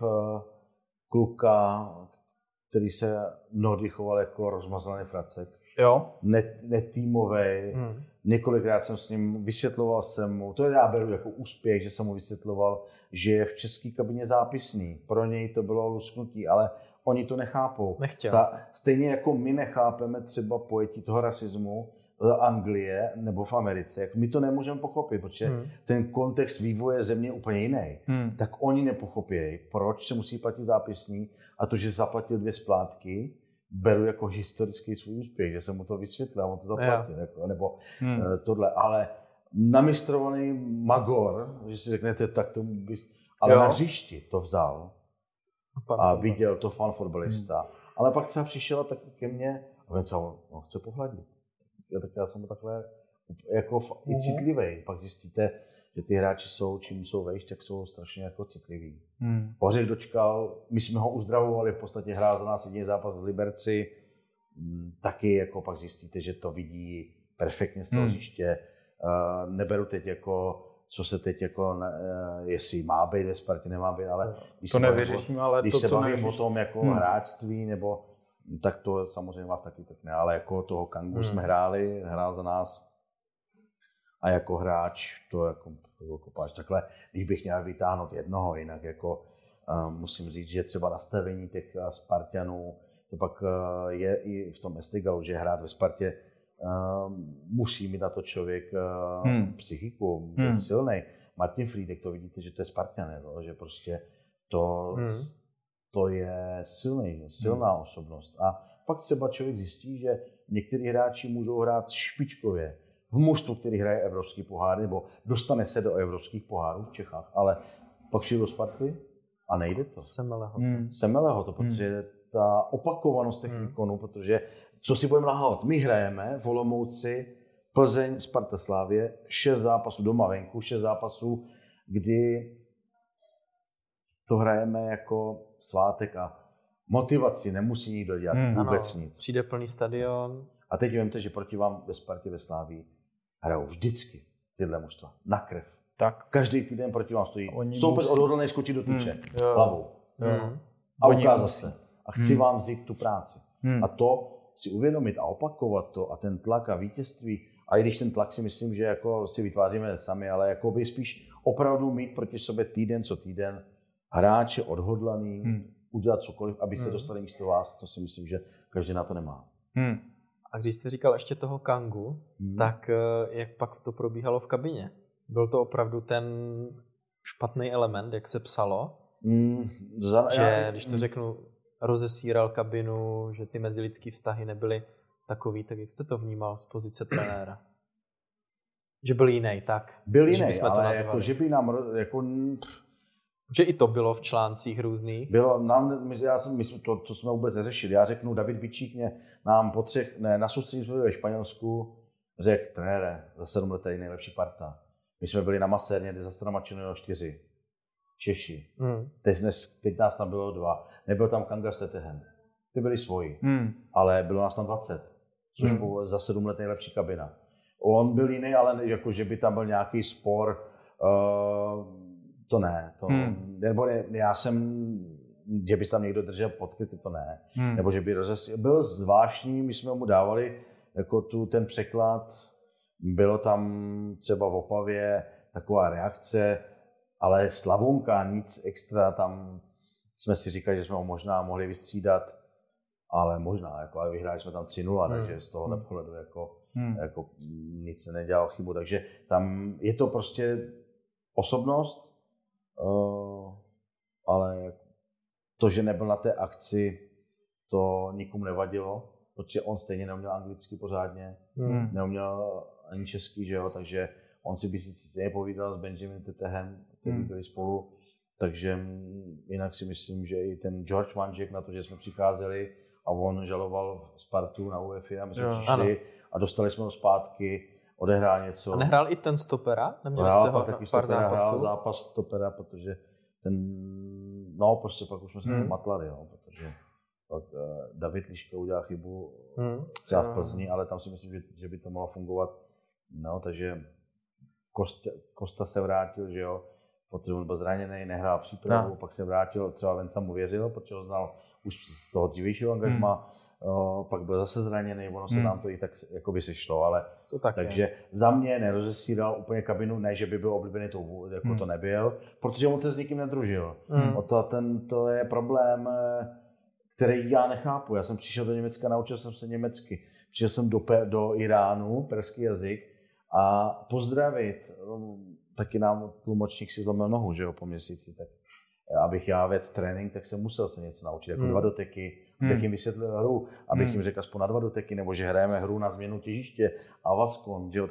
S3: kluka, který se mnohdy choval jako rozmazaný fracek.
S7: Jo.
S3: Netýmovej. Několikrát jsem s ním vysvětloval mu, to já beru jako úspěch, že jsem mu vysvětloval, že je v české kabině zápisný. Pro něj to bylo lusknutí, ale oni to nechápou. Stejně jako my nechápeme třeba pojetí toho rasismu v Anglie nebo v Americe, jak my to nemůžeme pochopit, protože ten kontext vývoje země je úplně jiný. Tak oni nepochopějí, proč se musí platit zápisní a to, že zaplatil 2 splátky, beru jako historický svůj úspěch, že jsem mu to vysvětlil a on to zaplatil. Jako, nebo tohle, ale namistrovaný magor, že si řeknete, tak to ale na hřišti to vzal a viděl to fan fotbalista. Ale pak třeba přišel tak ke mně a on chce pohladit. Tak já jsem takhle jako i citlivý. Pak zjistíte, že ty hráči jsou, čím jsou vejš, tak jsou strašně jako citliví. Bořek dočkal, my jsme ho uzdravovali, v podstatě hrál za nás jediný zápas v Liberci. Taky jako pak zjistíte, že to vidí perfektně z toho hřiště. Neberu teď jako, co se teď jako, jestli má být ve Spartě, nemá být, ale když
S7: to nevyřeším, ale
S3: když se bavím o tom jako hráčství, nebo tak to samozřejmě vás taky tak ne, ale jako toho Kangu jsme hrál za nás a jako hráč to jako kopáš takhle, když bych měl vytáhnout jednoho, jinak jako musím říct, že třeba nastavení těch Spartanů, to pak je i v tom Estigalu, že hrát ve Spartě musí mít na to člověk psychiku, být silnej. Martin Friedek, to vidíte, že to je Spartan, že prostě to je silná osobnost. A pak třeba člověk zjistí, že někteří hráči můžou hrát špičkově v mužstvu, který hraje evropský pohár, nebo dostane se do evropských pohárů v Čechách, ale pak přijde do Sparty a nejde to. Semeleho to, protože ta opakovanost těch výkonů, protože co si budeme nahlávat, my hrajeme v Olomouci, Plzeň, Sparta, Slavie, 6 zápasů doma venku, 6 zápasů, kdy to hrajeme jako svátek a motivaci nemusí nikdo dělat vůbec nic.
S1: Přijde plný stadion.
S3: A teď vemte, že proti vám ve Spartě, ve Slávii hrajou vždycky tyhle mužstva na krev.
S7: Tak.
S3: Každý týden proti vám stojí. Soupeř odhodlaný skočit do tyče hlavou. A ukázat se. A chci vám vzít tu práci. A to si uvědomit a opakovat to a ten tlak a vítězství. A i když ten tlak si myslím, že jako si vytváříme sami, ale jako by spíš opravdu mít proti sobě týden co týden hráče odhodlaný, udělat cokoliv, aby se dostali místo vás, to si myslím, že každý na to nemá.
S1: A když jsi říkal ještě toho Kangu, tak jak pak to probíhalo v kabině? Byl to opravdu ten špatný element, jak se psalo? Že, když to řeknu, rozesíral kabinu, že ty mezilidský vztahy nebyly takový, tak jak jste to vnímal z pozice trenéra? Že byl jiný, tak?
S3: Byl jiný, ale jako, že by nám jako...
S1: Že i to bylo v článcích různých?
S3: Bylo, to jsme vůbec neřešili. Já řeknu, David Bičík nám na soustředí jsme ve Španělsku řekl, trenére, za 7 let je nejlepší parta. My jsme byli na Masérně, kde za Stramačino 4 Češi. Teď nás tam bylo 2. Nebyl tam Kanga s Tetehem. Ty byli svoji, ale bylo nás tam 20. Což bylo za 7 let nejlepší kabina. On byl jiný, ale jako, že by tam byl nějaký spor, to ne. Nebo já jsem, že by tam někdo držel podkrky, to ne. Nebo že by byl zvláštní, my jsme mu dávali jako ten překlad, bylo tam třeba v Opavě taková reakce, ale Slavonka, nic extra, tam jsme si říkali, že jsme ho možná mohli vystřídat. ale možná, jako, ale vyhráli jsme tam 3-0, takže z tohohle pohledu jako nic se nedělal chybu, takže tam je to prostě osobnost, ale to, že nebyl na té akci, to nikomu nevadilo, protože on stejně neuměl anglicky pořádně, neuměl ani český, že jo, takže on si by si stejně povídal s Benjaminem Tetehem, který byli spolu, takže jinak si myslím, že i ten George Vanžek na to, že jsme přicházeli a on žaloval Spartu na UEFA a my jsme přišli a dostali jsme ho zpátky, odehrál něco. A
S1: nehrál i ten stopera? Neměli jste ho
S3: taky
S1: pár zápasů?
S3: Hrál zápas stopera, protože prostě pak už jsme se matlali, protože pak David Liška udělal chybu třeba v Plzni, ale tam si myslím, že by to mohlo fungovat. No, takže Kosta se vrátil, že jo, protože on byl zraněný, nehrál přípravu, pak se vrátil, třeba Venca mu věřil, protože ho znal už z toho dřívějšího angažma, pak byl zase zraněný, ono se nám to i tak jako by sešlo, ale takže za mě nerozesíral úplně kabinu, ne, že by byl oblíbený tou, jako to nebyl, protože on se s nikým nedružil. To je problém, který já nechápu. Já jsem přišel do Německa, naučil jsem se německy. Přišel jsem do Iránu, perský jazyk, a pozdravit. Taky nám tlumočník si zlomil nohu, že jo, po měsíci. Tak abych já vedl trénink, tak jsem musel se něco naučit, jako 2 doteky, abych jim vysvětlil hru, abych jim řekl aspoň na 2 doteky, nebo že hrajeme hru na změnu těžiště a vasklon, že jo,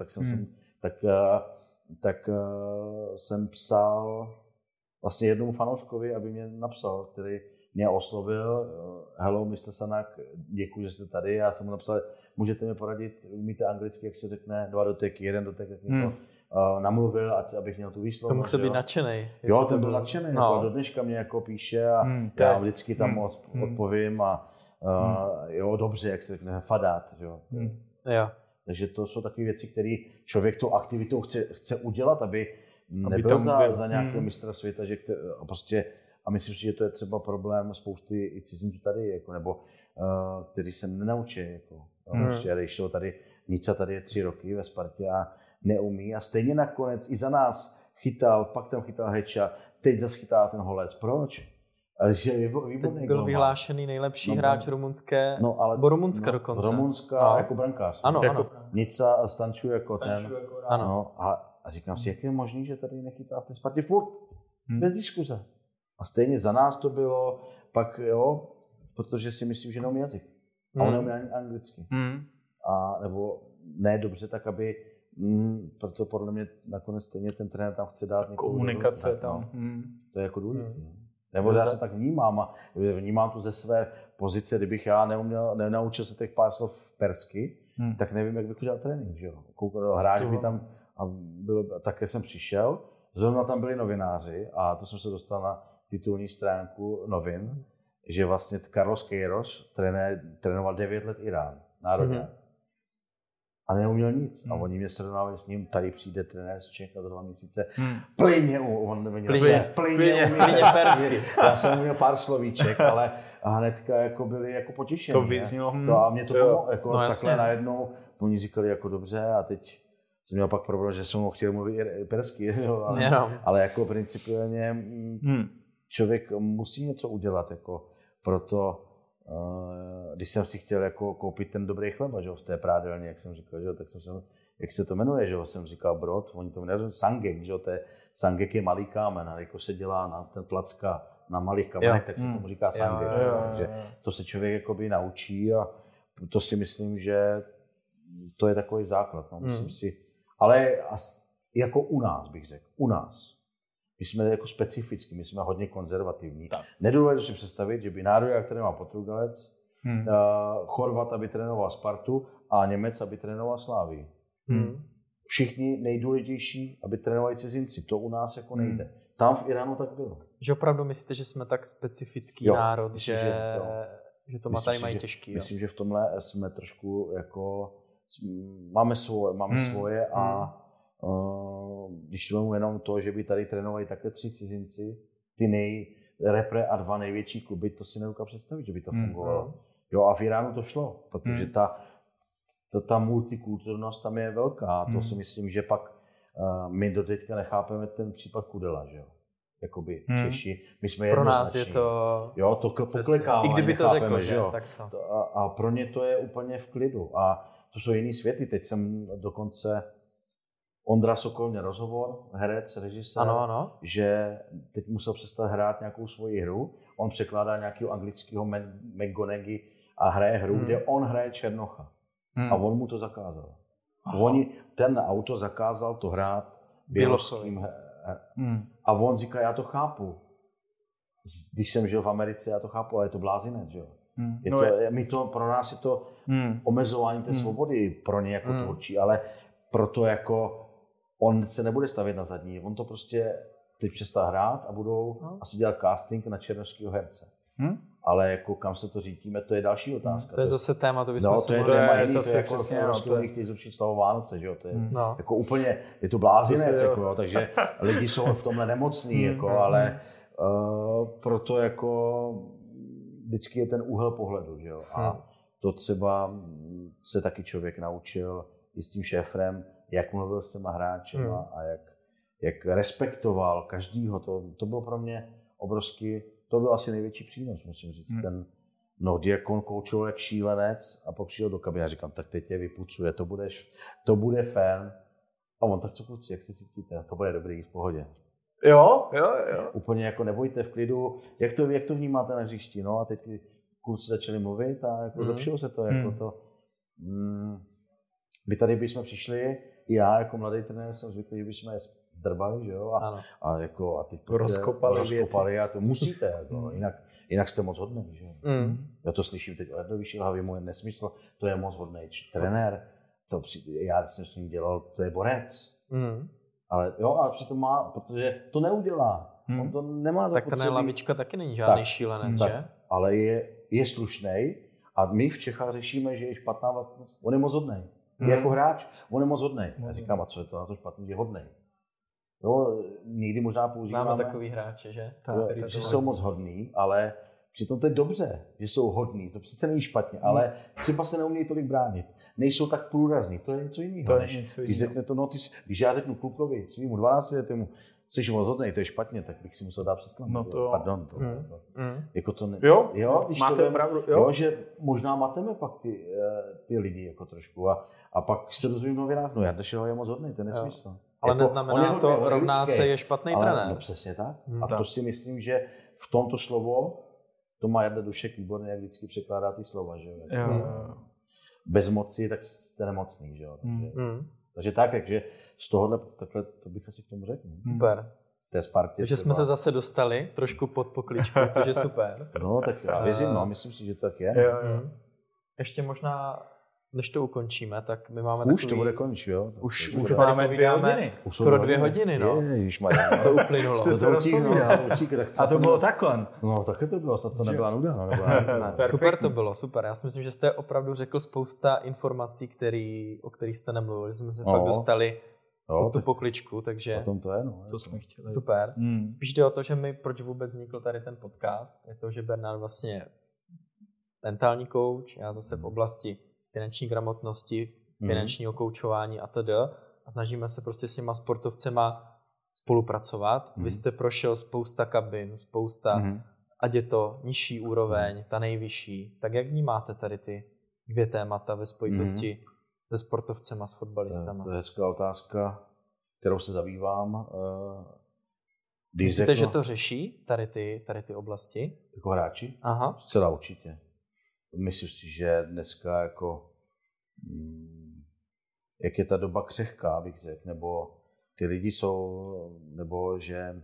S3: tak jsem psal vlastně jednomu fanouškovi, aby mě napsal, který mě oslovil, hello, Mr. Sanak, děkuji, že jste tady. Já jsem mu napsal, můžete mi poradit, umíte anglicky, jak se řekne, 2 doteky, 1 dotek, jak mi to namluvil, abych měl tu výslovnost.
S1: To musel být nadšenej.
S3: Jo, ten byl nadšenej, jako do dneška mě jako píše a já vždycky tam odpovím a jo, dobře, jak se řekne, fadát, jo. Takže to jsou takové věci, které člověk tou aktivitou chce udělat, aby nebyl za nějakého mistra světa, že prostě. A myslím si, že to je třeba problém spousty i cizinců tady, jako, nebo kteří se nenaučí. Jako, když tady Nica tady je 3 roky ve Spartě a neumí a stejně nakonec i za nás chytal, pak tam chytal Heča, teď zase chytá ten Holec. Proč?
S1: Teď byl vyhlášený nejlepší hráč rumunské, nebo Rumunska dokonce.
S3: Rumunska jako brankář.
S1: Ano.
S3: Nica stančuje jako ten. A říkám si, jak je možný, že tady nechytá v té Spartě furt? Bez diskuze. A stejně za nás to bylo, pak jo, protože si myslím, že neumí jazyk. A on neumí ani anglicky. A nebo ne dobře, tak aby, proto podle mě nakonec stejně ten trenér tam chce dát někoho.
S7: Komunikace tam.
S3: To je jako důležité. Nebo já to tak vnímám a vnímám to ze své pozice, kdybych já nenaučil se těch pár slov persky, tak nevím, jak bych udělal trénink. Že jo? Hráč by tam, také jsem přišel, zrovna tam byli novináři a to jsem se dostal na titulní stránku novin, že vlastně Carlos Queiroz trénoval 9 let Irán, národně. A neuměl nic. A oni mě srovnávali s ním, tady přijde trenér z Čech a za 2 měsíce. Plynně persky. Já jsem uměl pár slovíček, ale hnedka jako byli jako potěšení.
S7: To vyznělo.
S3: A mě to pomohlo. Jako takhle najednou, oni říkali jako dobře a teď jsem měl pak problém, že jsem ho chtěl mluvit persky, ale jako principiálně člověk musí něco udělat, jako proto, když jsem si chtěl jako koupit ten dobrý chleba, že, v té prádelně, jak jsem říkal, že, tak jsem jak se to jmenuje, že, jsem říkal brod, oni to jmenují sangek, že, sangek je malý kámen, ale jako se dělá na ten placka na malých kamenech, tak se tomu říká sangek, takže to se člověk jakoby naučí a to si myslím, že to je takový základ, no, myslím si, ale jako u nás bych řekl, u nás. My jsme jako specifický, my jsme hodně konzervativní. Nedovedu si představit, že by národák trénoval Portugalec, Chorvat, aby trénoval Spartu a Němec, aby trénoval Slávii. Všichni nejdůležitější, aby trénovali cizinci. To u nás jako nejde. Tam v Iránu tak bylo.
S1: Že opravdu myslíte, že jsme tak specifický národ, myslím, že to tady mají těžký.
S3: Myslím, že v tomhle jsme trošku jako, máme svoje a když mám jenom to, že by tady trénovali také 3 cizinci, ty repre a 2 největší kluby, to si nedokážu představit, že by to fungovalo. Jo, a v Iránu to šlo, protože ta multikulturnost tam je velká. To si myslím, že pak my do teďka nechápeme ten případ Kudela, že jo. jakoby Češi. My jsme
S1: Pro nás
S3: jednoznační.
S1: je to...
S3: Jo, to poklekávání,
S1: I kdyby to
S3: nechápeme,
S1: řekl, že?
S3: jo.
S1: Tak co?
S3: A pro ně to je úplně v klidu. A to jsou jiný světy. Teď jsem dokonce... Ondra Sokol měl rozhovor, herec, režisér,
S1: Ano.
S3: že teď musel přestat hrát nějakou svoji hru. On překládá nějakého anglického McGonaghy a hraje hru, kde on hraje Černocha. A on mu to zakázal. Ten autor zakázal to hrát běloruským. A on říká, já to chápu. Když jsem žil v Americe, já to chápu, ale je to blázinec, že jo. Pro nás je to omezování té svobody pro ně jako tvůrčí, ale proto jako on se nebude stavět na zadní, on to prostě teď přestá hrát a budou asi dělat casting na černošského herce. Ale jako kam se to řítíme, to je další otázka.
S1: To je zase téma, to bychom
S3: to je téma jiný, to je jako Evropský chtějí zrušit slovo Vánoce, že jo, to je jako úplně, je to blázinec, jako, jo, takže lidi jsou v tomhle nemocní, jako, ale proto jako vždycky je ten úhel pohledu, že jo, a to třeba se taky člověk naučil i s tím šéfrem, jak mluvil s těma hráčema a jak respektoval každýho, to bylo pro mě obrovský, to byl asi největší přínos, musím říct, ten jak on koučoval jak šílenec a pak přišel do kabiny a říkám, tak teď tě vypucuje, to bude fén. A on, tak co kluci, jak se cítíte, to bude dobrý, v pohodě.
S7: Jo.
S3: Úplně jako nebojte, v klidu, jak to vnímáte na hřišti, no a teď ty kluci začali mluvit a jako zlepšilo se to, jako to. My tady bychom přišli, já jako mladý trenér jsem zvyklý, že bychom je zdrbali, že jo, a teď rozkopali a to musíte, jako, jinak jste moc hodný, že jo. Já to slyším teď o Jardovi Šilhavému, je nesmysl, to je moc hodný trenér, já jsem s ním dělal, to je borec, ale přitom protože to neudělá, on to nemá zapotřebí.
S1: Tak ten Lavička taky není žádný šílenec, že?
S3: Ale je slušnej a my v Čechách řešíme, že je špatná vlastnost, on je moc hodný. Jako hráč, on je moc hodnej. Já říkám, a co je to na to špatný, že je hodnej. Jo, někdy možná používáme...
S1: Máme takový hráče, že?
S3: Že jsou moc hodný, ale přitom to je dobře, že jsou hodní. To přece není špatně, ale třeba se neumějí tolik bránit. Nejsou tak průrazní, to je něco jiného. Když řekne to, když já řeknu klukovi, svýmu 12letému, jsi moc hodnej, to je špatně, tak bych si musel dát přestat. Pardon. Jako to ne... Jo, když
S7: máte pravdu.
S3: Jo, že možná mateme pak ty lidi jako trošku a pak se dozvím v novinách, Jarda Šilhavý je moc hodnej, to je nesmysl.
S1: Ale jako, neznamená to, rovná se je špatný trenér.
S3: No přesně tak. A to si myslím, že v tomto slovo, to má Jarda Dušek výborně, jak vždycky překládá ty slova, že jo. Bez moci, tak jste nemocný, že jo. Takže takže z tohohle, takhle to bych asi k tomu řekl.
S1: Super.
S3: Té Spartě
S1: takže jsme se zase dostali trošku pod pokličku, což je super.
S3: No, tak já věřím, myslím si, že to tak je.
S1: Ještě možná, než to ukončíme, tak my máme
S3: už to bude končit, jo?
S1: Už máme 2 hodiny. Skoro 2 hodiny, no.
S3: Ježišmarja.
S1: To uplynulo.
S7: A to bylo takhle.
S3: No, také to bylo, snad to nebyla nuda.
S1: Super to bylo, super. Já si myslím, že jste opravdu řekl spousta informací, o kterých jste nemluvil, že jsme se fakt dostali pod tu pokličku, takže...
S3: Potom to je, no.
S7: To jsme chtěli.
S1: Super. Spíš jde o to, že proč vůbec vznikl tady ten podcast, je to, že Bernard vlastně mentální coach, já zase v oblasti finanční gramotnosti, finančního koučování atd. A snažíme se prostě s těma sportovcema spolupracovat. Vy jste prošel spousta kabin, ať je to nižší úroveň, ta nejvyšší. Tak jak vnímáte tady ty 2 témata ve spojitosti se sportovcema, s fotbalistama?
S3: To je hezká otázka, kterou se zabývám.
S1: Myslíte, že to řeší tady ty oblasti?
S3: Jako hráči?
S1: Aha.
S3: Zcela určitě. Myslím si, že dneska jako, jak je ta doba křehká, bych řekl, nebo ty lidi jsou, nebo že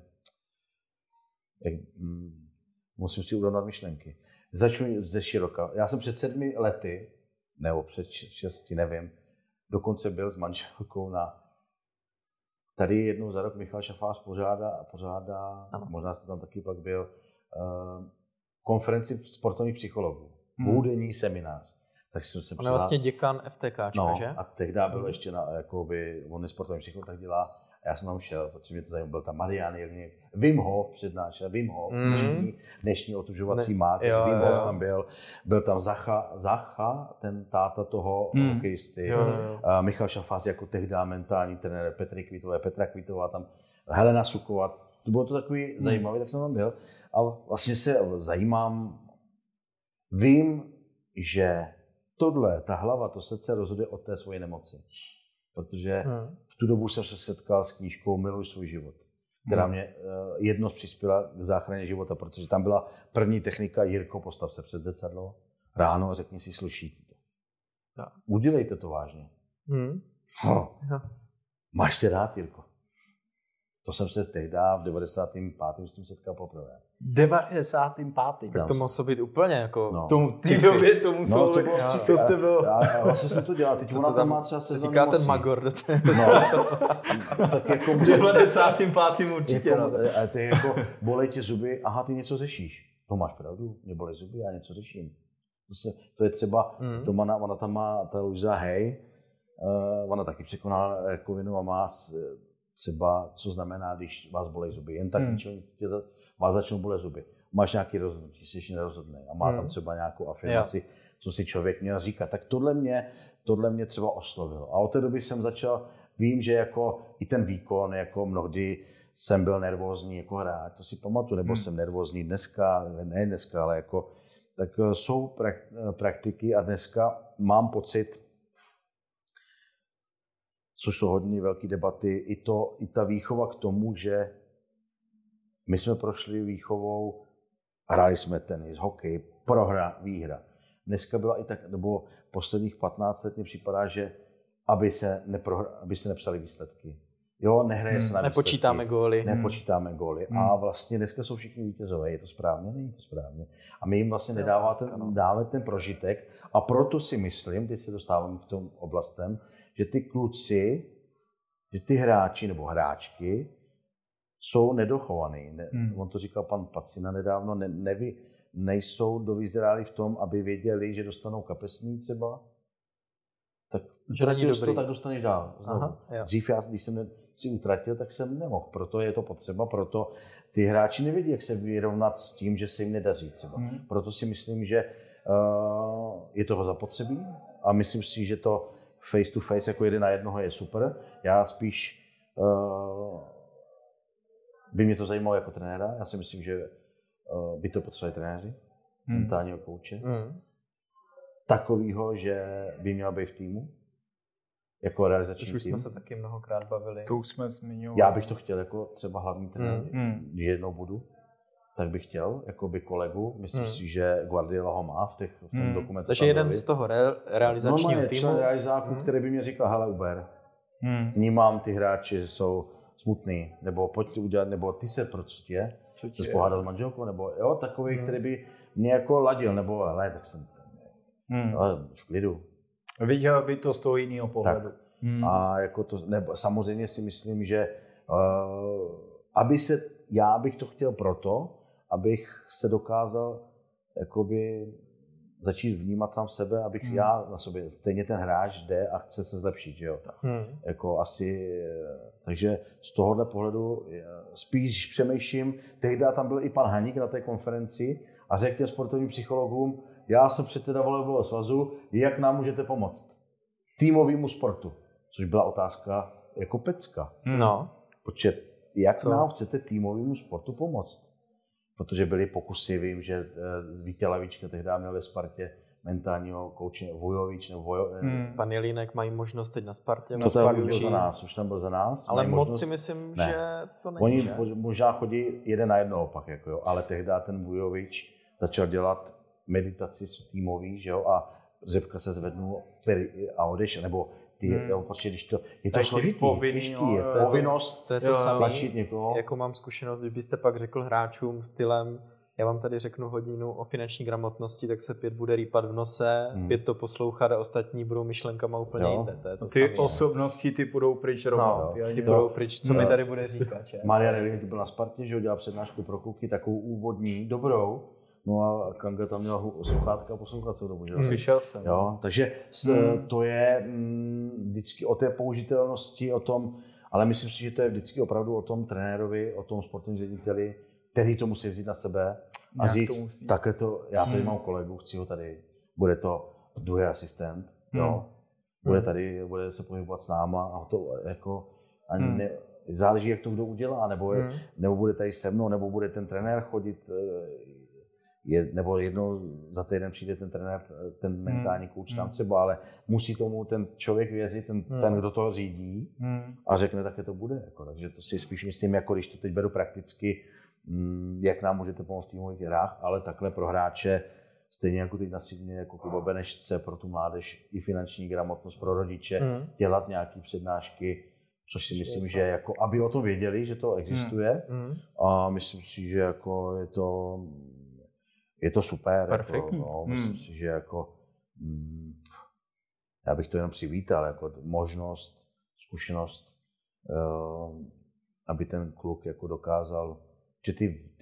S3: musím si urovnat myšlenky. Začnu ze široka. Já jsem před 7 lety, nebo před 6, nevím, dokonce byl s manželkou tady jednou za rok Michal Šafář pořádá možná jste tam taky pak byl, konferenci sportovních psychologů. Dvoudenní seminář. Tak jsem se
S1: on je vlastně děkan FTKčka, že?
S3: A tehdy byl ještě on je sportovní psycholog, tak dělá. A já jsem tam šel, protože mě to zajímalo. Byl tam Marian Jelník, Wim Hof přednášel, Wim Hof, dnešní otužovací mák, Wim Hof tam byl. Byl tam Zacha, ten táta toho hokejisty. Michal Šafář jako tehdy mentální trenér, Petra Kvitová tam, Helena Suková, to bylo to takový zajímavý, tak jsem tam byl a vlastně se zajímám, vím, že ta hlava, to srdce rozhoduje od té svoje nemoci. Protože v tu dobu jsem se setkal s knížkou Miluj svůj život, která mě jedno přispěla k záchraně života, protože tam byla první technika Jirko, postav se před zrcadlo, ráno a řekni si, slyšíte to. Udělejte to vážně. Máš se rád, Jirko. To jsem se tehdy v 95. s tím setkal poprvé.
S7: 95.
S1: Tak to muselo být úplně jako...
S7: To muselo být.
S3: To bylo sci-fi. Já vlastně jsem to dělal. Teď ona tam má třeba sezónní
S1: říká
S3: mocí.
S1: ten Magor do té...
S3: Tak jako...
S7: V 95. určitě.
S3: Jako, a ty jako bolej tě zuby, aha, ty něco řešíš. To máš pravdu, mě bolej zuby, já něco řeším. To je třeba, ona tam má, ta Luisa Hay, ona taky překonala rakovinu a má třeba, co znamená, když vás bolej zuby. Jen tak vás začnou bolet zuby. Máš nějaký rozhodnutí, jsi nerozhodný a má tam třeba nějakou afirmaci, co si člověk měl říkat. Tak tohle mě třeba oslovilo. A od té doby jsem začal, vím, že jako i ten výkon, jako mnohdy jsem byl nervózní jako hráč, to si pamatuju, nebo jsem nervózní ne dneska, ale jako, tak jsou praktiky a dneska mám pocit, což jsou hodně velké debaty, i ta výchova k tomu, že my jsme prošli výchovou, hráli jsme tenis, hokej, prohra, výhra. Dneska byla i tak, nebo posledních 15 let mi připadá, že aby se nepsali výsledky. Jo, nehraje se na
S1: Nepočítáme góly.
S3: Nepočítáme góly. A vlastně dneska jsou všichni vítězové. Je to správně? Není to správně. A my jim vlastně dáme ten prožitek. A proto si myslím, teď se dostávám k tomu oblastem, že ty kluci, že ty hráči nebo hráčky jsou nedochovaný. On to říkal pan Pacina nedávno, nejsou dovyzráli v tom, aby věděli, že dostanou kapesní třeba. Tak tak dostaneš dál. Dřív já, když jsem si utratil, tak jsem nemohl. Proto je to potřeba, proto ty hráči nevědí, jak se vyrovnat s tím, že se jim nedaří třeba. Proto si myslím, že je toho zapotřebí a myslím si, že to face to face jako 1 na 1 je super. Já spíš by mě to zajímalo jako trenéra. Já si myslím, že by to potřebovali trenéři, mentálního kouče. Takovýho, že by měl být v týmu. Jako realizační tým.
S1: Což už jsme se taky mnohokrát bavili.
S7: To už jsme zmiňovali.
S3: Já bych to chtěl jako třeba hlavní trenér, když jednou budu, tak bych chtěl jako by kolegu. Myslím si, že Guardiola ho má v tom dokumentu.
S1: Takže jeden z toho realizačního týmu.
S3: No, realizáků, který by mě říkal, hele Uber, vnímám ty hráči, že jsou smutný, nebo pojď udělat, nebo ty se proč je, co pohádal s manželkou, nebo jo, takový, který by mě jako ladil, nebo hele, tak jsem v klidu.
S7: Viděl by to z toho jiného pohledu.
S3: A jako to, nebo samozřejmě si myslím, že já bych to chtěl proto, abych se dokázal jakoby začít vnímat sám sebe, abych já na sobě, stejně ten hráč jde a chce se zlepšit, že jo. Jako asi, takže z tohohle pohledu spíš přemýšlím, tehdy tam byl i pan Haník na té konferenci a řekl těm sportovním psychologům, já jsem předseda volejbalového svazu, jak nám můžete pomoct? Týmovému sportu, což byla otázka jako pecka. Protože jak nám chcete týmovému sportu pomoct? Protože byly pokusy, vím, že Vítě Lavička tehdy měl ve Spartě mentálního kouče Vujovič nebo
S1: Pan Jelínek mají možnost teď na Spartě.
S3: To tam už byl za nás.
S1: Ale moc si myslím, že to není.
S3: Oni možná chodí 1 na 1 opak, jako jo, ale tehdy ten Vujovič začal dělat meditaci týmový, že jo, a Řepka se zvednul a odešel, nebo když to je to složitý, těžký, je povinnost
S1: to je to samé,
S3: někoho.
S1: Jako mám zkušenost, když byste pak řekl hráčům stylem, já vám tady řeknu hodinu o finanční gramotnosti, tak se 5 bude rýpat v nose, 5 to poslouchat a ostatní budou myšlenkama úplně jinde. To je to
S7: ty
S1: samé.
S7: Osobnosti ty budou pryč rovnou.
S1: Ty budou pryč, co mi tady bude říkat.
S3: Marian Relink byl na Spartě, že dělal přednášku pro kluky, takovou úvodní, dobrou. No a Kanga tam měla sluchátka a poslouchat celou dobu.
S7: Slyšel jsem.
S3: Jo, takže to je vždycky o té použitelnosti, o tom, ale myslím si, že to je vždycky opravdu o tom trenérovi, o tom sportovním řediteli, který to musí vzít na sebe a říct, takhle to, já tady mám kolegu, chci ho tady, bude to druhý asistent, jo, bude tady, bude se pohybovat s náma a to jako záleží, jak to kdo udělá, nebo bude tady se mnou, nebo bude ten trenér chodit, nebo jednou za týden přijde ten trenér, ten mentální kouč tam třeba, ale musí tomu ten člověk věřit, ten kdo toho řídí a řekne, také to bude. Jako, takže to si spíš myslím, jako když to teď beru prakticky, jak nám můžete pomoct v týmových hrách, ale takhle pro hráče, stejně jako teď na Sydney, jako Kuba Beneš chce pro tu mládež i finanční gramotnost pro rodiče, dělat nějaké přednášky, což si myslím, že jako, aby o tom věděli, že to existuje. A myslím si, že jako je to super.
S7: Perfektní.
S3: Jako, myslím si, že jako, já bych to jenom přivítal, jako možnost, zkušenost, aby ten kluk jako dokázal, že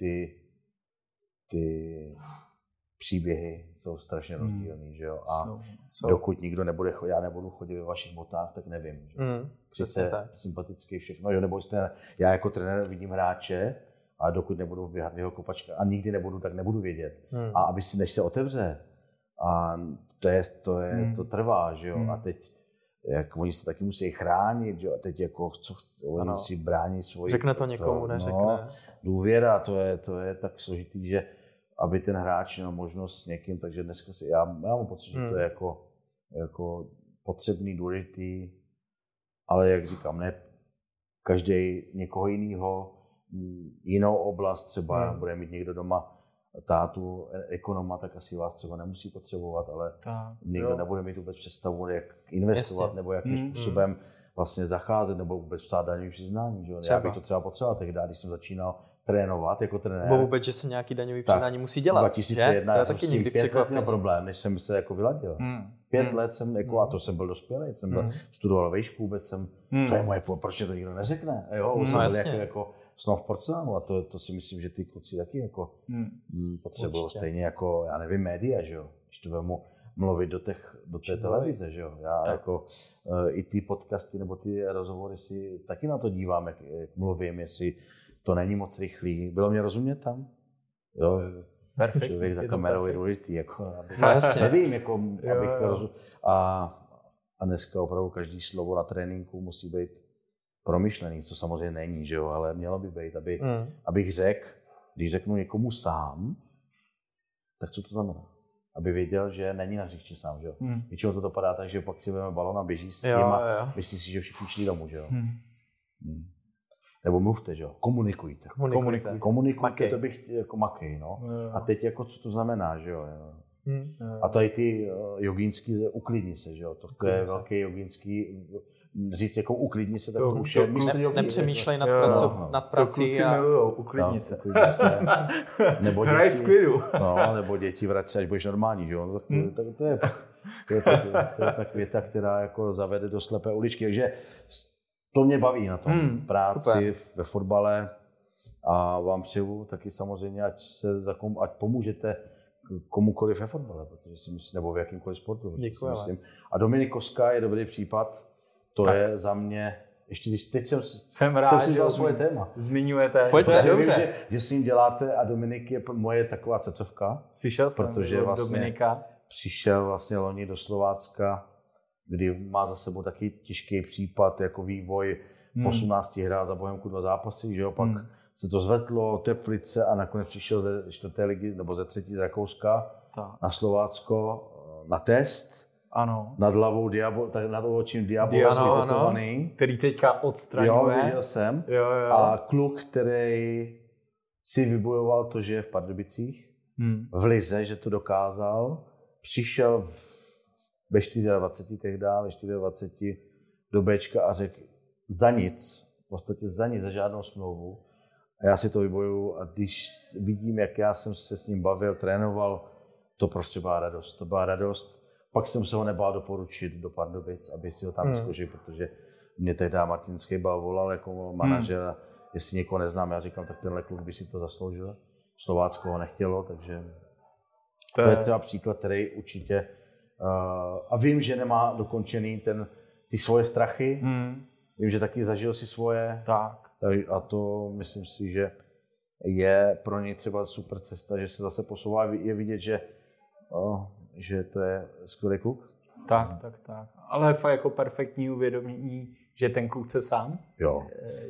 S3: ty příběhy jsou strašně rozdílný, že jo? A dokud nikdo nebude chodit, já nebudu chodit ve vašich botách, tak nevím. Že? Přece sympatický všechno, jo? Nebo já jako trenér vidím hráče, a dokud nebudu běhat v jeho kopačkách a nikdy nebudu, tak nebudu vědět. A aby si, než se otevře, a to trvá, že jo? A teď, jak oni se taky musí chránit, že? A teď jako, oni si brání svoji...
S1: Řekne to někomu, neřekne.
S3: No, důvěra, to je tak složitý, že aby ten hráč měl možnost s někým, takže dneska já mám pocit, že to je jako potřebný, důležitý, ale jak říkám, ne každý někoho jiného, jinou oblast, třeba bude mít někdo doma tátu, ekonoma, tak asi vás třeba nemusí potřebovat, ale někdo nebude mít vůbec představu, jak investovat, nebo jakým způsobem vlastně zacházet, nebo vůbec psát daňový přiznání. Že? Já bych to třeba potřeboval tehdy, když jsem začínal trénovat jako trenér.
S1: Nebo vůbec, že se nějaký daňový přiznání musí dělat.
S3: 2001
S1: to je taky někdy překvapení.
S3: problém, než jsem se jako vyladil. 5 let jsem, jako, a to jsem byl dospělý, jsem studoval vejšku, vůbec jsem, to je moje, proč to nikdo neřekne. Jo, jsem byl jako snov v porcelánu a to si myslím, že ty kluci taky jako potřebují stejně jako, já nevím, média, že jo, když to vemu mluvit do té televize, že jo. Já jako i ty podcasty nebo ty rozhovory si taky na to dívám, jak mluvím, jestli to není moc rychlý. Bylo mě rozumět tam? Jo, člověk za kamerou je důležitý, jako, nevím, jako, abych rozuměl. A dneska opravdu každý slovo na tréninku musí být promyšlený, co samozřejmě není, že jo, ale mělo by být, abych řekl, když řeknu někomu sám, tak co to znamená? Aby věděl, že není na hřišti sám, že jo. Většinou to dopadá tak, že pak si vezme balon a běží s tím a myslí si, že všichni šli domů, že jo. Nebo mluvte, že jo, komunikujte. Komunikujte, to bych jako makej, no. A teď jako, co to znamená, že jo. A tady ty jogínský, uklidni se, že jo, to je velký jogínský, říct jako uklidni se, tak to už je mistr jogín.
S1: Nepřemýšlej nad prací.
S7: Kluci milujou, uklidni se.
S3: Nebo
S7: hraj v klidu.
S3: Nebo děti vrať se, až budeš normální, že jo. Tak to je tak věta, která jako zavede do slepé uličky, takže to mě baví na tom práci ve fotbale a vám přeju taky samozřejmě, ať pomůžete komukoliv ve fotbale, protože si myslím, nebo v jakýmkoliv sportu.
S1: Děkuji.
S3: A Dominik Koska je dobrý případ, to je za mě, ještě když teď
S7: jsem rád,
S3: že svoje téma.
S7: Zmiňujete.
S3: Pojďte, dobře. Že s ním děláte a Dominik je moje taková srdcovka.
S7: Slyšel jsem,
S3: protože vlastně
S7: Dominika
S3: přišel vlastně loni do Slovácka, kdy má za sebou taky těžký případ, jako vývoj v 18 hrál za Bohemku 2 zápasy, že jo, pak se to zvrtlo, Teplice a nakonec přišel ze 4. ligy nebo ze 3. z Rakouska na Slovácko na test.
S7: Ano.
S3: Nad hlavou nad očím Diabol vytetovaný.
S7: Který teďka odstraňuje.
S3: Jo, viděl jsem. Jo. A kluk, který si vybojoval to, že je v Pardubicích, v lize, že to dokázal, přišel ve 24 tehdy, ve 24 do Bčka a řekl za nic, v podstatě za nic, za žádnou smlouvu. A já si to vybojuju a když vidím, jak já jsem se s ním bavil, trénoval, to prostě byla radost. To byla radost. Pak jsem se ho nebál doporučit do Pardubic, aby si ho tam vyzkoušel, protože mě tehdy Martin Schejbal volal jako manažer, jestli někoho neznám, já říkám, tak tenhle klub by si to zasloužil. Slovácko ho nechtělo, takže to je třeba příklad, který určitě a vím, že nemá dokončený ty svoje strachy, vím, že taky zažil si svoje a to myslím si, že je pro něj třeba super cesta, že se zase posouvá, je vidět, že to je skvělý kluk.
S7: Tak. Ale fakt jako perfektní uvědomění, že ten kluk chce sám.
S3: Jo.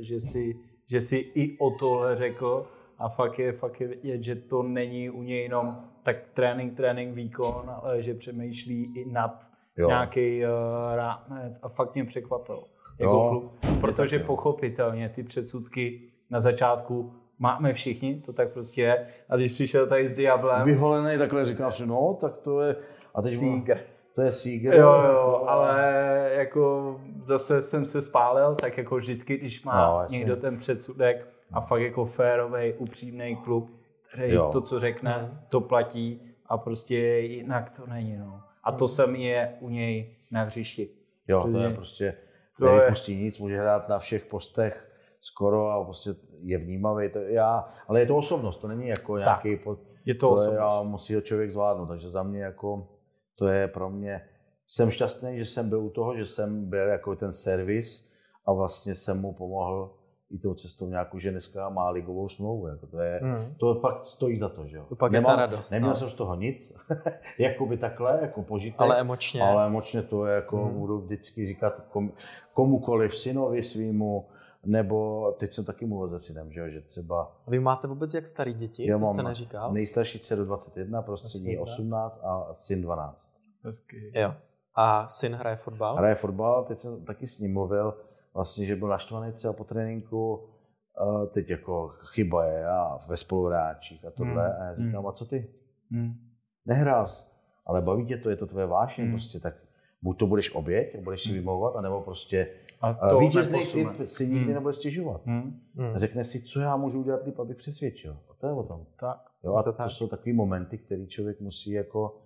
S7: Že si i o tohle řekl a fakt je vidět, že to není u něj jenom tak trénink, výkon, ale že přemýšlí i nad nějaký rámec a fakt mě překvapil. Jako kluk, protože pochopitelně ty předsudky na začátku máme všichni, to tak prostě je. A když přišel tady s Diablem...
S3: Vyholený takhle říkal, že no, tak to je... A teď
S7: Seager.
S3: To je Seager.
S7: Jo, ale jako zase jsem se spálil, tak jako vždycky, když má někdo ten předsudek a fakt jako férovej, upřímný kluk, který to, co řekne, to platí a prostě jinak to není. No. A to samé je u něj na hřišti.
S3: Jo, to je prostě... Nevypustí nic, může hrát na všech postech skoro a prostě je vnímavý. Ale je to osobnost, to není jako nějaký...
S7: Je to osobnost.
S3: Musí ho člověk zvládnout, takže za mě jako to je pro mě... Jsem šťastný, že jsem byl u toho, že jsem byl jako ten servis a vlastně jsem mu pomohl i tou cestou nějakou, že dneska má ligovou smlouvu. Jako to pak stojí za to, že jo.
S1: To pak je ta radost.
S3: Neměl jsem z toho nic, jakoby takhle, jako požitek.
S1: Ale emočně
S3: to je jako, budu vždycky říkat komukoliv, synovi svýmu, nebo teď jsem taky mluvil se synem, že třeba...
S1: A vy máte vůbec jak starý děti? To jste neříkal?
S3: Nejstarší dceru 21, prostřední 18 a syn 12.
S7: Hezky.
S1: Jo. A syn hraje fotbal?
S3: Hraje fotbal, teď jsem taky s ním mluvil, vlastně, že byl naštvaný třeba po tréninku, teď jako chyba je a ve spoluhráčích a tohle. A já říkám, a co ty? Nehrál jsi, ale baví tě to, je to tvoje vášeň, prostě tak buď to budeš oběť a budeš si vymlouvat, anebo prostě vítězný typ si nikdy nebude stěžovat. Řekne si, co já můžu udělat líp, abych přesvědčil. A to je o tom.
S7: Tak.
S3: Jo, a to jsou takový momenty, který člověk musí jako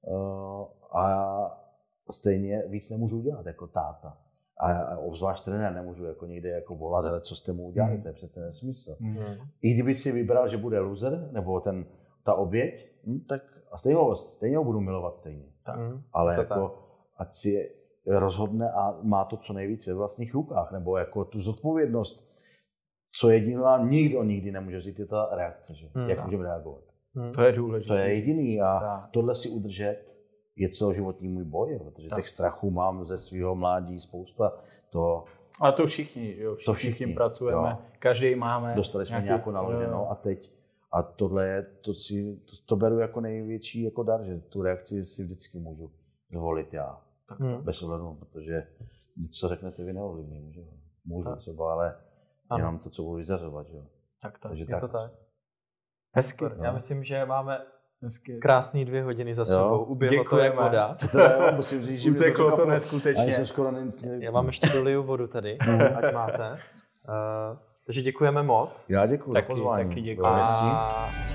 S3: a stejně víc nemůžu udělat jako táta. A obzvlášť trenér nemůžu jako někde jako volat, hele, co jste mu udělali, to je přece nesmysl. I kdyby si vybral, že bude loser, nebo ta oběť, tak a stejně ho budu milovat stejně. Ale jako, ať si rozhodne a má to co nejvíc ve vlastních rukách, nebo jako tu zodpovědnost, co jediná nikdo nikdy nemůže vzít, je ta reakce, že? Jak můžeme reagovat.
S7: To je důležité.
S3: To je jediný a tohle si udržet je celoživotní můj boj, protože těch strachů mám ze svého mládí spousta.
S7: A to všichni, jo, všichni pracujeme, jo. Každý máme.
S3: Dostali jsme nějakou naloženou a teď. A tohle je, to beru jako největší jako dar, že tu reakci si vždycky můžu dovolit já. Tak to bez ohledu, protože co řeknete, vy neovlivním, že můžu třeba, ale jenom to, co budu vyzařovat, že jo.
S1: Takže je to tak.
S7: Hezky.
S1: Já myslím, že máme krásný 2 hodiny za sebou. Uběhlo to jak voda.
S3: Musím říct, že
S7: uteklo to neskutečně.
S1: Já vám ještě doliju vodu tady, ať máte. Takže děkujeme moc.
S3: Já děkuji za pozvání.
S7: Taky děkuji.